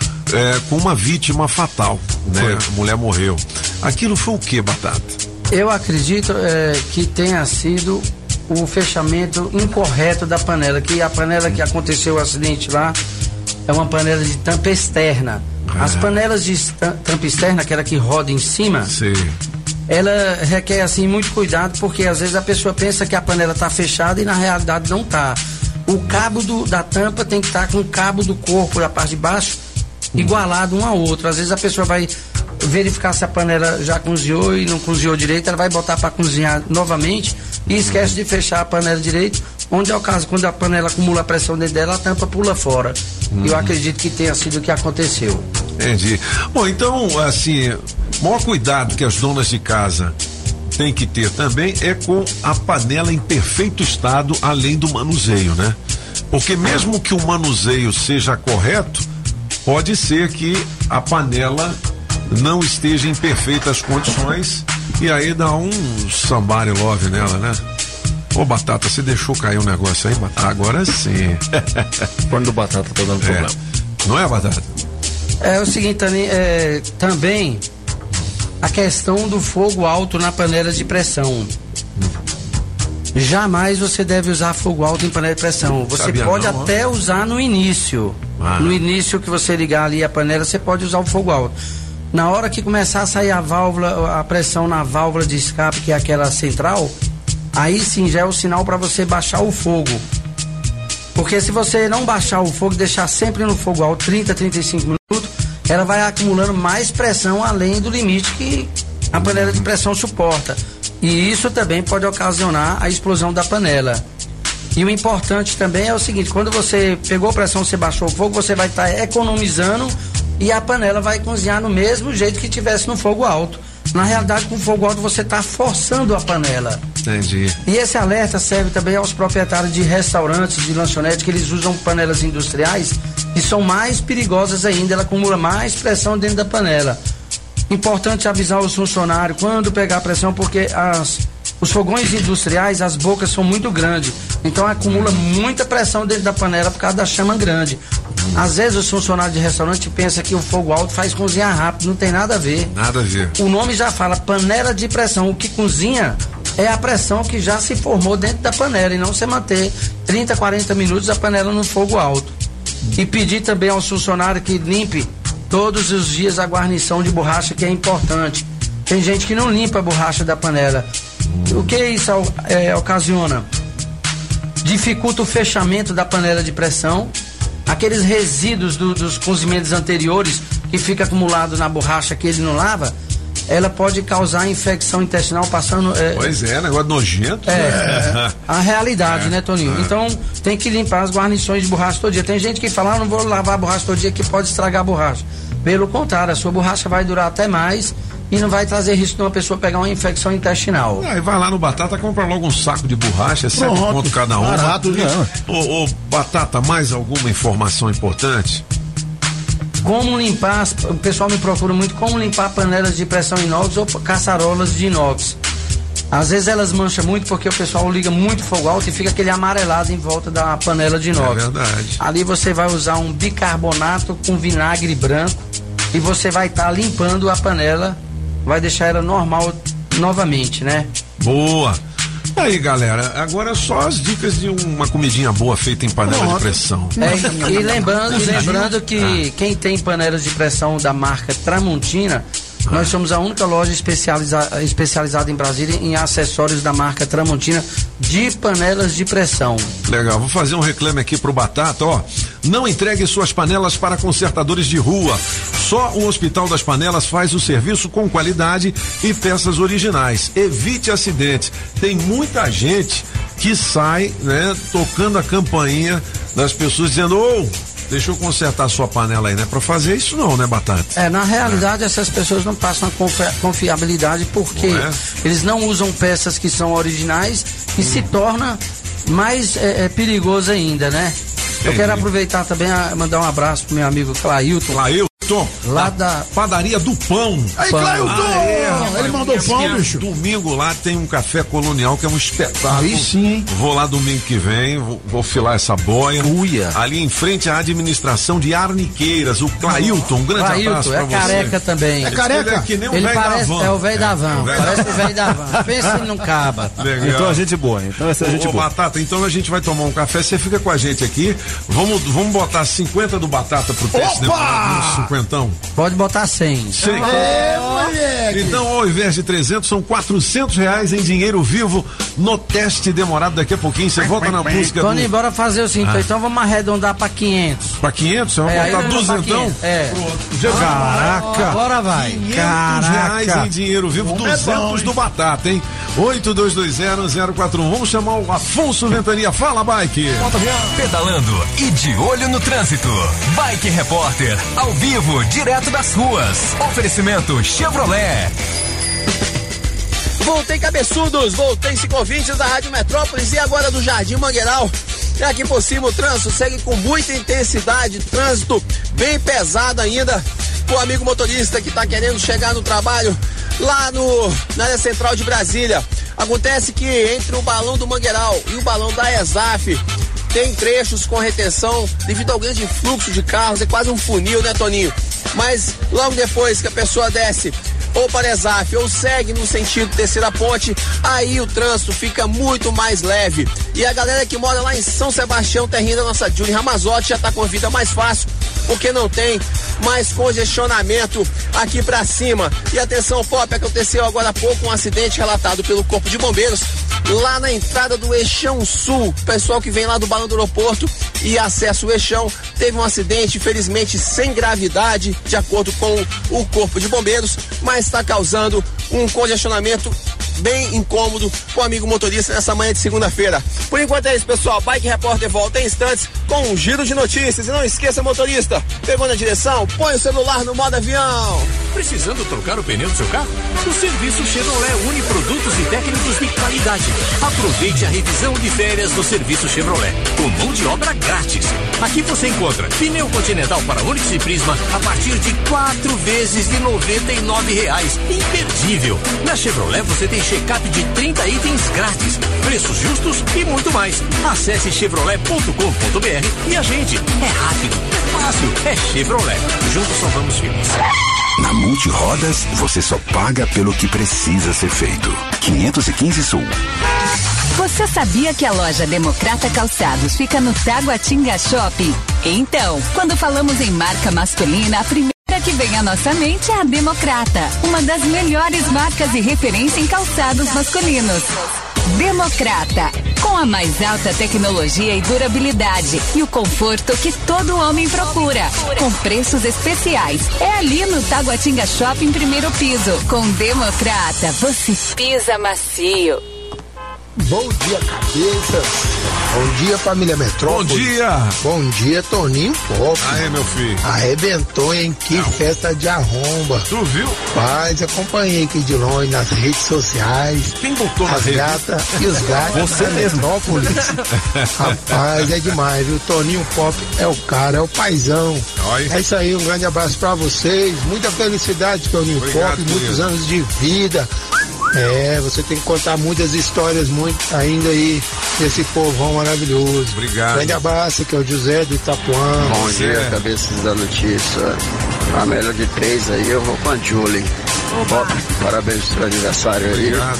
Speaker 4: com uma vítima fatal, né? A mulher morreu. Aquilo foi o que, Batata?
Speaker 16: Eu acredito que tenha sido o fechamento incorreto da panela, que a panela que aconteceu o acidente lá é uma panela de tampa externa. As panelas de tampa externa, aquela que roda em cima, ela requer assim muito cuidado, porque às vezes a pessoa pensa que a panela está fechada e na realidade não está. O cabo da tampa tem que estar com o cabo do corpo da parte de baixo igualado um ao outro. Às vezes a pessoa vai verificar se a panela já cozinhou e não cozinhou direito, ela vai botar para cozinhar novamente e esquece de fechar a panela direito, onde é o caso, quando a panela acumula a pressão dentro dela, a tampa pula fora. Eu acredito que tenha sido o que aconteceu.
Speaker 4: Entendi. Bom, então, assim, o maior cuidado que as donas de casa têm que ter também é com a panela em perfeito estado, além do manuseio, né? Porque mesmo que o manuseio seja correto, pode ser que a panela não esteja em perfeitas condições e aí dá um somebody love nela, né? Ô Batata, você deixou cair um negócio aí, Batata? Agora sim.
Speaker 5: Quando o Batata tá dando problema.
Speaker 4: Não é, Batata?
Speaker 16: É o seguinte, também a questão do fogo alto na panela de pressão. Jamais você deve usar fogo alto em panela de pressão. Você pode até usar no início. No início que você ligar ali a panela, você pode usar o fogo alto. Na hora que começar a sair a pressão na válvula de escape, que é aquela central, aí sim já é o sinal para você baixar o fogo. Porque se você não baixar o fogo, deixar sempre no fogo alto 30, 35 minutos, ela vai acumulando mais pressão além do limite que a panela de pressão suporta. E isso também pode ocasionar a explosão da panela. E o importante também é o seguinte, quando você pegou a pressão, você baixou o fogo, você vai estar economizando e a panela vai cozinhar no mesmo jeito que tivesse no fogo alto. Na realidade, com o fogo alto você está forçando a panela.
Speaker 4: Entendi.
Speaker 16: E esse alerta serve também aos proprietários de restaurantes, de lanchonetes, que eles usam panelas industriais que são mais perigosas ainda, ela acumula mais pressão dentro da panela. Importante avisar os funcionários quando pegar a pressão, porque os fogões industriais, as bocas são muito grandes, então acumula muita pressão dentro da panela por causa da chama grande. Às vezes os funcionários de restaurante pensam que o fogo alto faz cozinhar rápido, não tem nada a ver.
Speaker 4: Nada a ver.
Speaker 16: O nome já fala panela de pressão, o que cozinha é a pressão que já se formou dentro da panela e não você manter 30, 40 minutos a panela no fogo alto. E pedir também aos funcionários que limpe todos os dias a guarnição de borracha, que é importante. Tem gente que não limpa a borracha da panela. O que isso ocasiona? Dificulta o fechamento da panela de pressão. Aqueles resíduos dos cozimentos anteriores que fica acumulado na borracha que ele não lava, ela pode causar infecção intestinal passando...
Speaker 4: Pois é, negócio nojento.
Speaker 16: A realidade, né, Toninho? Então, tem que limpar as guarnições de borracha todo dia. Tem gente que fala, não vou lavar a borracha todo dia, que pode estragar a borracha. Pelo contrário, a sua borracha vai durar até mais e não vai trazer risco de uma pessoa pegar uma infecção intestinal.
Speaker 4: Aí vai lá no Batata, compra logo um saco de borracha, 7 conto cada um.
Speaker 9: Barato, né?
Speaker 4: Ô, Batata, mais alguma informação importante?
Speaker 16: Como limpar, o pessoal me procura muito, como limpar panelas de pressão inox ou caçarolas de inox. Às vezes elas mancham muito porque o pessoal liga muito fogo alto e fica aquele amarelado em volta da panela de inox.
Speaker 4: É verdade.
Speaker 16: Ali você vai usar um bicarbonato com vinagre branco e você vai estar limpando a panela, vai deixar ela normal novamente, né?
Speaker 4: Boa! Aí, galera, agora só as dicas de uma comidinha boa feita em panela de pressão.
Speaker 16: E lembrando que quem tem panelas de pressão da marca Tramontina, nós somos a única loja especializada em Brasília em acessórios da marca Tramontina de panelas de pressão.
Speaker 4: Legal, vou fazer um reclame aqui pro Batata, ó. Não entregue suas panelas para consertadores de rua. Só o Hospital das Panelas faz o serviço com qualidade e peças originais. Evite acidentes. Tem muita gente que sai, né, tocando a campainha das pessoas dizendo, deixa eu consertar a sua panela aí, né? Pra fazer isso não, né, Batata?
Speaker 16: Na realidade, essas pessoas não passam a confiabilidade porque eles não usam peças que são originais e se torna mais perigoso ainda, né? Eu quero aproveitar também a mandar um abraço pro meu amigo Clailton. Lá da
Speaker 4: Padaria do Pão.
Speaker 9: Aí, Clailton! Ele mandou pão, bicho.
Speaker 4: Domingo lá tem um café colonial que é um espetáculo.
Speaker 9: Aí sim, hein?
Speaker 4: Vou lá domingo que vem, vou filar essa boia.
Speaker 16: Uia.
Speaker 4: Ali em frente à administração de Arniqueiras, o Clailton. Um grande abraço pra você.
Speaker 16: Careca também.
Speaker 9: É careca?
Speaker 4: Ele é que nem
Speaker 16: ele parece, é o velho da van. Parece o velho da van. Pensa que não caba.
Speaker 4: Legal.
Speaker 5: Então a gente boa. Então essa é gente boa.
Speaker 4: Batata, então a gente vai tomar um café. Você fica com a gente aqui. Vamos botar 50 do Batata pro teste.
Speaker 9: Opa!
Speaker 4: duzentão?
Speaker 16: Pode botar 100.
Speaker 4: 100.
Speaker 9: Moleque.
Speaker 4: Então, ao invés de 300, são R$400 em dinheiro vivo no teste demorado. Daqui a pouquinho você volta na busca.
Speaker 16: Tony, bora fazer o seguinte, então vamos arredondar pra 500.
Speaker 4: Pra 500? Você vai botar duzentão?
Speaker 16: Caraca. Agora vai.
Speaker 4: R$500 em dinheiro vivo, 200 do Batata, hein? 82201041. Vamos chamar o Afonso Ventania. Fala, Bike.
Speaker 11: Pedalando e de olho no trânsito. Bike Repórter, ao vivo, direto das ruas. Oferecimento Chevrolet.
Speaker 17: Voltei, cabeçudos, voltei, ciclovintes da Rádio Metrópolis e agora do Jardim Mangueiral. E aqui por cima o trânsito segue com muita intensidade, trânsito bem pesado ainda. O amigo motorista que está querendo chegar no trabalho lá na área central de Brasília. Acontece que entre o balão do Mangueiral e o balão da ESAF tem trechos com retenção devido ao grande fluxo de carros, é quase um funil, né, Toninho? Mas logo depois que a pessoa desce ou para a ESAF ou segue no sentido Terceira Ponte, aí o trânsito fica muito mais leve. E a galera que mora lá em São Sebastião, terrinho da nossa Julie Ramazotti, já tá com a vida mais fácil, porque não tem mais congestionamento aqui pra cima. E atenção, Pop, aconteceu agora há pouco um acidente relatado pelo Corpo de Bombeiros lá na entrada do Eixão Sul. O pessoal que vem lá do balão do aeroporto e acessa o Eixão teve um acidente, infelizmente sem gravidade, de acordo com o Corpo de Bombeiros, mas está causando um congestionamento bem incômodo com o amigo motorista nessa manhã de segunda-feira. Por enquanto é isso, pessoal. Bike Repórter volta em instantes com um giro de notícias. E não esqueça, motorista, pegou na direção, põe o celular no modo avião.
Speaker 14: Precisando trocar o pneu do seu carro? O serviço Chevrolet une produtos e técnicos de qualidade. Aproveite a revisão de férias do serviço Chevrolet, com mão de obra grátis. Aqui você encontra pneu Continental para Onix e Prisma a partir de 4 vezes de R$99. Imperdível. Na Chevrolet você tem check-up de 30 itens grátis, preços justos e muito mais. Acesse chevrolet.com.br e agende. É rápido, é fácil, é Chevrolet. Juntos salvamos vidas.
Speaker 18: Na Multirodas, você só paga pelo que precisa ser feito. 515 Sul.
Speaker 23: Você sabia que a loja Democrata Calçados fica no Taguatinga Shopping? Então, quando falamos em marca masculina, a primeira que vem à nossa mente é a Democrata, uma das melhores marcas e referência em calçados masculinos. Democrata, com a mais alta tecnologia e durabilidade e o conforto que todo homem procura, com preços especiais. É ali no Taguatinga Shopping, primeiro piso. Com Democrata, você pisa macio.
Speaker 24: Bom dia, cabeças. Bom dia, família Metrópolis.
Speaker 4: Bom dia.
Speaker 24: Bom dia, Toninho Pop.
Speaker 4: Aê, meu filho.
Speaker 24: Arrebentou, hein? Que festa de arromba.
Speaker 4: Tu viu?
Speaker 24: Paz, acompanhei aqui de longe nas redes sociais.
Speaker 4: Quem botou
Speaker 24: as gatas e os gatos
Speaker 4: da
Speaker 24: Metrópolis. Rapaz, é demais, viu? Toninho Pop é o cara, é o paizão.
Speaker 4: Oi.
Speaker 24: É isso aí, um grande abraço pra vocês. Muita felicidade, Toninho.
Speaker 4: Obrigado,
Speaker 24: Pop, muitos anos de vida. Você tem que contar muitas histórias ainda aí desse povão maravilhoso.
Speaker 4: Obrigado.
Speaker 24: Grande abraço, que é o José do Itapuã.
Speaker 25: Bom dia, cabeças da notícia. A melhor de 3 aí, eu vou com a Julie. Pop, parabéns pelo aniversário aí.
Speaker 4: Obrigado.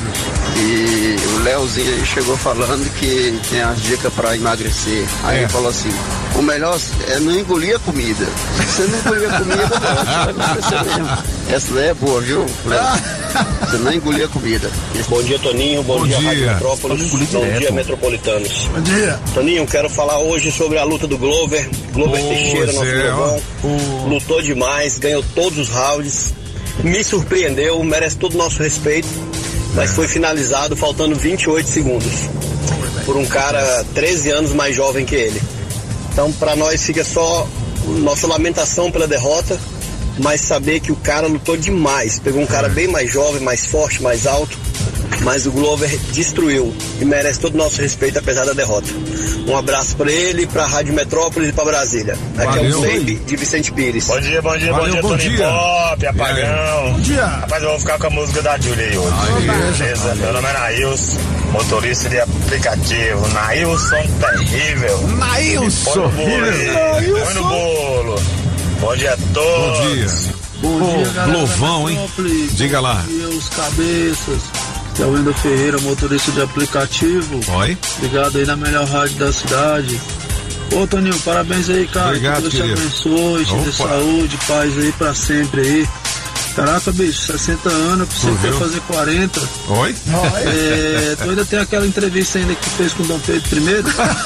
Speaker 25: E o Leozinho aí chegou falando que tem as dicas pra emagrecer. Aí ele falou assim, o melhor é não engolir a comida. Se você não engolir a comida, vai emagrecer mesmo. Essa daí é boa, viu, Léo? Você não engolir a comida.
Speaker 26: Bom dia, Toninho. Bom dia, Rádio Metrópolis. Bom dia, metropolitanos.
Speaker 24: Bom dia.
Speaker 26: Toninho, quero falar hoje sobre a luta do Glover. Glover Teixeira, nosso Glovão. Lutou demais, ganhou todos os rounds. Me surpreendeu, merece todo o nosso respeito. Mas foi finalizado faltando 28 segundos. Por um cara 13 anos mais jovem que ele. Então, pra nós fica só nossa lamentação pela derrota. Mas saber que o cara lutou demais. Pegou um cara bem mais jovem, mais forte, mais alto. Mas o Glover destruiu e merece todo o nosso respeito apesar da derrota. Um abraço pra ele, pra Rádio Metrópolis e pra Brasília. Aqui é o Baby de Vicente Pires.
Speaker 27: Bom dia, Toninho Pop, Apagão.
Speaker 24: Bom dia.
Speaker 27: Rapaz, eu vou ficar com a música da Julie aí hoje. Beleza? Meu nome é Nailson, motorista de aplicativo. Nailson terrível.
Speaker 4: Nailson.
Speaker 27: Põe no bolo. Bom dia a todos.
Speaker 4: Bom dia.
Speaker 28: Bom dia, galera.
Speaker 4: Glovão, hein? Diga lá.
Speaker 28: Bom dia, os cabeças. É o Wendel Ferreira, motorista de aplicativo.
Speaker 4: Oi.
Speaker 28: Ligado aí na melhor rádio da cidade. Ô, Toninho, parabéns aí, cara.
Speaker 4: Obrigado,
Speaker 28: que Deus te abençoe, te dê saúde, paz aí pra sempre aí. Caraca, bicho, 60 anos, pra você quer fazer 40.
Speaker 4: Oi?
Speaker 28: Tu ainda tem aquela entrevista ainda que tu fez com o Dom Pedro I?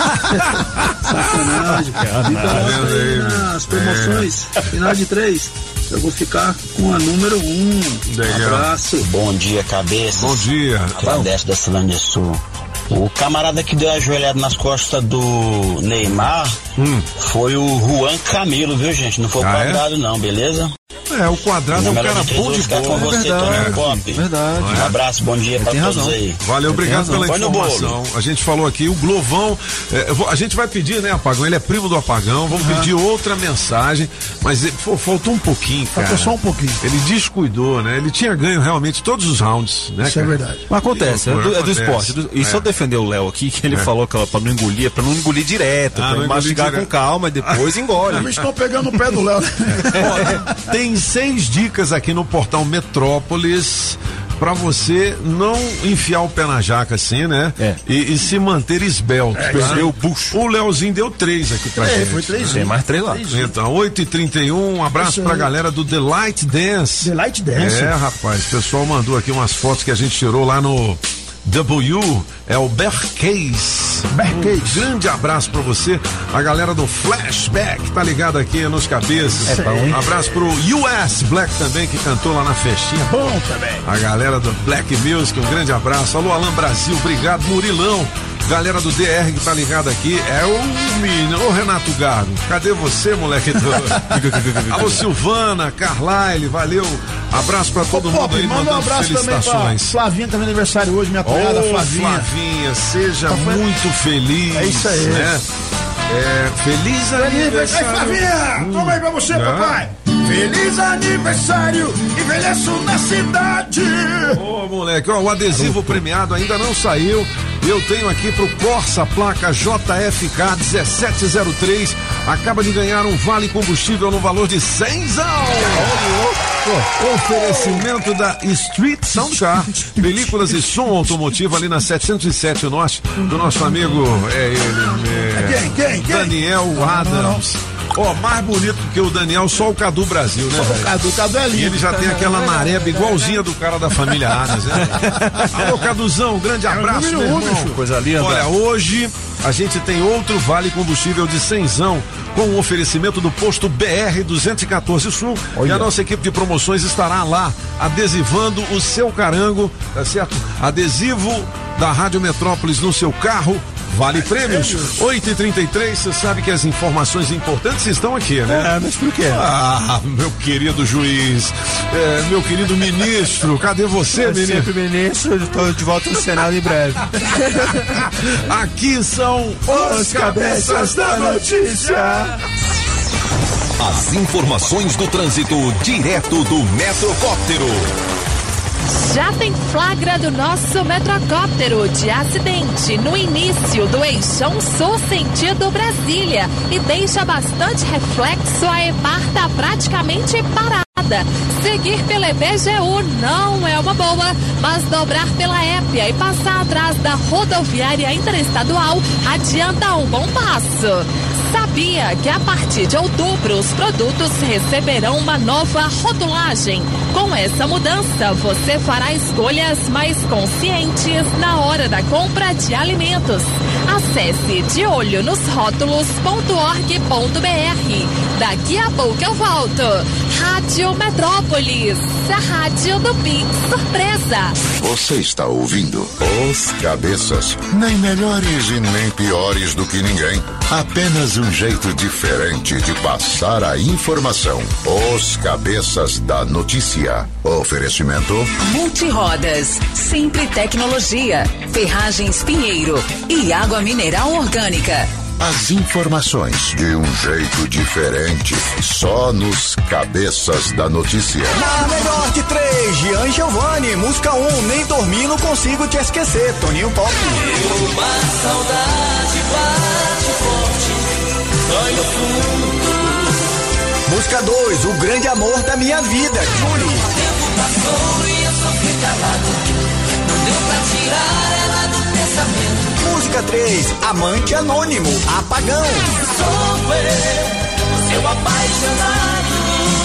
Speaker 28: Sacanagem. Fica aí nas promoções, final de 3. Eu vou ficar com a número 1. Abraço.
Speaker 1: Bom dia, cabeça.
Speaker 4: Bom dia.
Speaker 1: Agradece da Cilândia Sul. O camarada que deu a joelhada nas costas do Neymar foi o Juan Camilo, viu, gente? Não foi o Quadrado, não, beleza?
Speaker 4: O Quadrado é um cara bom de bola.
Speaker 1: Com você,
Speaker 4: verdade.
Speaker 1: Um abraço, bom dia pra todos aí.
Speaker 4: Valeu, obrigado pela informação. A gente falou aqui, o Glovão, a gente vai pedir, né, Apagão? Ele é primo do Apagão, vamos pedir outra mensagem, mas faltou um pouquinho, cara.
Speaker 9: Faltou só um pouquinho.
Speaker 4: Ele descuidou, né? Ele tinha ganho realmente todos os rounds, né?
Speaker 9: Isso é verdade.
Speaker 5: Mas acontece, é do esporte. E só defender o Léo aqui, que ele falou que pra não engolir direto, pra mastigar com calma e depois engole.
Speaker 9: Eles estão pegando o pé do Léo.
Speaker 4: Tem 6 dicas aqui no portal Metrópolis pra você não enfiar o pé na jaca assim, né? E se manter esbelto.
Speaker 5: Perder o bucho.
Speaker 4: O Leozinho deu 3 aqui pra gente.
Speaker 9: Foi 3.
Speaker 5: Tem mais 3 lá.
Speaker 4: Então, 8h31, um abraço pra galera do The Light Dance.
Speaker 9: The Light Dance.
Speaker 4: Rapaz, o pessoal mandou aqui umas fotos que a gente tirou lá no é o Bercase. Um grande abraço pra você. A galera do Flashback tá ligada aqui nos cabeças. Um abraço pro US Black também, que cantou lá na festinha.
Speaker 9: Bom também.
Speaker 4: A galera do Black Music, um grande abraço. Alô, Alan Brasil, obrigado. Murilão, galera do DR que tá ligada aqui. É o menino, ô Renato Gargo. Cadê você, moleque? Alô, Silvana, Carlyle, valeu. Abraço pra todo mundo aí,
Speaker 9: manda um abraço também pra Flavinha, também aniversário hoje, minha cunhada
Speaker 4: Flavinha, seja muito feliz.
Speaker 9: É isso aí.
Speaker 4: Né? Feliz aniversário.
Speaker 9: Aí, Flavinha, toma aí pra você, papai. Feliz aniversário, envelheço na cidade.
Speaker 4: Moleque, o adesivo premiado ainda não saiu. Eu tenho aqui pro Corsa, placa JFK 1703. Acaba de ganhar um vale combustível no valor de 100. Oferecimento da Street Sound Car, películas e som automotivo ali na 707 Norte, do nosso amigo,
Speaker 9: Quem?
Speaker 4: Daniel Adams. Mais bonito que o Daniel, só o Cadu Brasil, né?
Speaker 9: O Cadu é lindo.
Speaker 4: E ele já tem aquela nareba igualzinha do cara da família Adams, né? Alô, Caduzão, grande abraço, meu irmão.
Speaker 5: Coisa linda.
Speaker 4: Olha, hoje a gente tem outro vale combustível de 100zão com o oferecimento do posto BR 214 Sul. E a nossa equipe de promoções estará lá adesivando o seu carango, tá certo? Adesivo da Rádio Metrópolis no seu carro. Vale prêmios, 8h33, você sabe que as informações importantes estão aqui, né?
Speaker 9: Mas por quê?
Speaker 4: Meu querido juiz, meu querido ministro, cadê você, ministro?
Speaker 5: Sempre ministro, eu tô de volta no Senado em breve.
Speaker 4: Aqui são os cabeças da notícia.
Speaker 11: As informações do trânsito direto do Metrocóptero.
Speaker 7: Já tem flagra do nosso Metrocóptero de acidente no início do eixão sul sentido Brasília e deixa bastante reflexo. A EPAR tá praticamente parada. Seguir pela EPGU não é uma boa, mas dobrar pela Épia e passar atrás da rodoviária interestadual adianta um bom passo. Sabia que a partir de outubro os produtos receberão uma nova rotulagem? Com essa mudança, você fará escolhas mais conscientes na hora da compra de alimentos. Acesse deolhonosrótulos.org.br. Daqui a pouco eu volto. Rádio Metrópolis, a rádio do Pix Surpresa.
Speaker 15: Você está ouvindo Os Cabeças, nem melhores e nem piores do que ninguém. Apenas um jeito diferente de passar a informação. Os Cabeças da Notícia. Oferecimento
Speaker 23: Multirodas, Sempre Tecnologia, Ferragens Pinheiro e Água Mineral Orgânica.
Speaker 15: As informações de um jeito diferente, só nos Cabeças da Notícia.
Speaker 2: Na melhor de 3, Jean Giovanni, música 1, nem dormir, não consigo te esquecer, Toninho Pop.
Speaker 13: Uma saudade bate forte, dói no fundo.
Speaker 2: Música 2, o grande amor da minha vida, Julie.
Speaker 13: O tempo passou e eu só fui calado, não deu pra tirar ela do
Speaker 2: pensamento. Música 3, Amante Anônimo, Apagão.
Speaker 13: Sou eu, o seu apaixonado.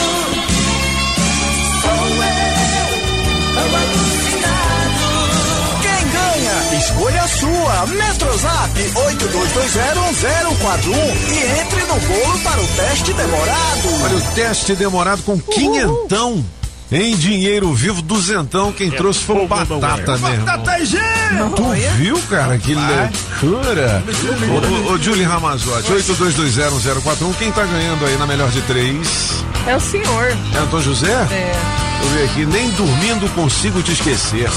Speaker 13: Sou eu, alucinado.
Speaker 2: Quem ganha? Escolha a sua. Metrozap 82201041 e entre no bolo para o teste demorado.
Speaker 4: Olha o teste demorado com quinhentão. Em dinheiro vivo, duzentão, quem trouxe foi o Batata mesmo. Tu viu, cara? Que loucura. Ô, Julie Ramazotti, 82201041, quem tá ganhando aí na melhor de 3?
Speaker 10: É o senhor.
Speaker 4: É Antônio José?
Speaker 10: É.
Speaker 4: Deixa eu ver aqui, nem dormindo consigo te esquecer.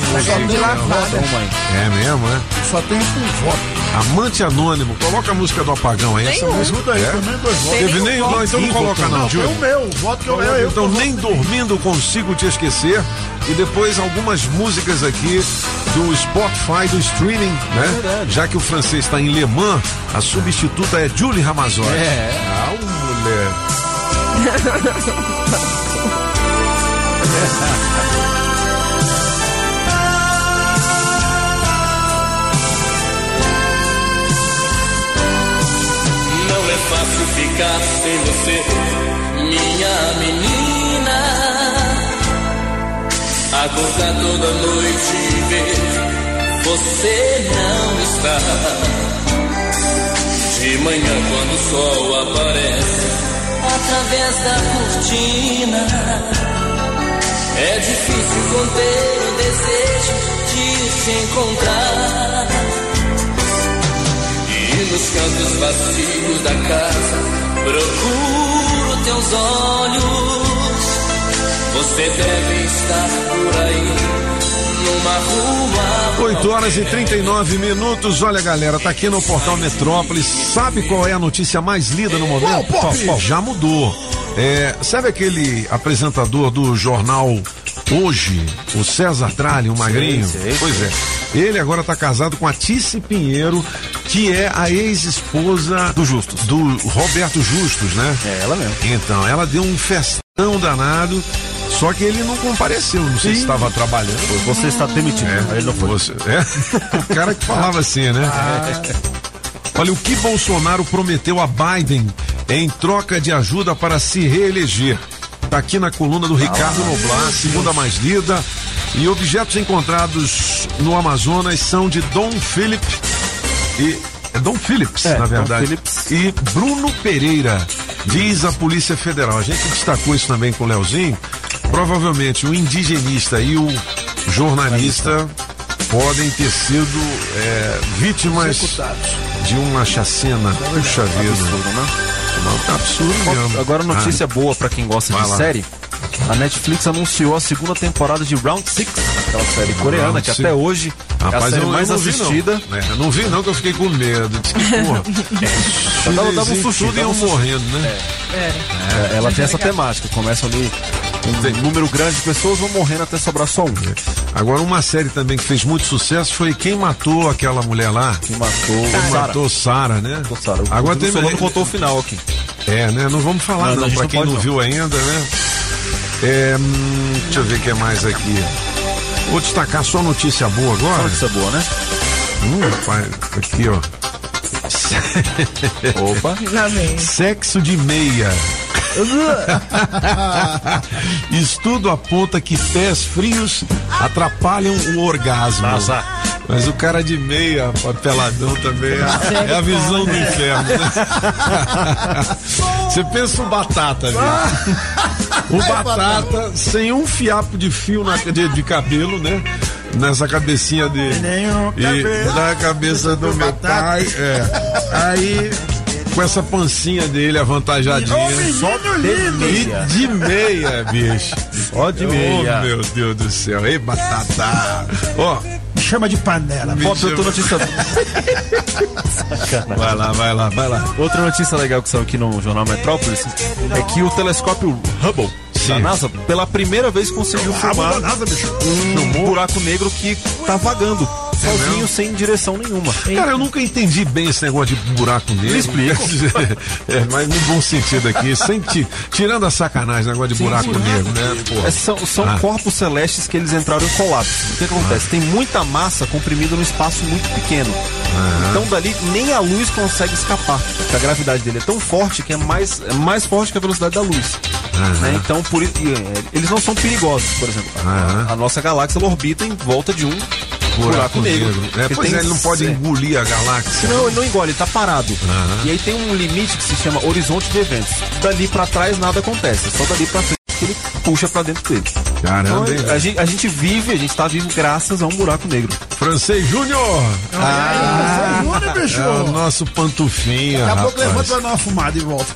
Speaker 4: É mesmo, né?
Speaker 9: Só tem um voto.
Speaker 4: Amante Anônimo, coloca a música do Apagão aí. Essa música
Speaker 9: aí, nem 2 votos.
Speaker 4: Teve nem não, então não coloca não, Júlio.
Speaker 9: O meu, o voto que eu
Speaker 4: então nem dormindo consigo te esquecer. E depois algumas músicas aqui do Spotify, do streaming, né? Já que o francês está em Le Mans, a substituta é Julie Ramazotti. Mulher.
Speaker 13: Não é fácil ficar sem você, minha menina. Acordar toda noite e ver você não está. De manhã quando o sol aparece através da cortina, é difícil conter o desejo de te encontrar. E nos cantos vazios da casa procuro teus olhos. Você deve estar por aí numa rua.
Speaker 4: 8h39. Olha, galera, tá aqui no portal Metrópolis. Sabe qual é a notícia mais lida no momento? Já mudou. Sabe aquele apresentador do jornal Hoje, o César Tralli, o magrinho? Pois é. Ele agora tá casado com a Tice Pinheiro, que é a ex-esposa do Roberto Justus, né?
Speaker 5: É ela mesmo.
Speaker 4: Então, ela deu um festão danado. Só que ele não compareceu, não sei se estava trabalhando.
Speaker 5: Você está demitido. Ele não foi.
Speaker 4: O cara que falava assim, né? Olha, o que Bolsonaro prometeu a Biden em troca de ajuda para se reeleger. Tá aqui na coluna do Ricardo Noblar, segunda mais lida. E objetos encontrados no Amazonas são de Dom Philip e... Dom Phillips, na verdade. Phillips. E Bruno Pereira, diz a Polícia Federal. A gente destacou isso também com o Leozinho. Provavelmente o indigenista e o jornalista podem ter sido vítimas de uma chacina. Puxa vida. Absurdo mesmo.
Speaker 5: Agora notícia boa pra quem gosta de série. A Netflix anunciou a segunda temporada de Round 6, aquela série coreana que até hoje é a série mais assistida.
Speaker 4: Eu não vi não, que eu fiquei com medo. Disse que,
Speaker 5: dava um susto,
Speaker 4: tudo iam morrendo, né?
Speaker 5: Ela tem essa temática, começa ali um número grande de pessoas vão morrendo até sobrar só um.
Speaker 4: Agora, uma série também que fez muito sucesso foi Quem Matou Aquela Mulher Lá.
Speaker 5: Quem matou Sarah,
Speaker 4: né?
Speaker 5: Agora não contou o final aqui.
Speaker 4: Né? Não vamos falar não pra quem não viu ainda, né? Deixa eu ver o que é mais aqui. Vou destacar só notícia boa agora.
Speaker 5: Só notícia boa, né?
Speaker 4: Rapaz, aqui, ó.
Speaker 5: Opa.
Speaker 4: Sexo de meia. Estudo aponta que pés frios atrapalham o orgasmo.
Speaker 5: Nossa.
Speaker 4: Mas o cara de meia, peladão também, é a visão do inferno, né? Você pensa o Batata, viu? O Batata sem um fiapo de fio de cabelo, né? Nessa cabecinha dele. E na cabeça do meu pai. Aí, com essa pancinha dele avantajadinha.
Speaker 9: Só
Speaker 4: de meia, bicho.
Speaker 5: Só de meia.
Speaker 4: Oh, meu Deus do céu. Ei, Batata. Ó.
Speaker 9: Chama de panela.
Speaker 5: Outra notícia.
Speaker 4: Vai lá.
Speaker 5: Outra notícia legal que saiu aqui no Jornal Metrópolis é que o telescópio Hubble da NASA, pela primeira vez, conseguiu filmar um buraco negro que tá vagando sozinho, sem direção nenhuma.
Speaker 4: Cara, eu nunca entendi bem esse negócio de buraco negro.
Speaker 5: Me explico.
Speaker 4: Mas no bom sentido aqui, tirando a sacanagem, negócio de buraco negro, né?
Speaker 5: São corpos celestes que eles entraram em colapso. O que acontece? Tem muita massa comprimida num espaço muito pequeno. Então dali nem a luz consegue escapar. Porque a gravidade dele é tão forte que é mais forte que a velocidade da luz. Né? Então eles não são perigosos, por exemplo. A nossa galáxia ela orbita em volta de um buraco negro.
Speaker 4: Ele não pode engolir a galáxia.
Speaker 5: Não, ele não engole, ele tá parado. E aí tem um limite que se chama horizonte de eventos. Dali pra trás nada acontece, só dali pra frente que ele puxa pra dentro dele.
Speaker 4: Caramba,
Speaker 5: então, a gente tá vivo graças a um buraco negro.
Speaker 4: Francês Júnior! Nosso pantufinha.
Speaker 9: Daqui a pouco levanta pra dar uma fumada e volta.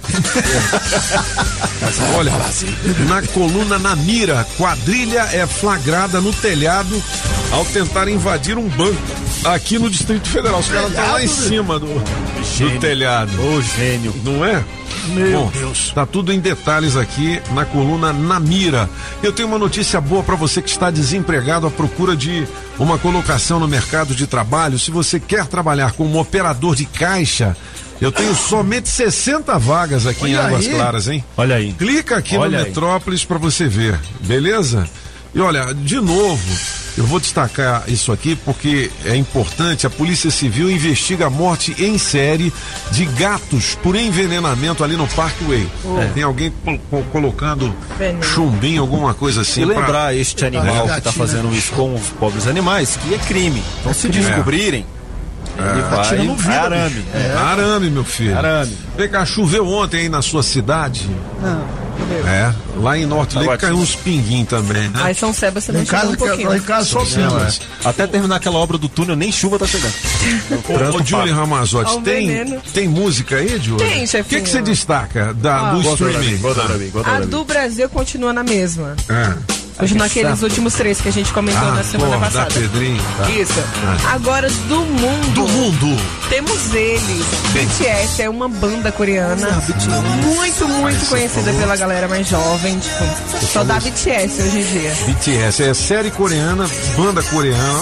Speaker 4: Olha, na coluna Na Mira, quadrilha é flagrada no telhado ao tentar invadir um banco aqui no Distrito Federal. Os caras estão lá em cima do telhado.
Speaker 5: Ô, gênio.
Speaker 4: Não é?
Speaker 9: Meu Deus.
Speaker 4: Tá tudo em detalhes aqui na coluna Na Mira. Eu tenho uma notícia boa para você que está desempregado à procura de uma colocação no mercado de trabalho. Se você quer trabalhar como operador de caixa, eu tenho somente 60 vagas aqui em Águas Claras, hein?
Speaker 5: Olha aí.
Speaker 4: Clica aqui no Metrópolis para você ver, beleza? E olha, de novo, eu vou destacar isso aqui porque é importante. A Polícia Civil investiga a morte em série de gatos por envenenamento ali no Parkway. Tem alguém colocando chumbinho, alguma coisa assim.
Speaker 5: E lembrar este animal que tá fazendo isso com os pobres animais, que é crime. Então se descobrirem, ele vai arame.
Speaker 4: Arame, meu filho.
Speaker 5: Arame.
Speaker 4: Vem cá, choveu ontem aí na sua cidade?
Speaker 10: Não.
Speaker 4: Lá em Norte Lake caiu uns pinguinhos também, né?
Speaker 10: Aí São Sebas também choveu um pouquinho.
Speaker 9: Lá em casa só
Speaker 5: até terminar aquela obra do túnel, nem chuva tá chegando.
Speaker 4: Ô, Julie Ramazotti, tem música aí, Julie?
Speaker 10: Tem, chefinho.
Speaker 4: O que você destaca do streaming?
Speaker 10: A do Brasil continua na mesma. Hoje naqueles últimos 3 que a gente comentou na semana passada.
Speaker 4: Da Pedrinho.
Speaker 10: Isso. Agora, do mundo. Temos eles. BTS é uma banda coreana muito conhecida pela galera mais jovem. Tipo, só dá BTS hoje em dia.
Speaker 4: BTS é série coreana, banda coreana.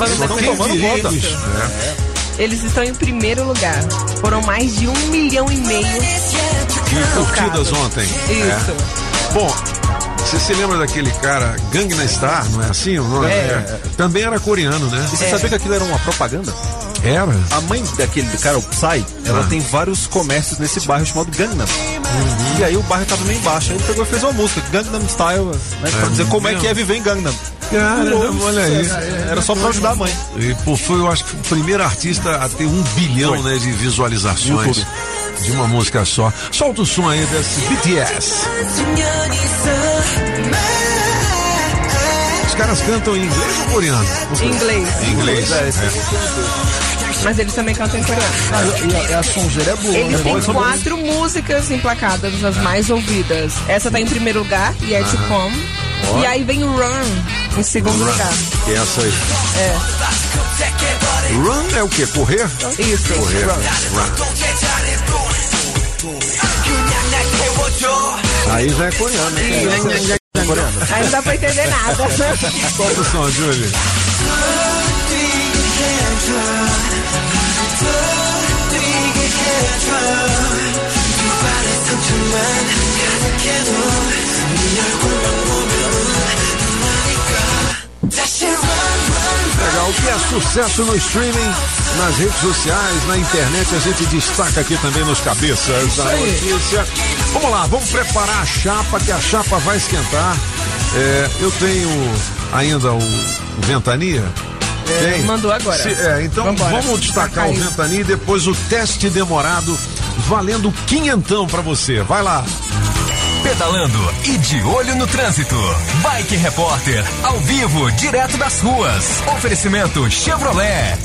Speaker 10: Eles estão em primeiro lugar. Foram mais de 1,5 milhão
Speaker 4: de curtidas ontem.
Speaker 10: Isso.
Speaker 4: Bom, você se lembra daquele cara, Gangnam Star, não é assim? Também era coreano, né?
Speaker 5: E você sabia que aquilo era uma propaganda?
Speaker 4: Era?
Speaker 5: A mãe daquele cara, o Psy, ela tem vários comércios nesse bairro chamado Gangnam. E aí o bairro tava meio embaixo. Aí ele pegou e fez uma música, Gangnam Style, né? Pra dizer como é que é viver em Gangnam.
Speaker 4: Caramba, olha aí.
Speaker 5: Era só pra ajudar a mãe.
Speaker 4: E foi, eu acho que o primeiro artista a ter 1 bilhão, né, de visualizações de uma música só. Solta o som aí desse BTS. Os caras cantam em inglês ou coreano?
Speaker 10: Inglês. Mas eles também cantam em coreano.
Speaker 9: E a sonzeira é boa.
Speaker 10: Eles têm 4 músicas emplacadas, as mais ouvidas. Essa tá em primeiro lugar, Yet to Come. E aí vem o Run em segundo lugar.
Speaker 4: E essa aí? Run é o quê? Correr?
Speaker 10: Isso.
Speaker 4: Correr. Run. Aí já é coreano, né?
Speaker 10: Aí não dá pra entender nada.
Speaker 4: Solta o som, Júlio. Legal, o que é sucesso no streaming, nas redes sociais, na internet, a gente destaca aqui também nos cabeças da notícia. Vamos lá, vamos preparar a chapa, que a chapa vai esquentar. Eu tenho ainda o Ventania.
Speaker 10: Mandou agora.
Speaker 4: Então vamos destacar o Ventania e depois o teste demorado, valendo 500 pra você. Vai lá.
Speaker 11: Pedalando e de olho no trânsito. Bike Repórter, ao vivo, direto das ruas. Oferecimento Chevrolet.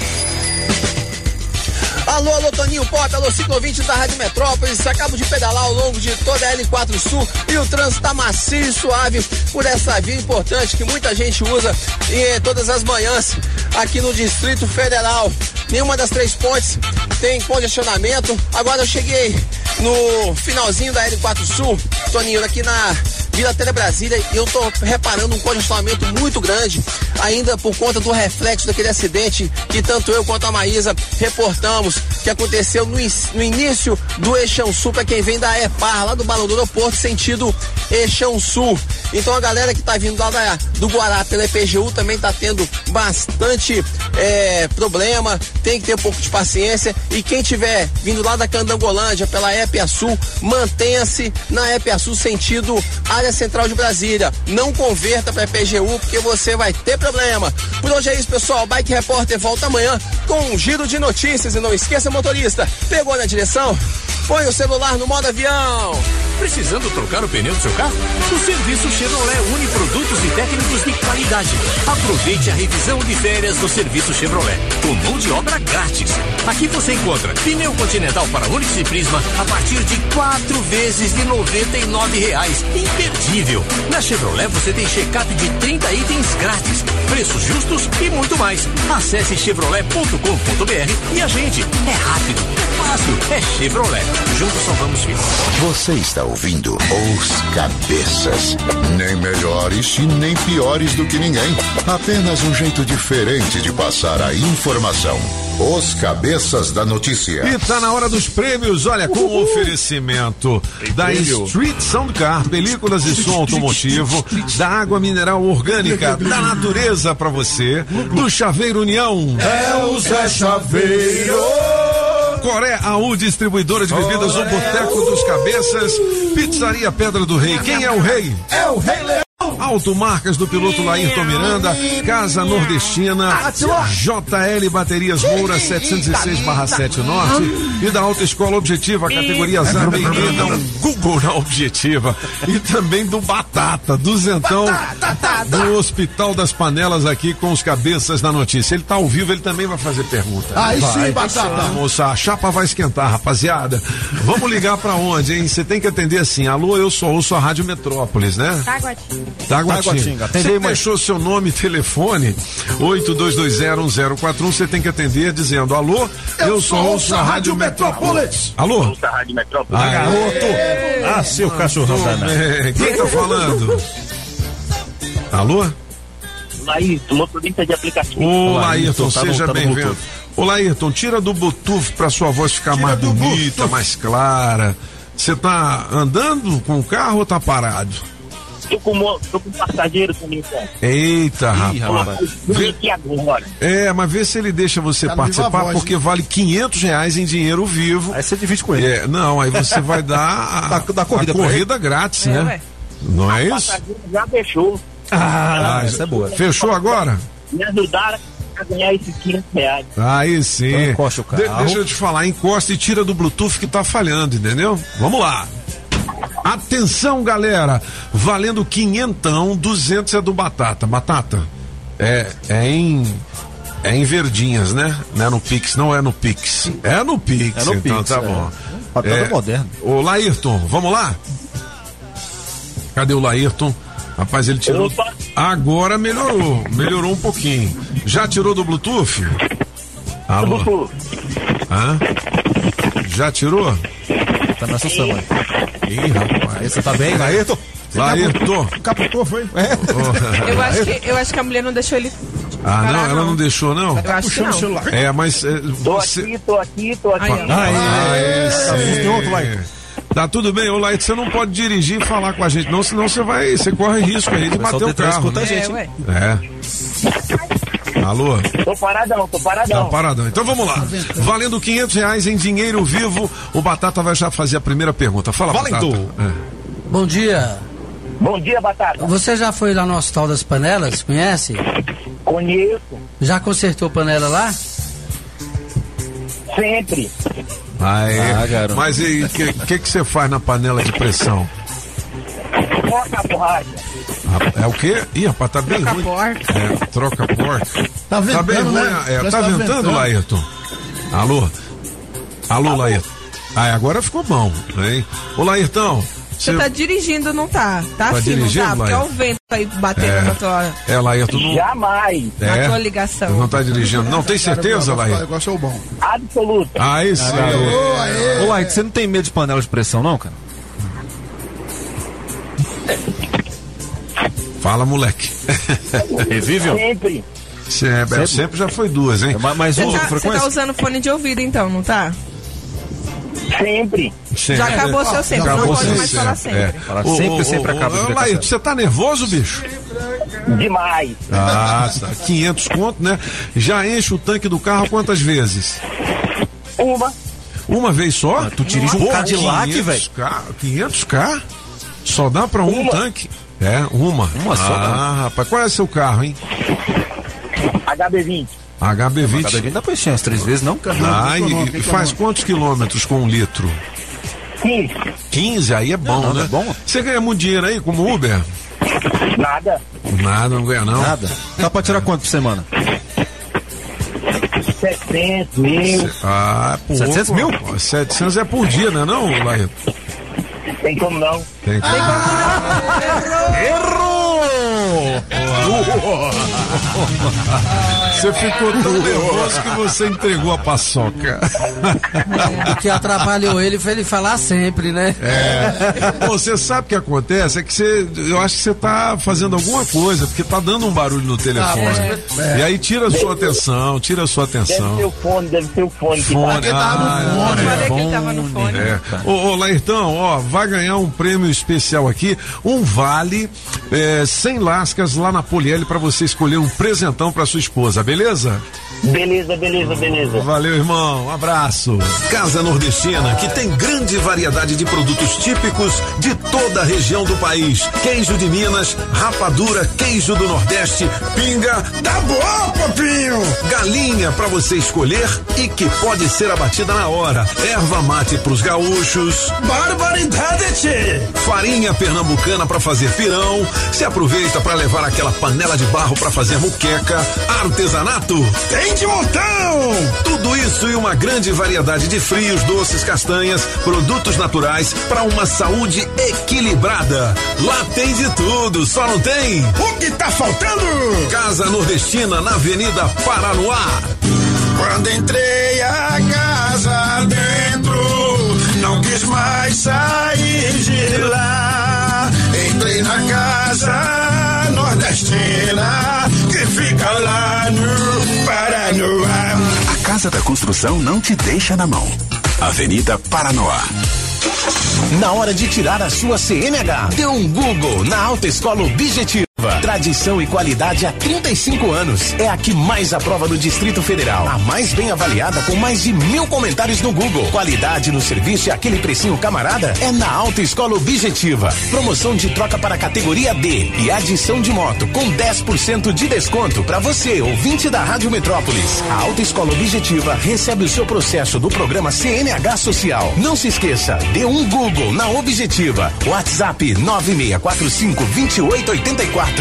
Speaker 17: Alô, Toninho Pop, alô, ciclovintes da Rádio Metrópolis. Acabo de pedalar ao longo de toda a L4 Sul e o trânsito tá macio e suave por essa via importante que muita gente usa todas as manhãs aqui no Distrito Federal. Nenhuma das 3 pontes tem congestionamento. Agora eu cheguei no finalzinho da L4 Sul, Toninho, aqui Vila Telebrasília, e eu tô reparando um congestionamento muito grande, ainda por conta do reflexo daquele acidente que tanto eu quanto a Maísa reportamos, que aconteceu no início do Eixão Sul, para quem vem da EPAR, lá do Balão do Aeroporto, sentido Eixão Sul. Então a galera que tá vindo lá do Guará pela EPGU também tá tendo bastante problema, tem que ter um pouco de paciência, e quem tiver vindo lá da Candangolândia pela EPA-Sul, mantenha-se na EPA-Sul sentido área central de Brasília, não converta para EPGU porque você vai ter problema. Por hoje é isso, pessoal, Bike Repórter volta amanhã com um giro de notícias, e não esqueça, motorista, pegou na direção? Põe o celular no modo avião.
Speaker 14: Precisando trocar o pneu do seu carro? O serviço Chevrolet une produtos e técnicos de qualidade. Aproveite a revisão de férias do serviço Chevrolet, com mão de obra grátis. Aqui você encontra pneu Continental para Onix e Prisma a partir de 4 vezes de R$ 99,00. Imperdível. Na Chevrolet você tem check-up de 30 itens grátis, preços justos e muito mais. Acesse chevrolet.com.br e agende. É rápido, é fácil, é Chevrolet. Juntos salvamos vidas.
Speaker 15: Você está ouvindo Os Cabeças. Nem melhores e nem piores do que ninguém. Apenas um jeito diferente de passar a informação. Os Cabeças da Notícia.
Speaker 4: E tá na hora dos prêmios, olha, com o oferecimento da Street Soundcar, películas e som automotivo, da água mineral orgânica, da natureza pra você, do Chaveiro União.
Speaker 9: É o Zé Chaveiro.
Speaker 4: Coré AU, distribuidora de bebidas, o Boteco dos Cabeças, Pizzaria Pedra do Rei. Quem é o rei?
Speaker 9: É o Rei Leão.
Speaker 4: Automarcas do piloto Laírton Miranda, Casa Nordestina, JL Baterias Moura 706/7 Norte e da Autoescola Objetiva, categoria Zambem, dá um Google na Objetiva, e também do Batata, do Zentão, do Hospital das Panelas, aqui com os Cabeças da Notícia. Ele tá ao vivo, ele também vai fazer pergunta.
Speaker 9: Aí sim, Batata.
Speaker 4: Moça, a chapa vai esquentar, rapaziada. Vamos ligar pra onde, hein? Você tem que atender assim: alô, eu só ouço a Rádio Metrópolis, né? Taguatinga. Você deixou seu nome e telefone 82201041. Você tem que atender dizendo: alô, eu só ouço a Rádio Metrópolis. Alô?
Speaker 27: Ouço a Rádio Metrópolis.
Speaker 4: Garoto. Seu cachorro danado. Quem tá falando? Alô?
Speaker 27: Laírton, motorista de aplicativo.
Speaker 4: Ô, Laírton, seja bem-vindo. Ô, Laírton, tira do Bluetooth pra sua voz ficar mais bonita, mais clara. Você tá andando com o carro ou tá parado?
Speaker 27: Tô com passageiro também, cara.
Speaker 4: Eita, rapaz. Mas vê se ele deixa você participar, porque vale R$500 em dinheiro vivo.
Speaker 5: Aí você divide com ele.
Speaker 4: Não, aí você vai dar a corrida grátis, né?
Speaker 27: Ué.
Speaker 4: Não é isso?
Speaker 27: O passageiro já deixou.
Speaker 5: Essa é boa.
Speaker 4: Fechou agora?
Speaker 27: Me ajudaram a ganhar esses R$500.
Speaker 4: Aí sim. Então
Speaker 5: encosta o carro.
Speaker 4: Deixa eu te falar, encosta e tira do Bluetooth que tá falhando, entendeu? Vamos lá. Atenção, galera, valendo 500, 200 é do Batata. Batata, é em verdinhas, né? Não é no Pix, não é no Pix. É no Pix, então Pix, tá bom.
Speaker 5: Batata moderno.
Speaker 4: Ô, Laírton, vamos lá? Cadê o Laírton? Rapaz, ele tirou. Opa. Agora melhorou um pouquinho. Já tirou do Bluetooth? Alô? Hã? Já tirou?
Speaker 5: Tá nessa samba.
Speaker 4: Ih, rapaz.
Speaker 5: Você tá bem, Laírton?
Speaker 4: Laírton.
Speaker 9: Capotou, foi?
Speaker 10: Eu acho que a mulher não deixou ele.
Speaker 4: Ela não deixou, não?
Speaker 10: Eu acho que não.
Speaker 4: Mas.
Speaker 27: Tô aqui.
Speaker 4: Tá tudo bem, ô Laírton, você não pode dirigir e falar com a gente, não, senão você corre risco aí de bater o carro. Né? Alô?
Speaker 27: Tô paradão.
Speaker 4: Tá paradão. Então vamos lá. Valendo R$500 em dinheiro vivo, o Batata vai já fazer a primeira pergunta. Fala, Batata.
Speaker 16: Bom dia.
Speaker 27: Bom dia, Batata.
Speaker 16: Você já foi lá no Hospital das Panelas? Conhece?
Speaker 27: Conheço.
Speaker 16: Já consertou panela lá?
Speaker 27: Sempre.
Speaker 4: Garoto. Mas e o que você faz na panela de pressão?
Speaker 27: Troca a borracha.
Speaker 4: É o quê? Ih, rapaz, tá bem ruim. Troca porca.
Speaker 9: Tá ventando,
Speaker 4: bem ruim,
Speaker 9: né?
Speaker 4: Tá ventando, Laírton? Alô, Laírton. Agora ficou bom, hein? Ô, Laírton.
Speaker 10: Você tá dirigindo, não tá? Tá assim, não tá? Porque é o vento aí batendo na tua...
Speaker 4: Laírton, não...
Speaker 27: Jamais.
Speaker 10: Na tua ligação.
Speaker 4: Não tá dirigindo. Não, tem certeza, Laírton?
Speaker 9: Eu sou bom.
Speaker 27: Absoluta.
Speaker 4: Aí sim.
Speaker 5: Ô, Laírton, você não tem medo de panela de pressão, não, cara?
Speaker 4: Fala, moleque.
Speaker 5: Revive?
Speaker 28: Sempre.
Speaker 4: Sempre já foi 2, hein?
Speaker 5: Mas
Speaker 10: você tá usando fone de ouvido então, não tá?
Speaker 28: Sempre.
Speaker 10: Já acabou seu sempre, não pode mais falar sempre.
Speaker 5: Sempre acaba.
Speaker 4: Laírton, você tá nervoso, bicho?
Speaker 28: Demais.
Speaker 4: Ah, 500 conto, né? Já enche o tanque do carro quantas vezes? Uma vez só?
Speaker 5: Tu dirige um Cadillac, velho?
Speaker 4: 500k? Só dá pra um tanque? Uma só. Ah, rapaz, qual é seu carro, hein?
Speaker 28: HB20.
Speaker 4: HB20
Speaker 5: dá pra encher umas 3 vezes, não?
Speaker 4: E faz quantos quilômetros com 1 litro? 15, aí é bom, né?
Speaker 5: É bom.
Speaker 4: Você ganha muito dinheiro aí como Uber?
Speaker 28: Nada,
Speaker 4: não ganha não.
Speaker 5: Nada. Dá pra tirar quanto por semana?
Speaker 28: 700 mil.
Speaker 4: Pouco.
Speaker 5: 700 mil?
Speaker 4: 700 é por dia, né não, Laírton?
Speaker 28: Tem como não.
Speaker 4: Tem como não.
Speaker 5: Errou!
Speaker 4: Você ficou tão nervoso que você entregou a paçoca.
Speaker 16: O que atrapalhou ele foi ele falar sempre, né?
Speaker 4: Você sabe o que acontece? É que eu acho que você tá fazendo alguma coisa, porque tá dando um barulho no telefone. E aí tira a sua atenção.
Speaker 28: Deve ser o fone.
Speaker 10: Eu falei que ele tava no fone.
Speaker 4: Ô, Laírtão, ó, vai ganhar um prêmio especial aqui, um vale 100 lascas lá na Poliel pra você escolher um presentão pra sua esposa, beleza?
Speaker 28: Beleza.
Speaker 4: Valeu, irmão. Um abraço.
Speaker 3: Casa Nordestina, que tem grande variedade de produtos típicos de toda a região do país. Queijo de Minas, rapadura, queijo do Nordeste, pinga. Tá bom, papinho! Galinha pra você escolher e que pode ser abatida na hora. Erva mate pros gaúchos. Barbaridade, tchê! Farinha pernambucana pra fazer pirão. Se aproveita pra levar aquela panela de barro pra fazer muqueca. Artesanato. Tem de montão! Tudo isso e uma grande variedade de frios, doces, castanhas, produtos naturais para uma saúde equilibrada. Lá tem de tudo, só não tem o que tá faltando. Casa Nordestina na Avenida Paranoá. Quando entrei a casa dentro, não quis mais sair de lá. Entrei na Casa Nordestina, que fica lá no Paranoá.
Speaker 18: A Casa da Construção não te deixa na mão. Avenida Paranoá.
Speaker 6: Na hora de tirar a sua CNH, dê um Google na Autoescola Objetiva. Tradição e qualidade há 35 anos. É a que mais aprova no Distrito Federal. A mais bem avaliada com mais de 1000 comentários no Google. Qualidade no serviço e aquele precinho camarada é na Autoescola Objetiva. Promoção de troca para a categoria D e adição de moto com 10% de desconto para você, ouvinte da Rádio Metrópolis. A Autoescola Objetiva recebe o seu processo do programa CNH Social. Não se esqueça, dê um Google na Objetiva. WhatsApp 9645-2884.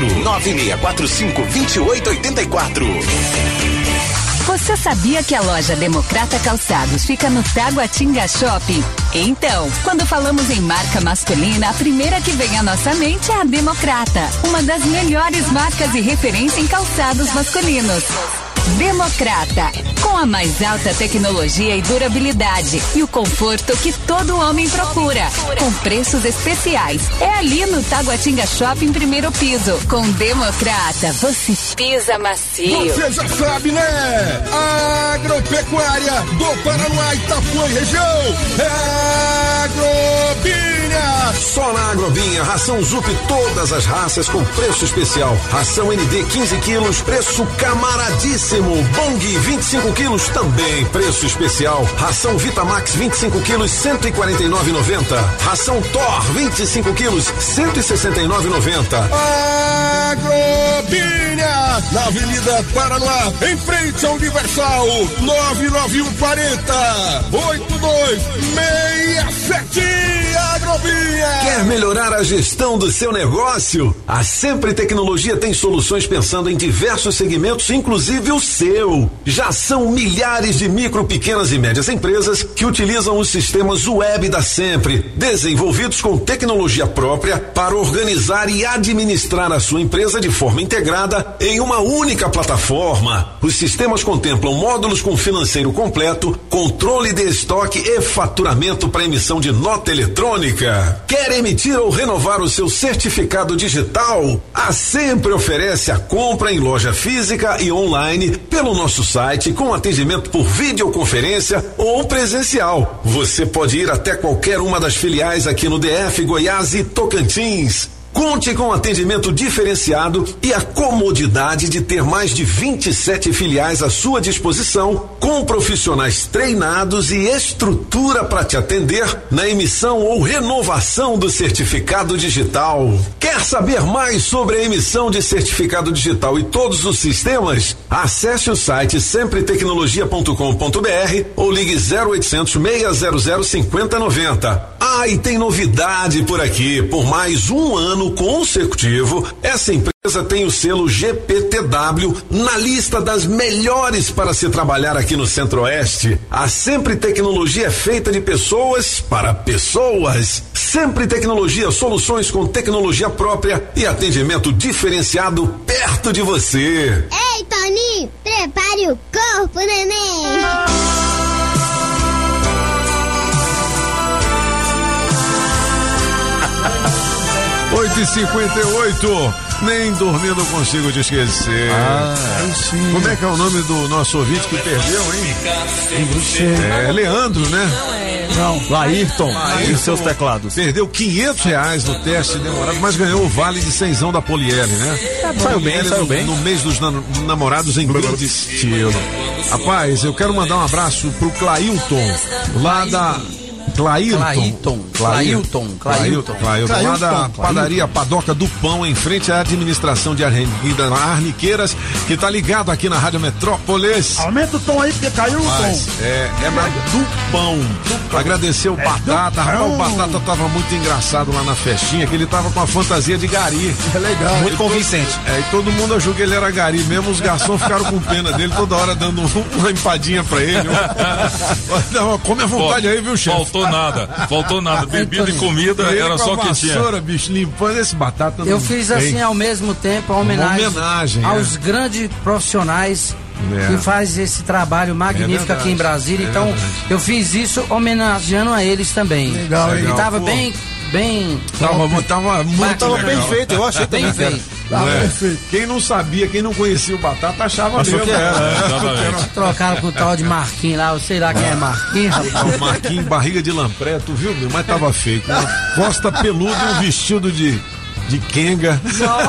Speaker 6: 9645-2884.
Speaker 23: Você sabia que a loja Democrata Calçados fica no Taguatinga Shopping? Então, quando falamos em marca masculina, a primeira que vem à nossa mente é a Democrata, uma das melhores marcas e referência em calçados masculinos. Democrata, com a mais alta tecnologia e durabilidade e o conforto que todo homem procura, com preços especiais. É ali no Taguatinga Shopping, primeiro piso. Com Democrata, você pisa macio.
Speaker 3: Você já sabe, né? Agropecuária do Paranoá, Itapuã e região. Agrobinha. Só na Agrobinha, ração Zup todas as raças com preço especial. Ração ND 15 quilos, preço camaradíssimo. Bong 25 quilos, também preço especial. Ração Vitamax 25 quilos, 149,90. Ração Thor 25 quilos, 169,90. Agrobinha, na Avenida Paranoá, em frente ao Universal, 99140-8267. Agrobinha. Quer melhorar a gestão do seu negócio? A Sempre Tecnologia tem soluções pensando em diversos segmentos, inclusive o seu. Já são milhares de micro, pequenas e médias empresas que utilizam os sistemas web da Sempre, desenvolvidos com tecnologia própria para organizar e administrar a sua empresa de forma integrada em uma única plataforma. Os sistemas contemplam módulos com financeiro completo, controle de estoque e faturamento para emissão de nota eletrônica. Quer emitir ou renovar o seu certificado digital? A Sempre oferece a compra em loja física e online pelo nosso site com atendimento por videoconferência ou presencial. Você pode ir até qualquer uma das filiais aqui no DF, Goiás e Tocantins. Conte com atendimento diferenciado e a comodidade de ter mais de 27 filiais à sua disposição, com profissionais treinados e estrutura para te atender na emissão ou renovação do certificado digital. Quer saber mais sobre a emissão de certificado digital e todos os sistemas? Acesse o site sempretecnologia.com.br ou ligue 0800 600 5090. E tem novidade por aqui. Por mais um ano consecutivo, essa empresa tem o selo GPTW na lista das melhores para se trabalhar aqui no Centro-Oeste. A Sempre Tecnologia é feita de pessoas para pessoas. Sempre Tecnologia, soluções com tecnologia própria e atendimento diferenciado perto de você.
Speaker 8: Ei, Toninho, prepare o corpo, neném.
Speaker 4: 8h58, nem dormindo consigo te esquecer.
Speaker 9: Sim.
Speaker 4: Como é que é o nome do nosso ouvinte que perdeu, hein? É Leandro, né?
Speaker 5: Não, Laírton e seus teclados.
Speaker 4: Perdeu R$500 no teste demorado, mas ganhou o vale de 100 da Poliele, né?
Speaker 5: Tá bom. Saiu bem.
Speaker 4: No mês dos namorados em grande estilo. Rapaz, eu quero mandar um abraço pro Clailton, lá da... Clailton, lá da padaria Padoca do Pão, em frente à administração de Arniqueiras, que tá ligado aqui na Rádio Metrópolis.
Speaker 9: Aumenta o tom aí, porque caiu o tom.
Speaker 4: É na do Pão. Agradecer o Batata. Rapaz, o Batata tava muito engraçado lá na festinha, que ele tava com a fantasia de gari.
Speaker 5: É legal. Muito convincente.
Speaker 4: E todo mundo achou que ele era gari, mesmo os garçons ficaram com pena dele, toda hora dando uma empadinha pra ele. Come à vontade aí, viu, chefe?
Speaker 14: Faltou nada. Bebida e comida era só que tinha.
Speaker 4: Bicho, limpando esse Batata.
Speaker 16: Eu fiz assim ao mesmo tempo a homenagem aos grandes profissionais que fazem esse trabalho magnífico aqui em Brasília. Então eu fiz isso homenageando a eles também.
Speaker 9: Legal.
Speaker 16: E tava bem
Speaker 4: tava muito
Speaker 5: perfeito, eu achei
Speaker 16: bem feito.
Speaker 4: Quem não sabia, quem não conhecia o Batata, achava mesmo
Speaker 5: que era.
Speaker 16: Trocaram com o tal de Marquinhos lá, eu sei lá quem é Marquinhos, rapaz.
Speaker 4: O Marquinhos, barriga de lampré, tu viu? Mas tava feio. Com uma costa peluda e um vestido de Kenga.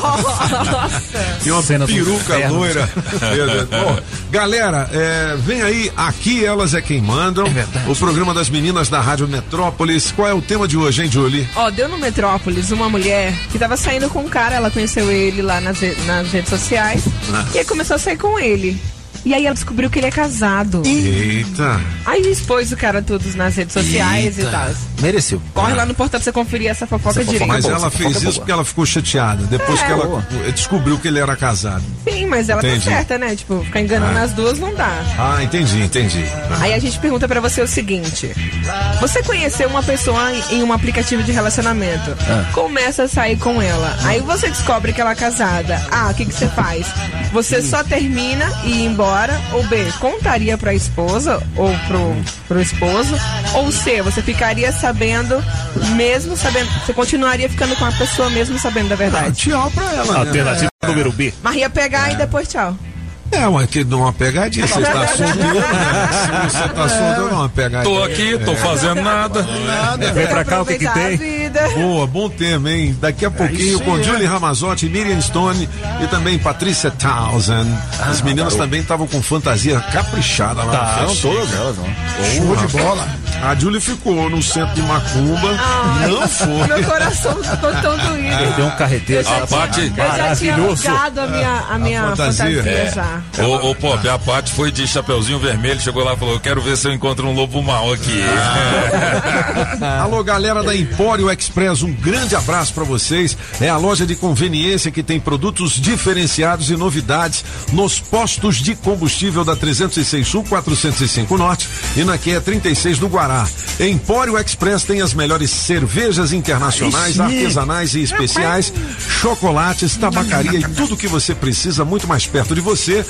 Speaker 16: Nossa.
Speaker 4: E uma peruca loira. Bom, galera, vem aí, Aqui Elas é Quem Mandam. O programa das meninas da Rádio Metrópolis. Qual é o tema de hoje, hein, Julie?
Speaker 10: Deu no Metrópolis uma mulher que tava saindo com um cara, ela conheceu ele lá nas redes sociais e aí começou a sair com ele. E aí ela descobriu que ele é casado.
Speaker 4: Eita.
Speaker 10: Aí expôs o cara todos nas redes sociais e tal.
Speaker 5: Mereceu.
Speaker 10: Corre lá no portal pra você conferir essa fofoca direito.
Speaker 4: Mas ela fez isso porque ela ficou chateada. Depois que ela descobriu que ele era casado.
Speaker 10: Sim, mas ela tá certa, né? Tipo, ficar enganando as duas não dá.
Speaker 4: Entendi.
Speaker 10: Aí a gente pergunta pra você o seguinte: você conheceu uma pessoa em um aplicativo de relacionamento, começa a sair com ela, aí você descobre que ela é casada. O que você faz? Você só termina e ir embora? Ou B, contaria pra esposa ou pro esposo? Ou C, você ficaria sabendo, mesmo sabendo, você continuaria ficando com a pessoa mesmo sabendo da verdade?
Speaker 4: Tchau pra ela.
Speaker 5: Alternativa número B.
Speaker 10: Mas ia pegar e depois tchau.
Speaker 4: Mas que dá uma pegadinha. Você tá solteiro, né? Se você tá solteiro, dá uma pegadinha.
Speaker 14: Tô aqui, tô fazendo nada.
Speaker 5: Vem pra cá, o que tem?
Speaker 4: Boa, bom tema, hein? Daqui a pouquinho com Julie Ramazotti, Miriam Stone e também Patrícia Townsend. As meninas também estavam com fantasia caprichada lá.
Speaker 5: Todas elas,
Speaker 4: Show de bola. A Julie ficou no centro de Macumba. Não foi.
Speaker 10: Meu coração ficou tão doído.
Speaker 5: Perdeu um carreteiro.
Speaker 14: A Paty.
Speaker 10: Eu já tinha alugado a minha fantasia já.
Speaker 14: Pop, a Paty foi de chapeuzinho vermelho, chegou lá e falou: eu quero ver se eu encontro um lobo mau aqui.
Speaker 4: Alô, galera da Empório Express, um grande abraço pra vocês. É a loja de conveniência que tem produtos diferenciados e novidades nos postos de combustível da 306 Sul, 405 Norte e na QE 36 do Guará. Empório Express tem as melhores cervejas internacionais, artesanais e especiais, chocolates, tabacaria e tudo que você precisa muito mais perto de você.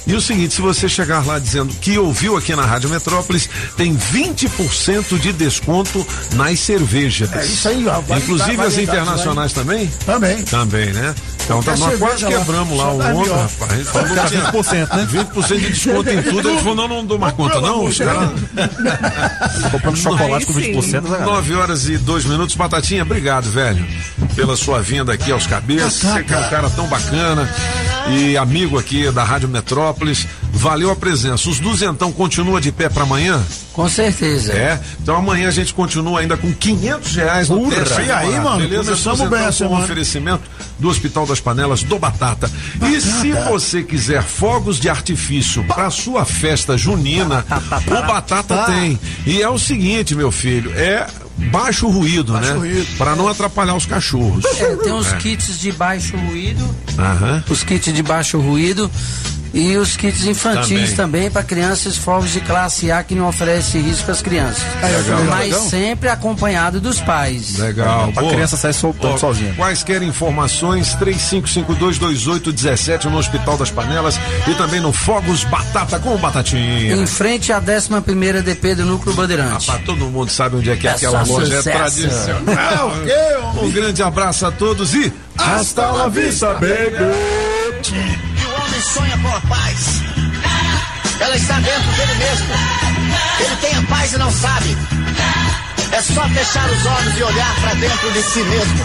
Speaker 4: E o seguinte, se você chegar lá dizendo que ouviu aqui na Rádio Metrópolis, tem 20% de desconto nas cervejas.
Speaker 9: É isso aí, ó.
Speaker 4: Inclusive as internacionais também?
Speaker 9: Também.
Speaker 4: Também, né? Então nós quase quebramos lá o ombro, rapaz. Falou que tinha
Speaker 5: 20%, né?
Speaker 4: 20% de desconto em tudo. Ele falou, não dou mais conta, não. Os caras...
Speaker 5: Comprando chocolate com 20%.
Speaker 4: 9h02. Batatinha, obrigado, velho, pela sua vinda aqui aos Cabeças. Você que é um cara tão bacana e amigo aqui da Rádio Metrópolis. Valeu a presença. Os duzentão continua de pé para amanhã?
Speaker 16: Com certeza.
Speaker 4: É, então amanhã a gente continua ainda com R$500 no teste.
Speaker 9: E aí, mano,
Speaker 4: beleza?
Speaker 9: começamos bem essa semana.
Speaker 4: Um oferecimento do Hospital das Panelas do Batata. E se você quiser fogos de artifício para sua festa junina, o Batata tem. E é o seguinte, meu filho, baixo ruído, né? Para não atrapalhar os cachorros.
Speaker 16: Tem uns kits de baixo ruído.
Speaker 4: Aham.
Speaker 16: Os kits de baixo ruído. E os kits infantis também para crianças, fogos de classe A que não oferece risco às crianças. Mas sempre acompanhado dos pais.
Speaker 4: Legal.
Speaker 5: A criança sai soltando sozinha.
Speaker 4: Quaisquer informações, 35522817 no Hospital das Panelas e também no Fogos Batata com Batatinha.
Speaker 16: Em frente à 11ª DP do Núcleo Bandeirante.
Speaker 4: Rapaz, todo mundo sabe onde é que é aquela loja. É tradicional. Um grande abraço a todos e
Speaker 9: hasta la vista, baby.
Speaker 12: Sonha com a paz. Ela está dentro dele mesmo. Ele tem a paz e não sabe. É só fechar os olhos e olhar para dentro de si mesmo.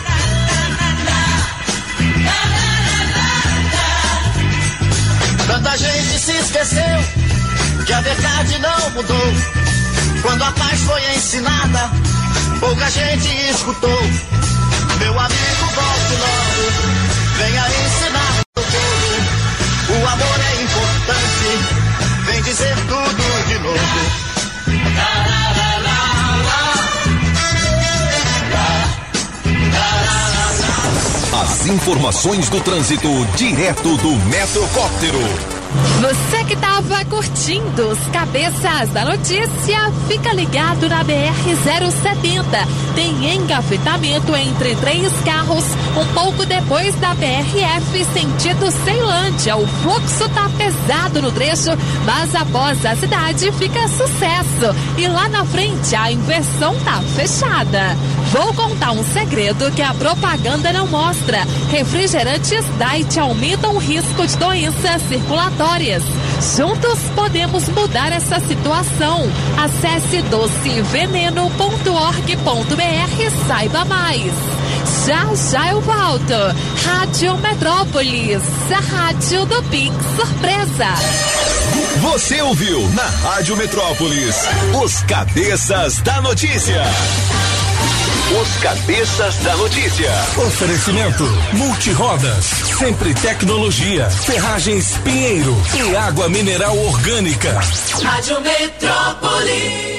Speaker 12: Tanta gente se esqueceu que a verdade não mudou. Quando a paz foi ensinada, pouca gente escutou. Meu amigo, volte logo, venha ensinar o povo. O amor é importante, vem dizer tudo de novo.
Speaker 11: As informações do trânsito direto do Metrocóptero.
Speaker 7: Você que estava curtindo os Cabeças da Notícia, fica ligado na BR-070. Tem engavetamento entre 3 carros, um pouco depois da BRF, sentido Ceilândia. O fluxo tá pesado no trecho, mas após a cidade fica sucesso. E lá na frente a inversão tá fechada. Vou contar um segredo que a propaganda não mostra. Refrigerantes Diet aumentam o risco de doenças circulatórias. Juntos podemos mudar essa situação. Acesse doceveneno.org.br, saiba mais. Já eu volto. Rádio Metrópolis, a rádio do Pix Surpresa.
Speaker 11: Você ouviu na Rádio Metrópolis os Cabeças da Notícia. Os Cabeças da Notícia.
Speaker 14: Oferecimento Multirodas, sempre tecnologia, ferragens Pinheiro e água mineral orgânica.
Speaker 19: Rádio Metrópolis.